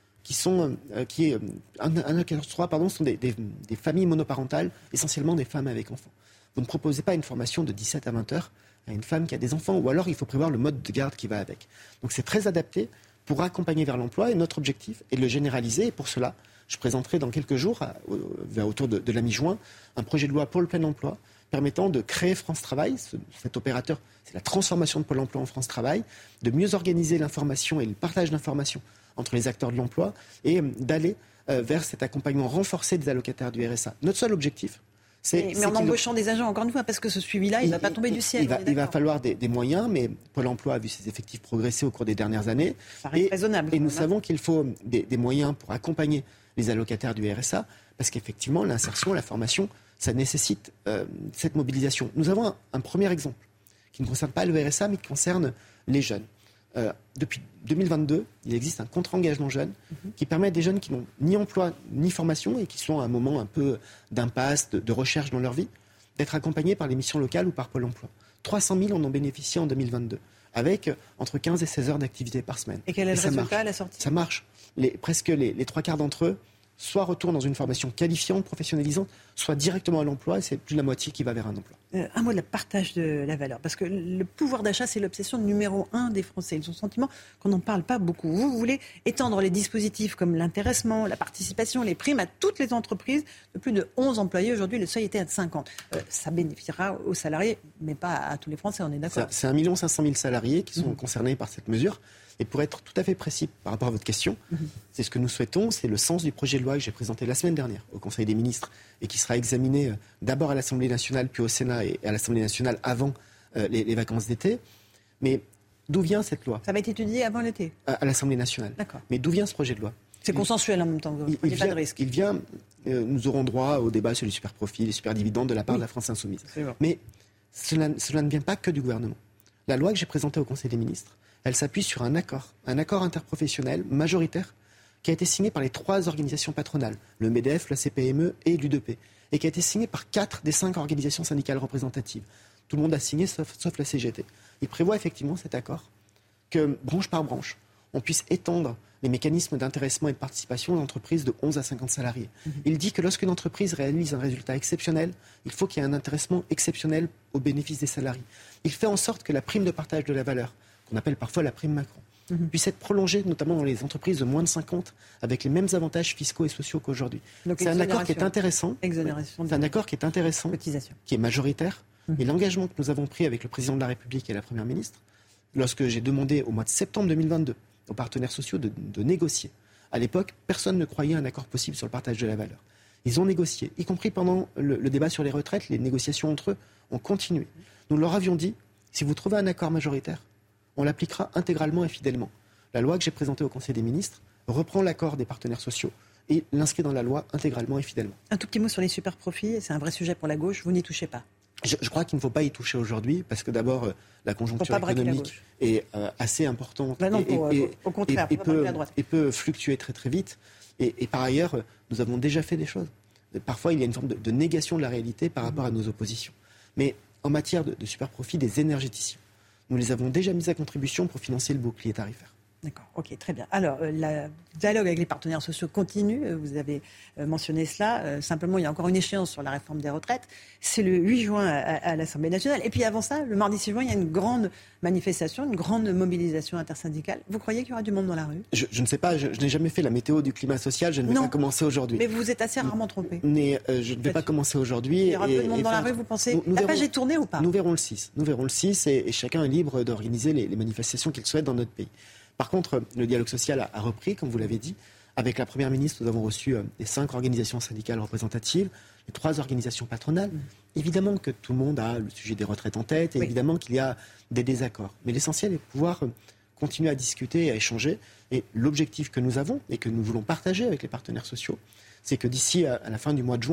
un allocataire sur 3, sont des familles monoparentales, essentiellement des femmes avec enfants. Vous ne proposez pas une formation de 17 à 20 heures à une femme qui a des enfants, ou alors il faut prévoir le mode de garde qui va avec. Donc c'est très adapté pour accompagner vers l'emploi, et notre objectif est de le généraliser. Et pour cela, je présenterai dans quelques jours, autour de la mi-juin, un projet de loi pour le plein emploi, permettant de créer France Travail. Cet opérateur, c'est la transformation de Pôle emploi en France Travail, de mieux organiser l'information et le partage d'informations entre les acteurs de l'emploi, et d'aller vers cet accompagnement renforcé des allocataires du RSA. Notre seul objectif, mais en embauchant des agents, encore une fois, parce que ce suivi-là, il ne va pas tomber du ciel. Il va falloir des moyens, mais Pôle emploi a vu ses effectifs progresser au cours des dernières années. Ça reste raisonnable. Et nous savons qu'il faut des moyens pour accompagner les allocataires du RSA, parce qu'effectivement, l'insertion, la formation, ça nécessite cette mobilisation. Nous avons un premier exemple qui ne concerne pas le RSA, mais qui concerne les jeunes. Depuis 2022, il existe un contre-engagement jeune qui permet à des jeunes qui n'ont ni emploi ni formation et qui sont à un moment un peu d'impasse, de recherche dans leur vie, d'être accompagnés par les missions locales ou par Pôle emploi. 300 000 en ont bénéficié en 2022, avec entre 15 et 16 heures d'activité par semaine. Et quel est le résultat à la sortie ? Ça marche. Presque les trois quarts d'entre eux soit retournent dans une formation qualifiante, professionnalisante, soit directement à l'emploi, et c'est plus de la moitié qui va vers un emploi. Un mot de la partage de la valeur, parce que le pouvoir d'achat, c'est l'obsession numéro 1 des Français. Ils ont le sentiment qu'on n'en parle pas beaucoup. Vous voulez étendre les dispositifs comme l'intéressement, la participation, les primes à toutes les entreprises de plus de 11 employés. Aujourd'hui, le seuil était à 50. Ça bénéficiera aux salariés, mais pas à tous les Français, on est d'accord. C'est 1 500 000 salariés qui sont concernés par cette mesure. Et pour être tout à fait précis par rapport à votre question, c'est ce que nous souhaitons, c'est le sens du projet de loi que j'ai présenté la semaine dernière au Conseil des ministres et qui sera examiné d'abord à l'Assemblée nationale, puis au Sénat et à l'Assemblée nationale avant les vacances d'été. Mais d'où vient cette loi ? Ça va être étudié avant l'été ? À l'Assemblée nationale. D'accord. Mais d'où vient ce projet de loi ? C'est consensuel en même temps, il n'y a pas de risque. Nous aurons droit au débat sur les superprofits, les superdividendes de la part de la France insoumise. Mais cela ne vient pas que du gouvernement. La loi que j'ai présentée au Conseil des ministres, elle s'appuie sur un accord interprofessionnel majoritaire qui a été signé par les 3 organisations patronales, le MEDEF, la CPME et l'UDP, et qui a été signé par 4 des 5 organisations syndicales représentatives. Tout le monde a signé sauf la CGT. Il prévoit effectivement cet accord que, branche par branche, on puisse étendre les mécanismes d'intéressement et de participation d'entreprises de 11 à 50 salariés. Il dit que lorsqu'une entreprise réalise un résultat exceptionnel, il faut qu'il y ait un intéressement exceptionnel au bénéfice des salariés. Il fait en sorte que la prime de partage de la valeur, qu'on appelle parfois la prime Macron, puisse être prolongée, notamment dans les entreprises de moins de 50, avec les mêmes avantages fiscaux et sociaux qu'aujourd'hui. C'est un accord qui est intéressant. C'est un accord qui est intéressant, qui est majoritaire. Et l'engagement que nous avons pris avec le président de la République et la Première ministre, lorsque j'ai demandé au mois de septembre 2022 aux partenaires sociaux de négocier. À l'époque, personne ne croyait un accord possible sur le partage de la valeur. Ils ont négocié, y compris pendant le débat sur les retraites, les négociations entre eux ont continué. Nous leur avions dit, si vous trouvez un accord majoritaire, on l'appliquera intégralement et fidèlement. La loi que j'ai présentée au Conseil des ministres reprend l'accord des partenaires sociaux et l'inscrit dans la loi intégralement et fidèlement. Un tout petit mot sur les superprofits, c'est un vrai sujet pour la gauche, vous n'y touchez pas. Je crois qu'il ne faut pas y toucher aujourd'hui parce que d'abord, la conjoncture économique est assez importante et peut fluctuer très très vite. Et par ailleurs, nous avons déjà fait des choses. Parfois, il y a une forme de négation de la réalité par rapport à nos oppositions. Mais en matière de superprofit des énergéticiens, nous les avons déjà mis à contribution pour financer le bouclier tarifaire. D'accord, ok, très bien. Alors, le dialogue avec les partenaires sociaux continue, vous avez mentionné cela. Simplement, il y a encore une échéance sur la réforme des retraites. C'est le 8 juin à l'Assemblée nationale. Et puis avant ça, le mardi 6 juin, il y a une grande manifestation, une grande mobilisation intersyndicale. Vous croyez qu'il y aura du monde dans la rue ? Je ne sais pas, je n'ai jamais fait la météo du climat social, je ne vais pas commencer aujourd'hui. Mais vous êtes assez rarement trompé. Mais je ne vais pas commencer aujourd'hui. Il y aura peu de monde dans la rue, vous pensez ? La page est tournée ou pas ? Nous verrons le 6. Nous verrons le 6 et chacun est libre d'organiser les manifestations qu'il souhaite dans notre pays. Par contre, le dialogue social a repris, comme vous l'avez dit. Avec la Première ministre, nous avons reçu les 5 organisations syndicales représentatives, les 3 organisations patronales. Évidemment que tout le monde a le sujet des retraites en tête et évidemment qu'il y a des désaccords. Mais l'essentiel est de pouvoir continuer à discuter et à échanger. Et l'objectif que nous avons et que nous voulons partager avec les partenaires sociaux, c'est que d'ici à la fin du mois de juin,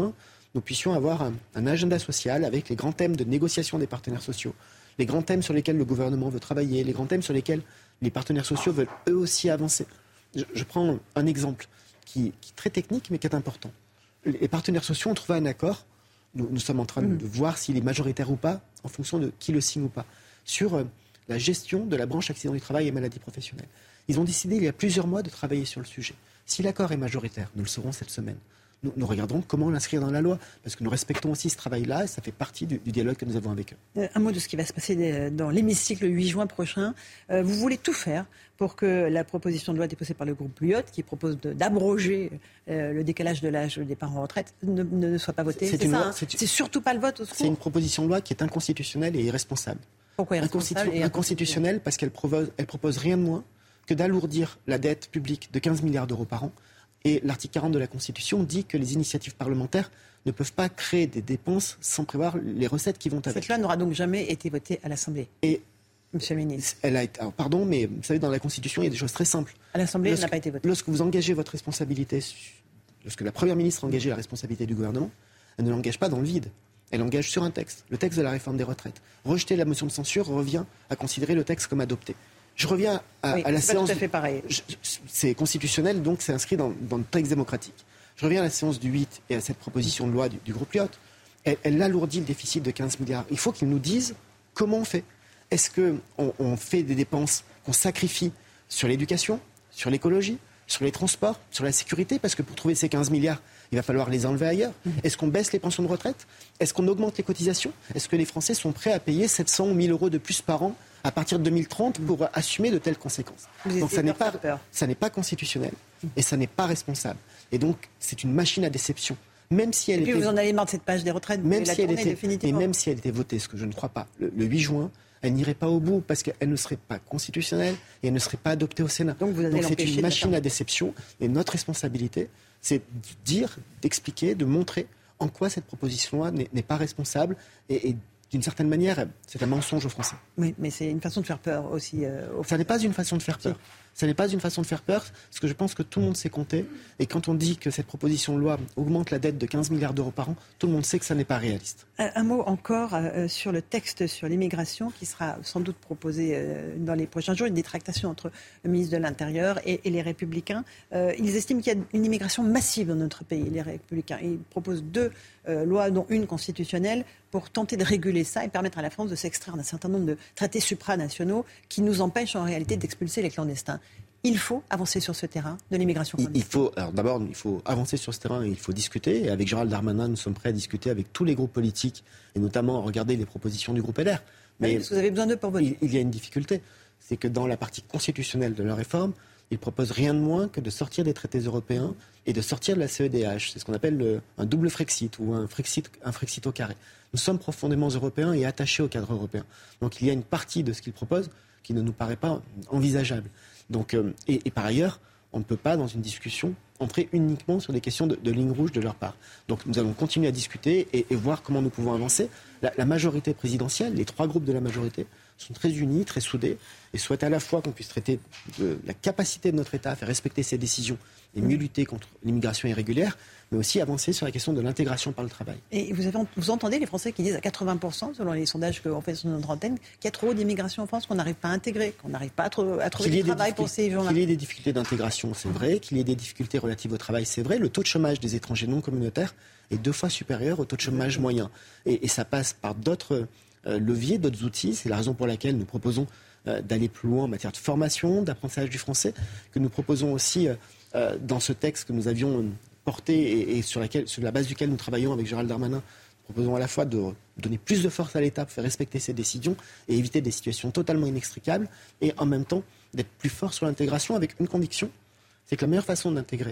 nous puissions avoir un agenda social avec les grands thèmes de négociation des partenaires sociaux, les grands thèmes sur lesquels le gouvernement veut travailler, les grands thèmes sur lesquels les partenaires sociaux veulent eux aussi avancer. Je prends un exemple qui est très technique mais qui est important. Les partenaires sociaux ont trouvé un accord, nous sommes en train de voir s'il est majoritaire ou pas, en fonction de qui le signe ou pas, sur la gestion de la branche accident du travail et maladies professionnelles. Ils ont décidé il y a plusieurs mois de travailler sur le sujet. Si l'accord est majoritaire, nous le saurons cette semaine. Nous regarderons comment l'inscrire dans la loi, parce que nous respectons aussi ce travail-là et ça fait partie du dialogue que nous avons avec eux. Un mot de ce qui va se passer dans l'hémicycle le 8 juin prochain. Vous voulez tout faire pour que la proposition de loi déposée par le groupe Lyotte, qui propose d'abroger le décalage de l'âge des parents en retraite, ne soit pas votée. C'est surtout pas le vote au secours. C'est une proposition de loi qui est inconstitutionnelle et irresponsable. Pourquoi irresponsable Inconstitutionnelle parce qu'elle propose rien de moins que d'alourdir la dette publique de 15 milliards d'euros par an. Et l'article 40 de la Constitution dit que les initiatives parlementaires ne peuvent pas créer des dépenses sans prévoir les recettes qui vont avec. Cette loi n'aura donc jamais été votée à l'Assemblée. Et Monsieur le ministre. Pardon, mais vous savez, dans la Constitution, il y a des choses très simples. À l'Assemblée, elle n'a pas été votée. Lorsque vous engagez votre responsabilité, lorsque la Première ministre a engagé la responsabilité du gouvernement, elle ne l'engage pas dans le vide. Elle engage sur un texte, le texte de la réforme des retraites. Rejeter la motion de censure revient à considérer le texte comme adopté. Je reviens à la séance. Pas tout à fait pareil. C'est constitutionnel, donc c'est inscrit dans le texte démocratique. Je reviens à la séance du 8 et à cette proposition de loi du groupe Lyotte. Elle alourdit le déficit de 15 milliards. Il faut qu'ils nous disent comment on fait. Est-ce qu'on fait des dépenses qu'on sacrifie sur l'éducation, sur l'écologie, sur les transports, sur la sécurité? Parce que pour trouver ces 15 milliards, il va falloir les enlever ailleurs. Est-ce qu'on baisse les pensions de retraite? Est-ce qu'on augmente les cotisations? Est-ce que les Français sont prêts à payer 700 ou 1000 euros de plus par an à partir de 2030 pour assumer de telles conséquences? Donc ça n'est pas constitutionnel et ça n'est pas responsable. Et donc c'est une machine à déception. Même si elle et puis vous en avez marre de cette page des retraites, même si elle était votée, ce que je ne crois pas, le 8 juin, elle n'irait pas au bout parce qu'elle ne serait pas constitutionnelle et elle ne serait pas adoptée au Sénat. Donc c'est une machine à déception et notre responsabilité, c'est de dire, d'expliquer, de montrer en quoi cette proposition-là n'est pas responsable et d'une certaine manière, c'est un mensonge aux Français. Oui, mais c'est une façon de faire peur aussi. Ça n'est pas une façon de faire peur. Ça n'est pas une façon de faire peur, parce que je pense que tout le monde sait compter. Et quand on dit que cette proposition de loi augmente la dette de 15 milliards d'euros par an, tout le monde sait que ça n'est pas réaliste. Un mot encore sur le texte sur l'immigration qui sera sans doute proposé dans les prochains jours. Une détractation entre le ministre de l'Intérieur et les Républicains. Ils estiment qu'il y a une immigration massive dans notre pays, les Républicains. Ils proposent 2 lois, dont une constitutionnelle, pour tenter de réguler ça et permettre à la France de s'extraire d'un certain nombre de traités supranationaux qui nous empêchent en réalité d'expulser les clandestins. Il faut avancer sur ce terrain de l'immigration clandestine. D'abord, il faut avancer sur ce terrain et il faut discuter. Et avec Gérald Darmanin, nous sommes prêts à discuter avec tous les groupes politiques et notamment à regarder les propositions du groupe LR. Mais parce que vous avez besoin d'eux pour voter. Il y a une difficulté. C'est que dans la partie constitutionnelle de la réforme, ils proposent rien de moins que de sortir des traités européens et de sortir de la CEDH. C'est ce qu'on appelle un double Frexit ou un Frexit au carré. Nous sommes profondément européens et attachés au cadre européen. Donc il y a une partie de ce qu'ils proposent qui ne nous paraît pas envisageable. Donc, et par ailleurs, on ne peut pas, dans une discussion, entrer uniquement sur des questions de ligne rouge de leur part. Donc nous allons continuer à discuter et voir comment nous pouvons avancer. La majorité présidentielle, les 3 groupes de la majorité, sont très unis, très soudés, et souhaitent à la fois qu'on puisse traiter de la capacité de notre État à faire respecter ses décisions et mieux lutter contre l'immigration irrégulière, mais aussi avancer sur la question de l'intégration par le travail. Et vous entendez les Français qui disent à 80%, selon les sondages qu'on fait sur notre antenne, qu'il y a trop d'immigration en France, qu'on n'arrive pas à intégrer, qu'on n'arrive pas à trouver du travail pour ces gens-là. Qu'il y ait des difficultés d'intégration, c'est vrai. Qu'il y ait des difficultés relatives au travail, c'est vrai. Le taux de chômage des étrangers non communautaires est 2 fois supérieur au taux de chômage moyen. Et ça passe par d'autres leviers, d'autres outils. C'est la raison pour laquelle nous proposons d'aller plus loin en matière de formation, d'apprentissage du français, que nous proposons aussi dans ce texte que nous avions porté et sur la base duquel nous travaillons avec Gérald Darmanin. Nous proposons à la fois de donner plus de force à l'État pour faire respecter ses décisions et éviter des situations totalement inextricables et en même temps d'être plus fort sur l'intégration avec une conviction, c'est que la meilleure façon d'intégrer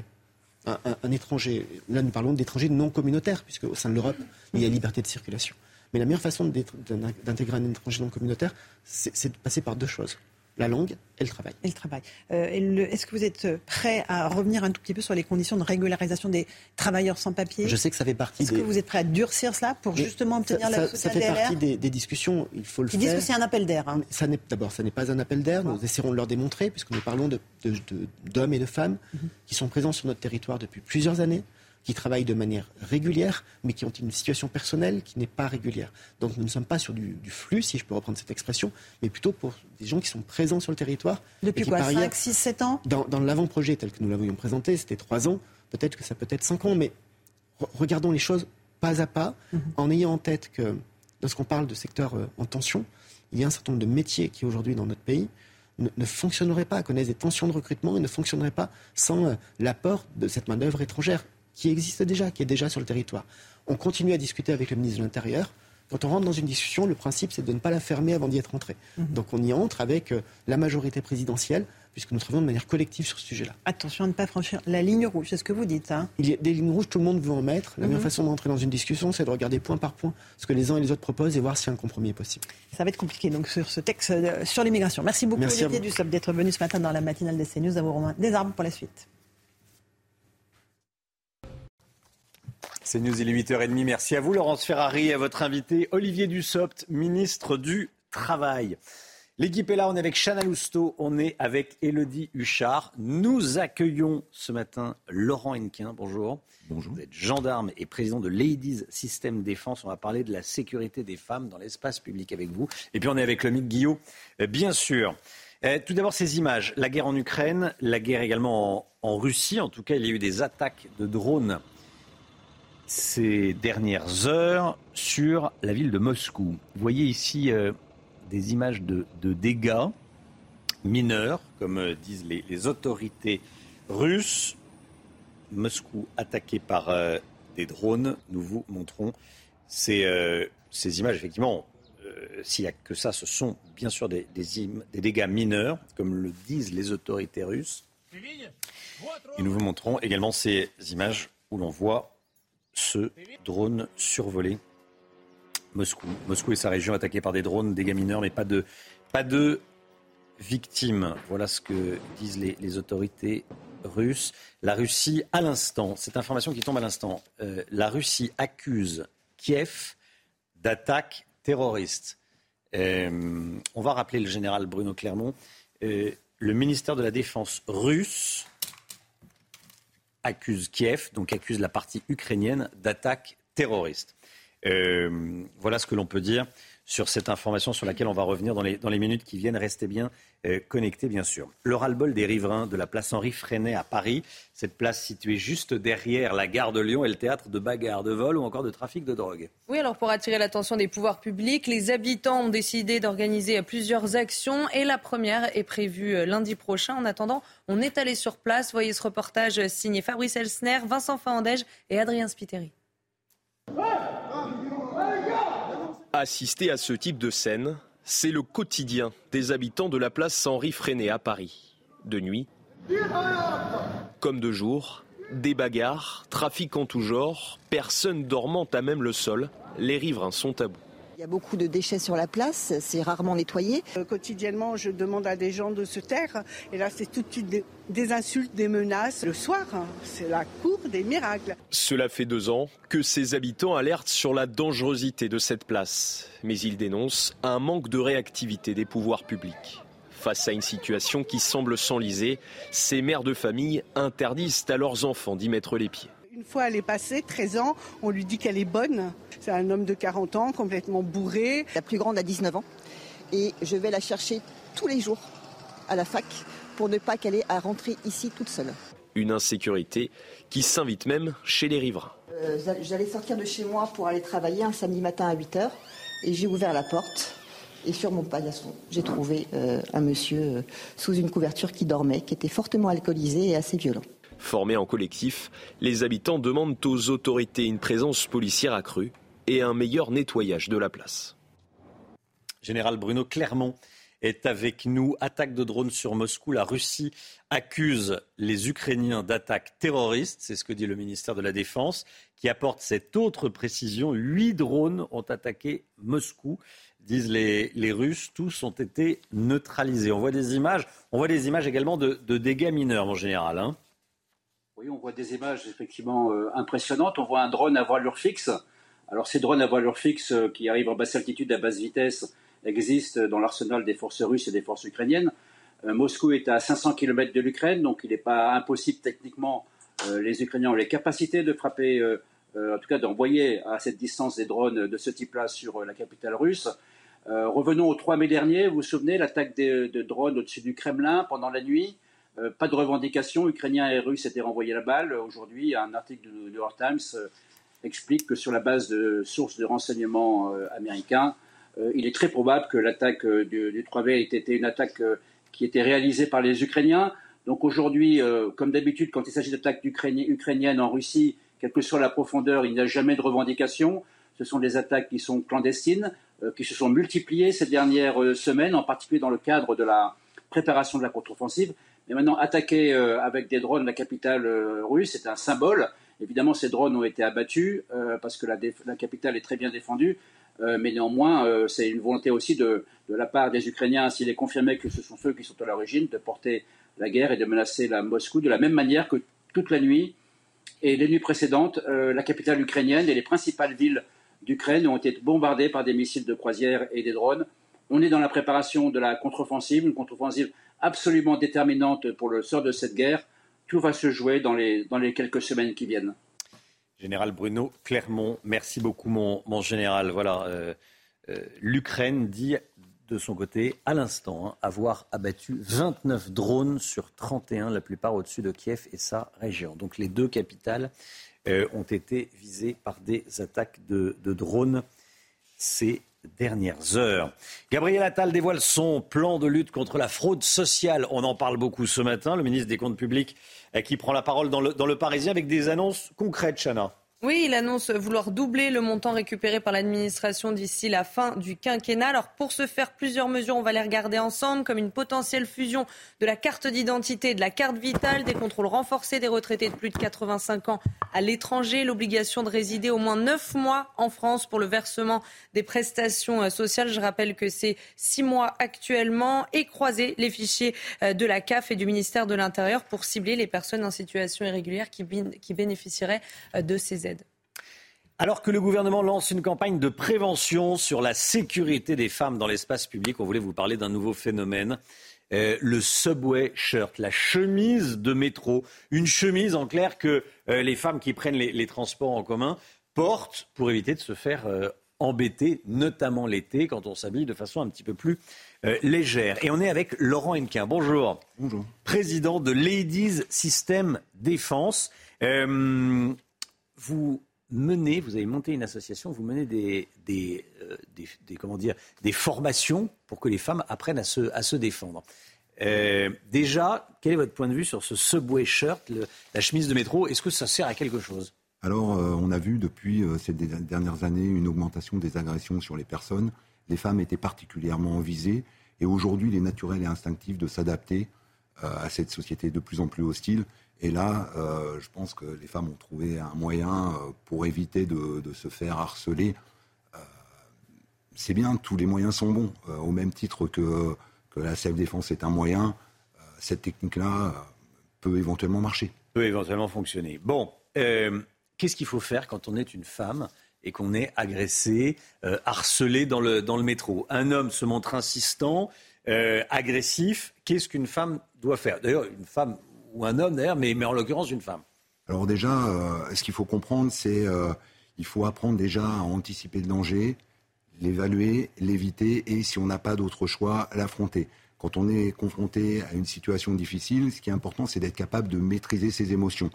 un étranger, là nous parlons d'étrangers non communautaires puisque au sein de l'Europe il y a liberté de circulation. Mais la meilleure façon d'intégrer un étranger non communautaire, c'est de passer par 2 choses. La langue et le travail. Est-ce que vous êtes prêt à revenir un tout petit peu sur les conditions de régularisation des travailleurs sans papier? Je sais que ça fait partie Est-ce que vous êtes prêt à durcir cela pour justement obtenir la soutien des LR? Ça fait partie des discussions, il faut le faire. Ils disent que c'est un appel d'air. D'abord, ça n'est pas un appel d'air, nous essaierons de leur démontrer, puisque nous parlons d'hommes et de femmes qui sont présents sur notre territoire depuis plusieurs années, qui travaillent de manière régulière, mais qui ont une situation personnelle qui n'est pas régulière. Donc nous ne sommes pas sur du flux, si je peux reprendre cette expression, mais plutôt pour des gens qui sont présents sur le territoire. Depuis quoi, 5, 6, 7 ans? Dans l'avant-projet tel que nous l'avions présenté, c'était 3 ans, peut-être que ça peut être 5 ans, mais regardons les choses pas à pas, en ayant en tête que lorsqu'on parle de secteur en tension, il y a un certain nombre de métiers qui aujourd'hui dans notre pays ne fonctionneraient pas, connaissent des tensions de recrutement et ne fonctionneraient pas sans l'apport de cette main-d'œuvre étrangère qui existe déjà, qui est déjà sur le territoire. On continue à discuter avec le ministre de l'Intérieur. Quand on rentre dans une discussion, le principe, c'est de ne pas la fermer avant d'y être entré. Donc on y entre avec la majorité présidentielle, puisque nous travaillons de manière collective sur ce sujet-là. Attention à ne pas franchir la ligne rouge, c'est ce que vous dites. Hein. Il y a des lignes rouges, tout le monde veut en mettre. La meilleure façon d'entrer dans une discussion, c'est de regarder point par point ce que les uns et les autres proposent et voir si un compromis est possible. Ça va être compliqué donc sur ce texte sur l'immigration. Merci beaucoup Olivier Dussopt d'être venu ce matin dans la matinale des CNews. À vous Romain Desarmes pour la suite. C'est News, il est 8h30. Merci à vous, Laurence Ferrari, et à votre invité, Olivier Dussopt, ministre du Travail. L'équipe est là, on est avec Chana Lousteau, on est avec Élodie Huchard. Nous accueillons ce matin Laurent Hennequin. Bonjour. Bonjour. Vous êtes gendarme et président de Ladies System Défense. On va parler de la sécurité des femmes dans l'espace public avec vous. Et puis on est avec Lomique Guillot, bien sûr. Tout d'abord, ces images. La guerre en Ukraine, la guerre également en Russie. En tout cas, il y a eu des attaques de drones ces dernières heures sur la ville de Moscou. Vous voyez ici des images de dégâts mineurs, comme disent les autorités russes. Moscou attaqué par des drones. Nous vous montrons ces images. Effectivement, s'il n'y a que ça, ce sont bien sûr des dégâts mineurs, comme le disent les autorités russes. Et nous vous montrons également ces images où l'on voit ce drone survoler Moscou. Moscou et sa région attaquées par des drones, dégâts mineurs, mais pas de victimes. Voilà ce que disent les autorités russes. La Russie, à l'instant, cette information qui tombe à l'instant, la Russie accuse Kiev d'attaque terroriste. On va rappeler le général Bruno Clermont. Le ministère de la Défense russe accuse Kiev, donc accuse la partie ukrainienne d'attaque terroriste. Voilà ce que l'on peut dire sur cette information sur laquelle on va revenir dans les minutes qui viennent. Restez bien connectés, bien sûr. Le ras-le-bol des riverains de la place Henri Freinet à Paris, cette place située juste derrière la gare de Lyon est le théâtre de bagarres, de vols ou encore de trafic de drogue. Oui, alors pour attirer l'attention des pouvoirs publics, les habitants ont décidé d'organiser plusieurs actions et la première est prévue lundi prochain. En attendant, on est allé sur place. Voyez ce reportage signé Fabrice Elsner, Vincent Fahandège et Adrien Spiteri. Assister à ce type de scène, c'est le quotidien des habitants de la place Henri Freinet à Paris. De nuit, comme de jour, des bagarres, trafic en tout genre, personnes dormant à même le sol, les riverains sont à bout. Il y a beaucoup de déchets sur la place, c'est rarement nettoyé. Quotidiennement, je demande à des gens de se taire. Et là, c'est tout de suite des insultes, des menaces. Le soir, c'est la cour des miracles. Cela fait 2 ans que ces habitants alertent sur la dangerosité de cette place. Mais ils dénoncent un manque de réactivité des pouvoirs publics. Face à une situation qui semble s'enliser, ces mères de famille interdisent à leurs enfants d'y mettre les pieds. Une fois elle est passée, 13 ans, on lui dit qu'elle est bonne. C'est un homme de 40 ans, complètement bourré. La plus grande a 19 ans et je vais la chercher tous les jours à la fac pour ne pas qu'elle ait à rentrer ici toute seule. Une insécurité qui s'invite même chez les riverains. J'allais sortir de chez moi pour aller travailler un samedi matin à 8h et j'ai ouvert la porte. Et sur mon paillasson, j'ai trouvé un monsieur sous une couverture qui dormait, qui était fortement alcoolisé et assez violent. Formés en collectif, les habitants demandent aux autorités une présence policière accrue et un meilleur nettoyage de la place. Général Bruno Clermont est avec nous. Attaque de drones sur Moscou. La Russie accuse les Ukrainiens d'attaques terroristes. C'est ce que dit le ministère de la Défense, qui apporte cette autre précision. 8 drones ont attaqué Moscou. Disent les Russes, tous ont été neutralisés. On voit des images également de dégâts mineurs en général. Hein. Oui, on voit des images effectivement impressionnantes. On voit un drone à voilure fixe. Alors ces drones à voilure fixe qui arrivent en basse altitude à basse vitesse existent dans l'arsenal des forces russes et des forces ukrainiennes. Moscou est à 500 km de l'Ukraine, donc il n'est pas impossible techniquement les Ukrainiens ont les capacités de frapper, en tout cas d'envoyer à cette distance des drones de ce type-là sur la capitale russe. Revenons au 3 mai dernier, vous vous souvenez, l'attaque de drones au-dessus du Kremlin pendant la nuit. Pas de revendication, Ukrainiens et Russes étaient renvoyés la balle. Aujourd'hui, un article du New York Times explique que sur la base de sources de renseignements américains, il est très probable que l'attaque du 3 mai ait été une attaque qui était réalisée par les Ukrainiens. Donc aujourd'hui, comme d'habitude, quand il s'agit d'attaques ukrainiennes en Russie, quelle que soit la profondeur, il n'y a jamais de revendication. Ce sont des attaques qui sont clandestines, qui se sont multipliées ces dernières semaines, en particulier dans le cadre de la préparation de la contre-offensive. Mais maintenant, attaquer avec des drones la capitale russe, c'est un symbole. Évidemment, ces drones ont été abattus parce que la capitale est très bien défendue. Mais néanmoins, c'est une volonté aussi de la part des Ukrainiens, s'il est confirmé que ce sont eux qui sont à l'origine, de porter la guerre et de menacer la Moscou de la même manière que toute la nuit et les nuits précédentes, la capitale ukrainienne et les principales villes d'Ukraine ont été bombardées par des missiles de croisière et des drones. On est dans la préparation de la contre-offensive, une contre-offensive absolument déterminante pour le sort de cette guerre. Tout va se jouer dans les quelques semaines qui viennent. Général Bruno Clermont, merci beaucoup mon général. Voilà, l'Ukraine dit de son côté, à l'instant, avoir abattu 29 drones sur 31, la plupart au-dessus de Kiev et sa région. Donc les deux capitales ont été visées par des attaques de drones ces dernières heures. Gabriel Attal dévoile son plan de lutte contre la fraude sociale. On en parle beaucoup ce matin. Le ministre des Comptes publics qui prend la parole dans le Parisien avec des annonces concrètes, Chana. Oui, il annonce vouloir doubler le montant récupéré par l'administration d'ici la fin du quinquennat. Alors pour ce faire, plusieurs mesures, on va les regarder ensemble, comme une potentielle fusion de la carte d'identité et de la carte vitale, des contrôles renforcés des retraités de plus de 85 ans à l'étranger, l'obligation de résider au moins 9 mois en France pour le versement des prestations sociales. Je rappelle que c'est 6 mois actuellement, et croiser les fichiers de la CAF et du ministère de l'Intérieur pour cibler les personnes en situation irrégulière qui bénéficieraient de ces aides. Alors que le gouvernement lance une campagne de prévention sur la sécurité des femmes dans l'espace public, on voulait vous parler d'un nouveau phénomène, le subway shirt, la chemise de métro. Une chemise en clair que les femmes qui prennent les transports en commun portent pour éviter de se faire embêter, notamment l'été, quand on s'habille de façon un petit peu plus légère. Et on est avec Laurent Hennequin. Bonjour. Bonjour. Président de Ladies System Défense. Vous avez monté une association, vous menez des formations pour que les femmes apprennent à se défendre. Déjà, quel est votre point de vue sur ce subway shirt, la chemise de métro? Est-ce que ça sert à quelque chose? Alors, on a vu depuis ces dernières années une augmentation des agressions sur les personnes. Les femmes étaient particulièrement visées. Et aujourd'hui, il est naturel et instinctif de s'adapter à cette société de plus en plus hostile. Et là, je pense que les femmes ont trouvé un moyen pour éviter de se faire harceler. C'est bien, tous les moyens sont bons. Au même titre que la self-défense est un moyen, cette technique-là peut éventuellement marcher. Peut éventuellement fonctionner. Bon, qu'est-ce qu'il faut faire quand on est une femme et qu'on est agressé, harcelé dans le métro? Un homme se montre insistant, agressif. Qu'est-ce qu'une femme doit faire? D'ailleurs, une femme... ou un homme d'ailleurs, mais en l'occurrence une femme. Alors déjà, ce qu'il faut comprendre, c'est il faut apprendre déjà à anticiper le danger, l'évaluer, l'éviter et si on n'a pas d'autre choix, l'affronter. Quand on est confronté à une situation difficile, ce qui est important, c'est d'être capable de maîtriser ses émotions.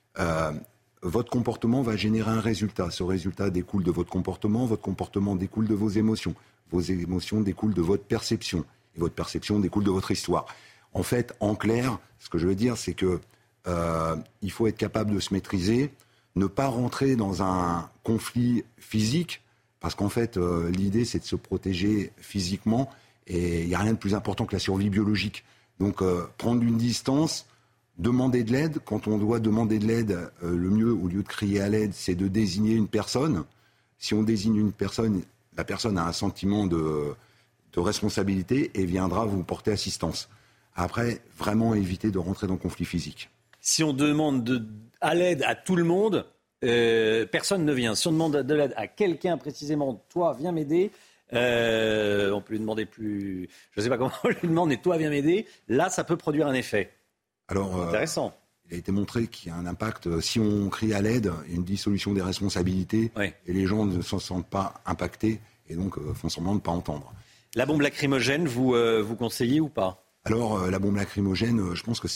Votre comportement va générer un résultat. Ce résultat découle de votre comportement découle de vos émotions découlent de votre perception, et votre perception découle de votre histoire. En fait, en clair, ce que je veux dire, c'est que il faut être capable de se maîtriser, ne pas rentrer dans un conflit physique, parce qu'en fait, l'idée, c'est de se protéger physiquement, et il n'y a rien de plus important que la survie biologique. Donc, prendre une distance, demander de l'aide. Quand on doit demander de l'aide, le mieux, au lieu de crier à l'aide, c'est de désigner une personne. Si on désigne une personne, la personne a un sentiment de responsabilité et viendra vous porter assistance. Après, vraiment éviter de rentrer dans le conflit physique. Si on demande à l'aide à tout le monde, personne ne vient. Si on demande de l'aide à quelqu'un précisément, toi, viens m'aider, on peut lui demander plus... Je ne sais pas comment on lui demande, mais toi, viens m'aider. Là, ça peut produire un effet. Alors, intéressant. il a été montré qu'il y a un impact. Si on crie à l'aide, il y a une dissolution des responsabilités et les gens ne se sentent pas impactés et donc font semblant de ne pas entendre. La bombe lacrymogène, vous conseillez ou pas ? Alors, la bombe lacrymogène, je pense que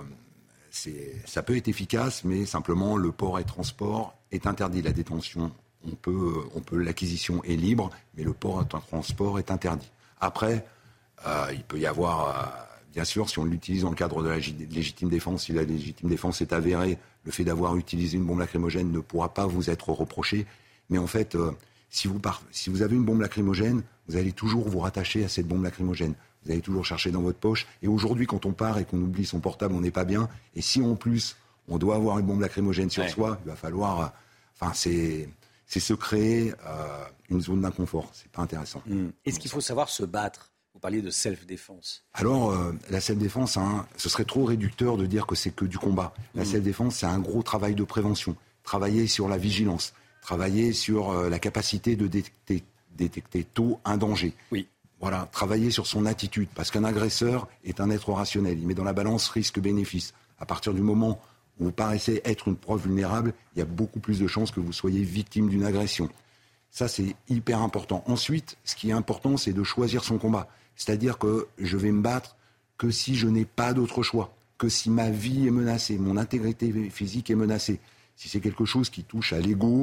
ça peut être efficace, mais simplement le port et transport est interdit. La détention, l'acquisition est libre, mais le port et le transport est interdit. Après, il peut y avoir, bien sûr, si on l'utilise dans le cadre de la légitime défense, si la légitime défense est avérée, le fait d'avoir utilisé une bombe lacrymogène ne pourra pas vous être reproché. Mais en fait, si vous avez une bombe lacrymogène, vous allez toujours vous rattacher à cette bombe lacrymogène. Vous allez toujours chercher dans votre poche. Et aujourd'hui, quand on part et qu'on oublie son portable, on n'est pas bien. Et si en plus, on doit avoir une bombe lacrymogène sur soi, il va falloir... c'est se créer une zone d'inconfort. C'est pas intéressant. Est-ce qu'il faut savoir se battre ? Vous parliez de self-défense. Alors, la self-défense, ce serait trop réducteur de dire que c'est que du combat. La self-défense, c'est un gros travail de prévention. Travailler sur la vigilance. Travailler sur la capacité de détecter tôt un danger. Oui. Voilà, travailler sur son attitude. Parce qu'un agresseur est un être rationnel. Il met dans la balance risque-bénéfice. À partir du moment où vous paraissez être une proie vulnérable, il y a beaucoup plus de chances que vous soyez victime d'une agression. Ça, c'est hyper important. Ensuite, ce qui est important, c'est de choisir son combat. C'est-à-dire que je vais me battre que si je n'ai pas d'autre choix, que si ma vie est menacée, mon intégrité physique est menacée. Si c'est quelque chose qui touche à l'ego,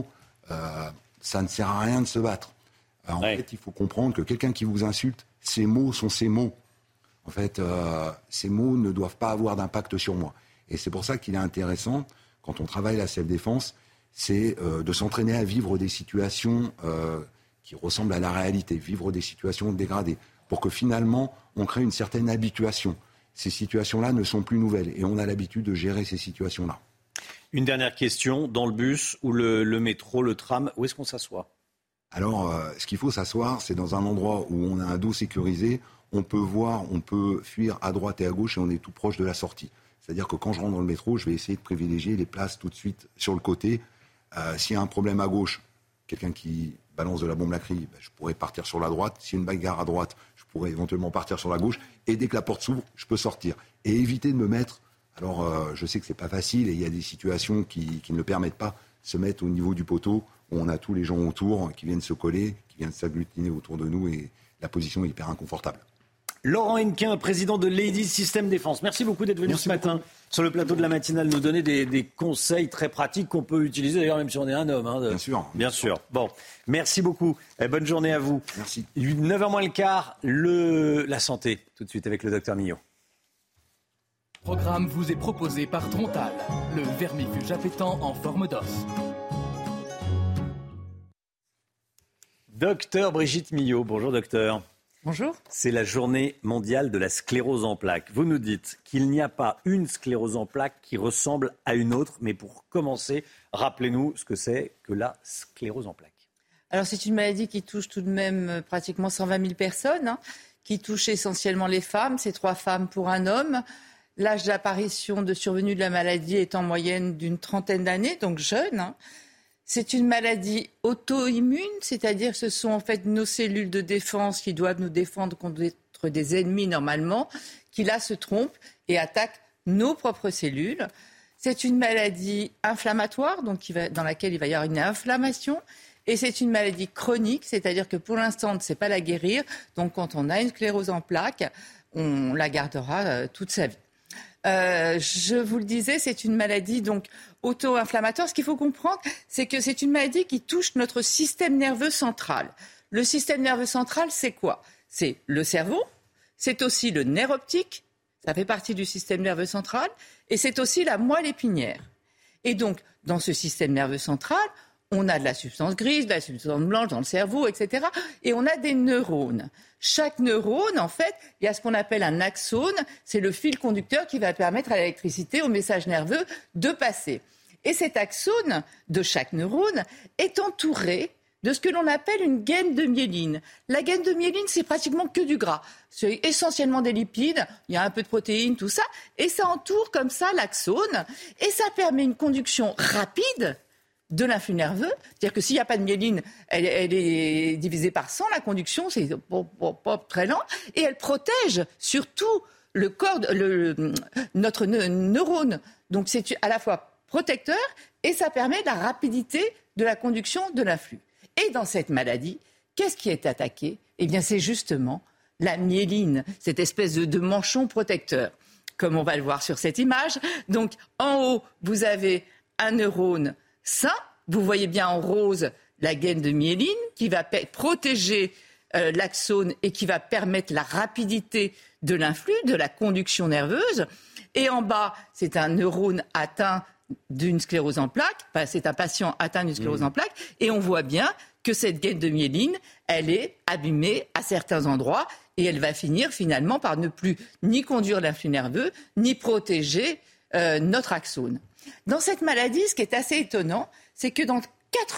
ça ne sert à rien de se battre. En fait, il faut comprendre que quelqu'un qui vous insulte, ses mots sont ses mots. En fait, ces mots ne doivent pas avoir d'impact sur moi. Et c'est pour ça qu'il est intéressant, quand on travaille la self-défense, c'est de s'entraîner à vivre des situations qui ressemblent à la réalité, vivre des situations dégradées, pour que finalement, on crée une certaine habituation. Ces situations-là ne sont plus nouvelles et on a l'habitude de gérer ces situations-là. Une dernière question, dans le bus ou le métro, le tram, où est-ce qu'on s'assoit ? Alors, ce qu'il faut s'asseoir, c'est dans un endroit où on a un dos sécurisé, on peut fuir à droite et à gauche et on est tout proche de la sortie. C'est-à-dire que quand je rentre dans le métro, je vais essayer de privilégier les places tout de suite sur le côté. S'il y a un problème à gauche, quelqu'un qui balance de la bombe lacry, je pourrais partir sur la droite. S'il y a une bagarre à droite, je pourrais éventuellement partir sur la gauche. Et dès que la porte s'ouvre, je peux sortir. Et éviter de me mettre... Alors, je sais que c'est pas facile et il y a des situations qui ne le permettent pas, se mettre au niveau du poteau où on a tous les gens autour qui viennent se coller, qui viennent s'agglutiner autour de nous et la position est hyper inconfortable. Laurent Hennequin, président de Ladies System Défense. Merci beaucoup d'être venu ce matin sur le plateau de la matinale nous donner des conseils très pratiques qu'on peut utiliser, d'ailleurs même si on est un homme. Bien sûr. Bien sûr. Bon, merci beaucoup. Bonne journée à vous. Merci. 9h moins le quart, la santé, tout de suite avec le docteur Millot. Le programme vous est proposé par Trontal, le vermifuge appétant en forme d'os. Docteur Brigitte Millot, bonjour docteur. Bonjour. C'est la journée mondiale de la sclérose en plaques. Vous nous dites qu'il n'y a pas une sclérose en plaques qui ressemble à une autre, mais pour commencer, rappelez-nous ce que c'est que la sclérose en plaques. Alors c'est une maladie qui touche tout de même pratiquement 120 000 personnes, qui touche essentiellement les femmes, c'est 3 femmes pour un homme. L'âge d'apparition, de survenue de la maladie est en moyenne d'une 30aine d'années, donc jeune. C'est une maladie auto-immune, c'est-à-dire que ce sont en fait nos cellules de défense qui doivent nous défendre contre des ennemis normalement, qui là se trompent et attaquent nos propres cellules. C'est une maladie inflammatoire, donc dans laquelle il va y avoir une inflammation. Et c'est une maladie chronique, c'est-à-dire que pour l'instant, on ne sait pas la guérir. Donc quand on a une sclérose en plaques, on la gardera toute sa vie. Je vous le disais, c'est une maladie donc auto-inflammatoire. Ce qu'il faut comprendre, c'est que c'est une maladie qui touche notre système nerveux central. Le système nerveux central, c'est quoi ? C'est le cerveau, c'est aussi le nerf optique, ça fait partie du système nerveux central, et c'est aussi la moelle épinière. Et donc, dans ce système nerveux central, on a de la substance grise, de la substance blanche dans le cerveau, etc. Et on a des neurones. Chaque neurone, en fait, il y a ce qu'on appelle un axone. C'est le fil conducteur qui va permettre à l'électricité, au message nerveux, de passer. Et cet axone de chaque neurone est entouré de ce que l'on appelle une gaine de myéline. La gaine de myéline, c'est pratiquement que du gras. C'est essentiellement des lipides, il y a un peu de protéines, tout ça. Et ça entoure comme ça l'axone. Et ça permet une conduction rapide de l'influx nerveux, c'est-à-dire que s'il n'y a pas de myéline, elle est divisée par 100, la conduction, c'est pas très lent, et elle protège surtout le corps, notre neurone Donc c'est à la fois protecteur et ça permet la rapidité de la conduction de l'influx. Et dans cette maladie, qu'est-ce qui est attaqué ? Eh bien, c'est justement la myéline, cette espèce de manchon protecteur, comme on va le voir sur cette image. Donc, en haut, vous avez un neurone sain. Vous voyez bien en rose la gaine de myéline qui va protéger l'axone et qui va permettre la rapidité de l'influx, de la conduction nerveuse. Et en bas, c'est un neurone atteint d'une sclérose en plaques. Enfin, c'est un patient atteint d'une sclérose en plaques. Et on voit bien que cette gaine de myéline, elle est abîmée à certains endroits et elle va finir finalement par ne plus ni conduire l'influx nerveux, ni protéger notre axone. Dans cette maladie, ce qui est assez étonnant, c'est que dans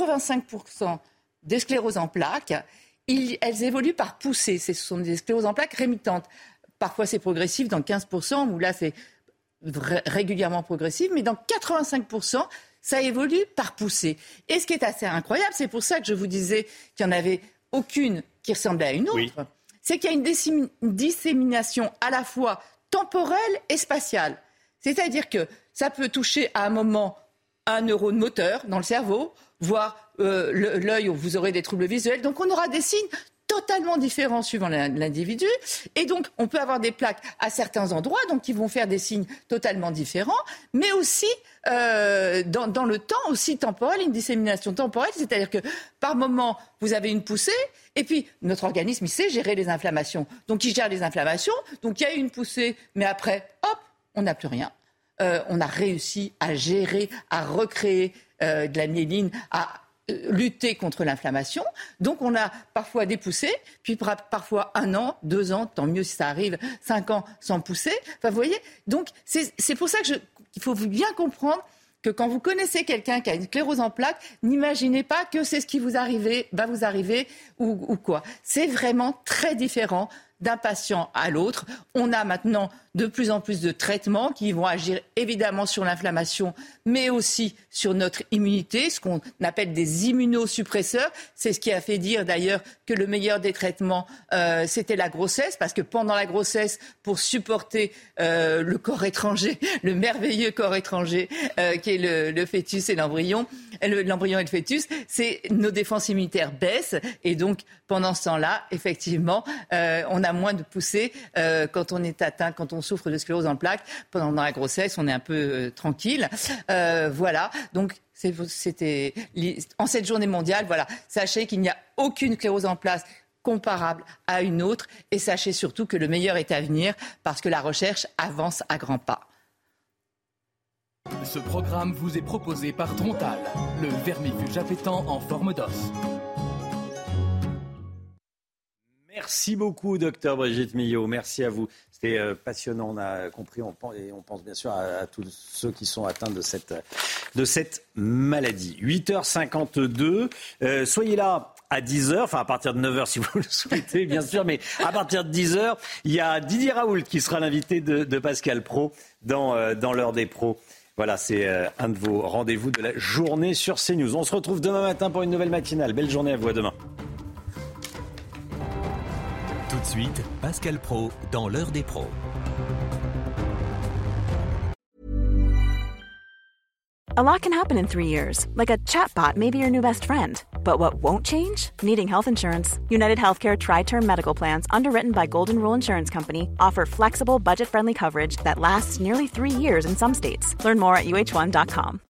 85% des scléroses en plaques, elles évoluent par poussée. Ce sont des scléroses en plaques rémittentes. Parfois, c'est progressif dans 15%, où là, c'est régulièrement progressif. Mais dans 85%, ça évolue par poussée. Et ce qui est assez incroyable, c'est pour ça que je vous disais qu'il n'y en avait aucune qui ressemblait à une autre, oui. C'est qu'il y a une dissémination à la fois temporelle et spatiale. C'est-à-dire que ça peut toucher à un moment un neurone moteur dans le cerveau, voire l'œil où vous aurez des troubles visuels. Donc on aura des signes totalement différents suivant l'individu. Et donc on peut avoir des plaques à certains endroits donc qui vont faire des signes totalement différents, mais aussi dans le temps aussi temporel, une dissémination temporelle, c'est-à-dire que par moment vous avez une poussée et puis notre organisme il sait gérer les inflammations. Donc il gère les inflammations, donc il y a une poussée, mais après hop, on n'a plus rien. On a réussi à gérer, à recréer de la myéline, à lutter contre l'inflammation. Donc on a parfois des poussées, puis parfois 1 an, 2 ans, tant mieux si ça arrive, 5 ans sans pousser. Enfin, vous voyez, donc c'est pour ça qu'il faut bien comprendre que quand vous connaissez quelqu'un qui a une sclérose en plaques, n'imaginez pas que c'est ce qui va vous arriver ou quoi. C'est vraiment très différent d'un patient à l'autre. On a maintenant de plus en plus de traitements qui vont agir évidemment sur l'inflammation, mais aussi sur notre immunité, ce qu'on appelle des immunosuppresseurs. C'est ce qui a fait dire d'ailleurs que le meilleur des traitements, c'était la grossesse, parce que pendant la grossesse, pour supporter le corps étranger, le merveilleux corps étranger qui est le fœtus et l'embryon et le fœtus, nos défenses immunitaires baissent et donc pendant ce temps-là, effectivement, on a moins de poussées quand on est atteint, quand on souffre de sclérose en plaques. Pendant la grossesse, on est un peu tranquille. Voilà. Donc, c'était en cette journée mondiale. Voilà. Sachez qu'il n'y a aucune sclérose en plaques comparable à une autre. Et sachez surtout que le meilleur est à venir parce que la recherche avance à grands pas. Ce programme vous est proposé par Trontal, le vermifuge appétant en forme d'os. Merci beaucoup, docteur Brigitte Millot. Merci à vous. C'était passionnant, on a compris, et on pense bien sûr à tous ceux qui sont atteints de cette maladie. 8h52, soyez là à 10h, enfin à partir de 9h si vous le souhaitez, bien sûr, mais à partir de 10h, il y a Didier Raoult qui sera l'invité de Pascal Praud dans l'heure des pros. Voilà, c'est un de vos rendez-vous de la journée sur CNews. On se retrouve demain matin pour une nouvelle matinale. Belle journée à vous, à demain. Tout de suite, Pascal Praud dans l'heure des pros. A lot can happen in 3 years, like a chatbot may be your new best friend. But what won't change? Needing health insurance. United Healthcare Tri-Term Medical Plans, underwritten by Golden Rule Insurance Company, offer flexible, budget-friendly coverage that lasts nearly 3 years in some states. Learn more at uh1.com.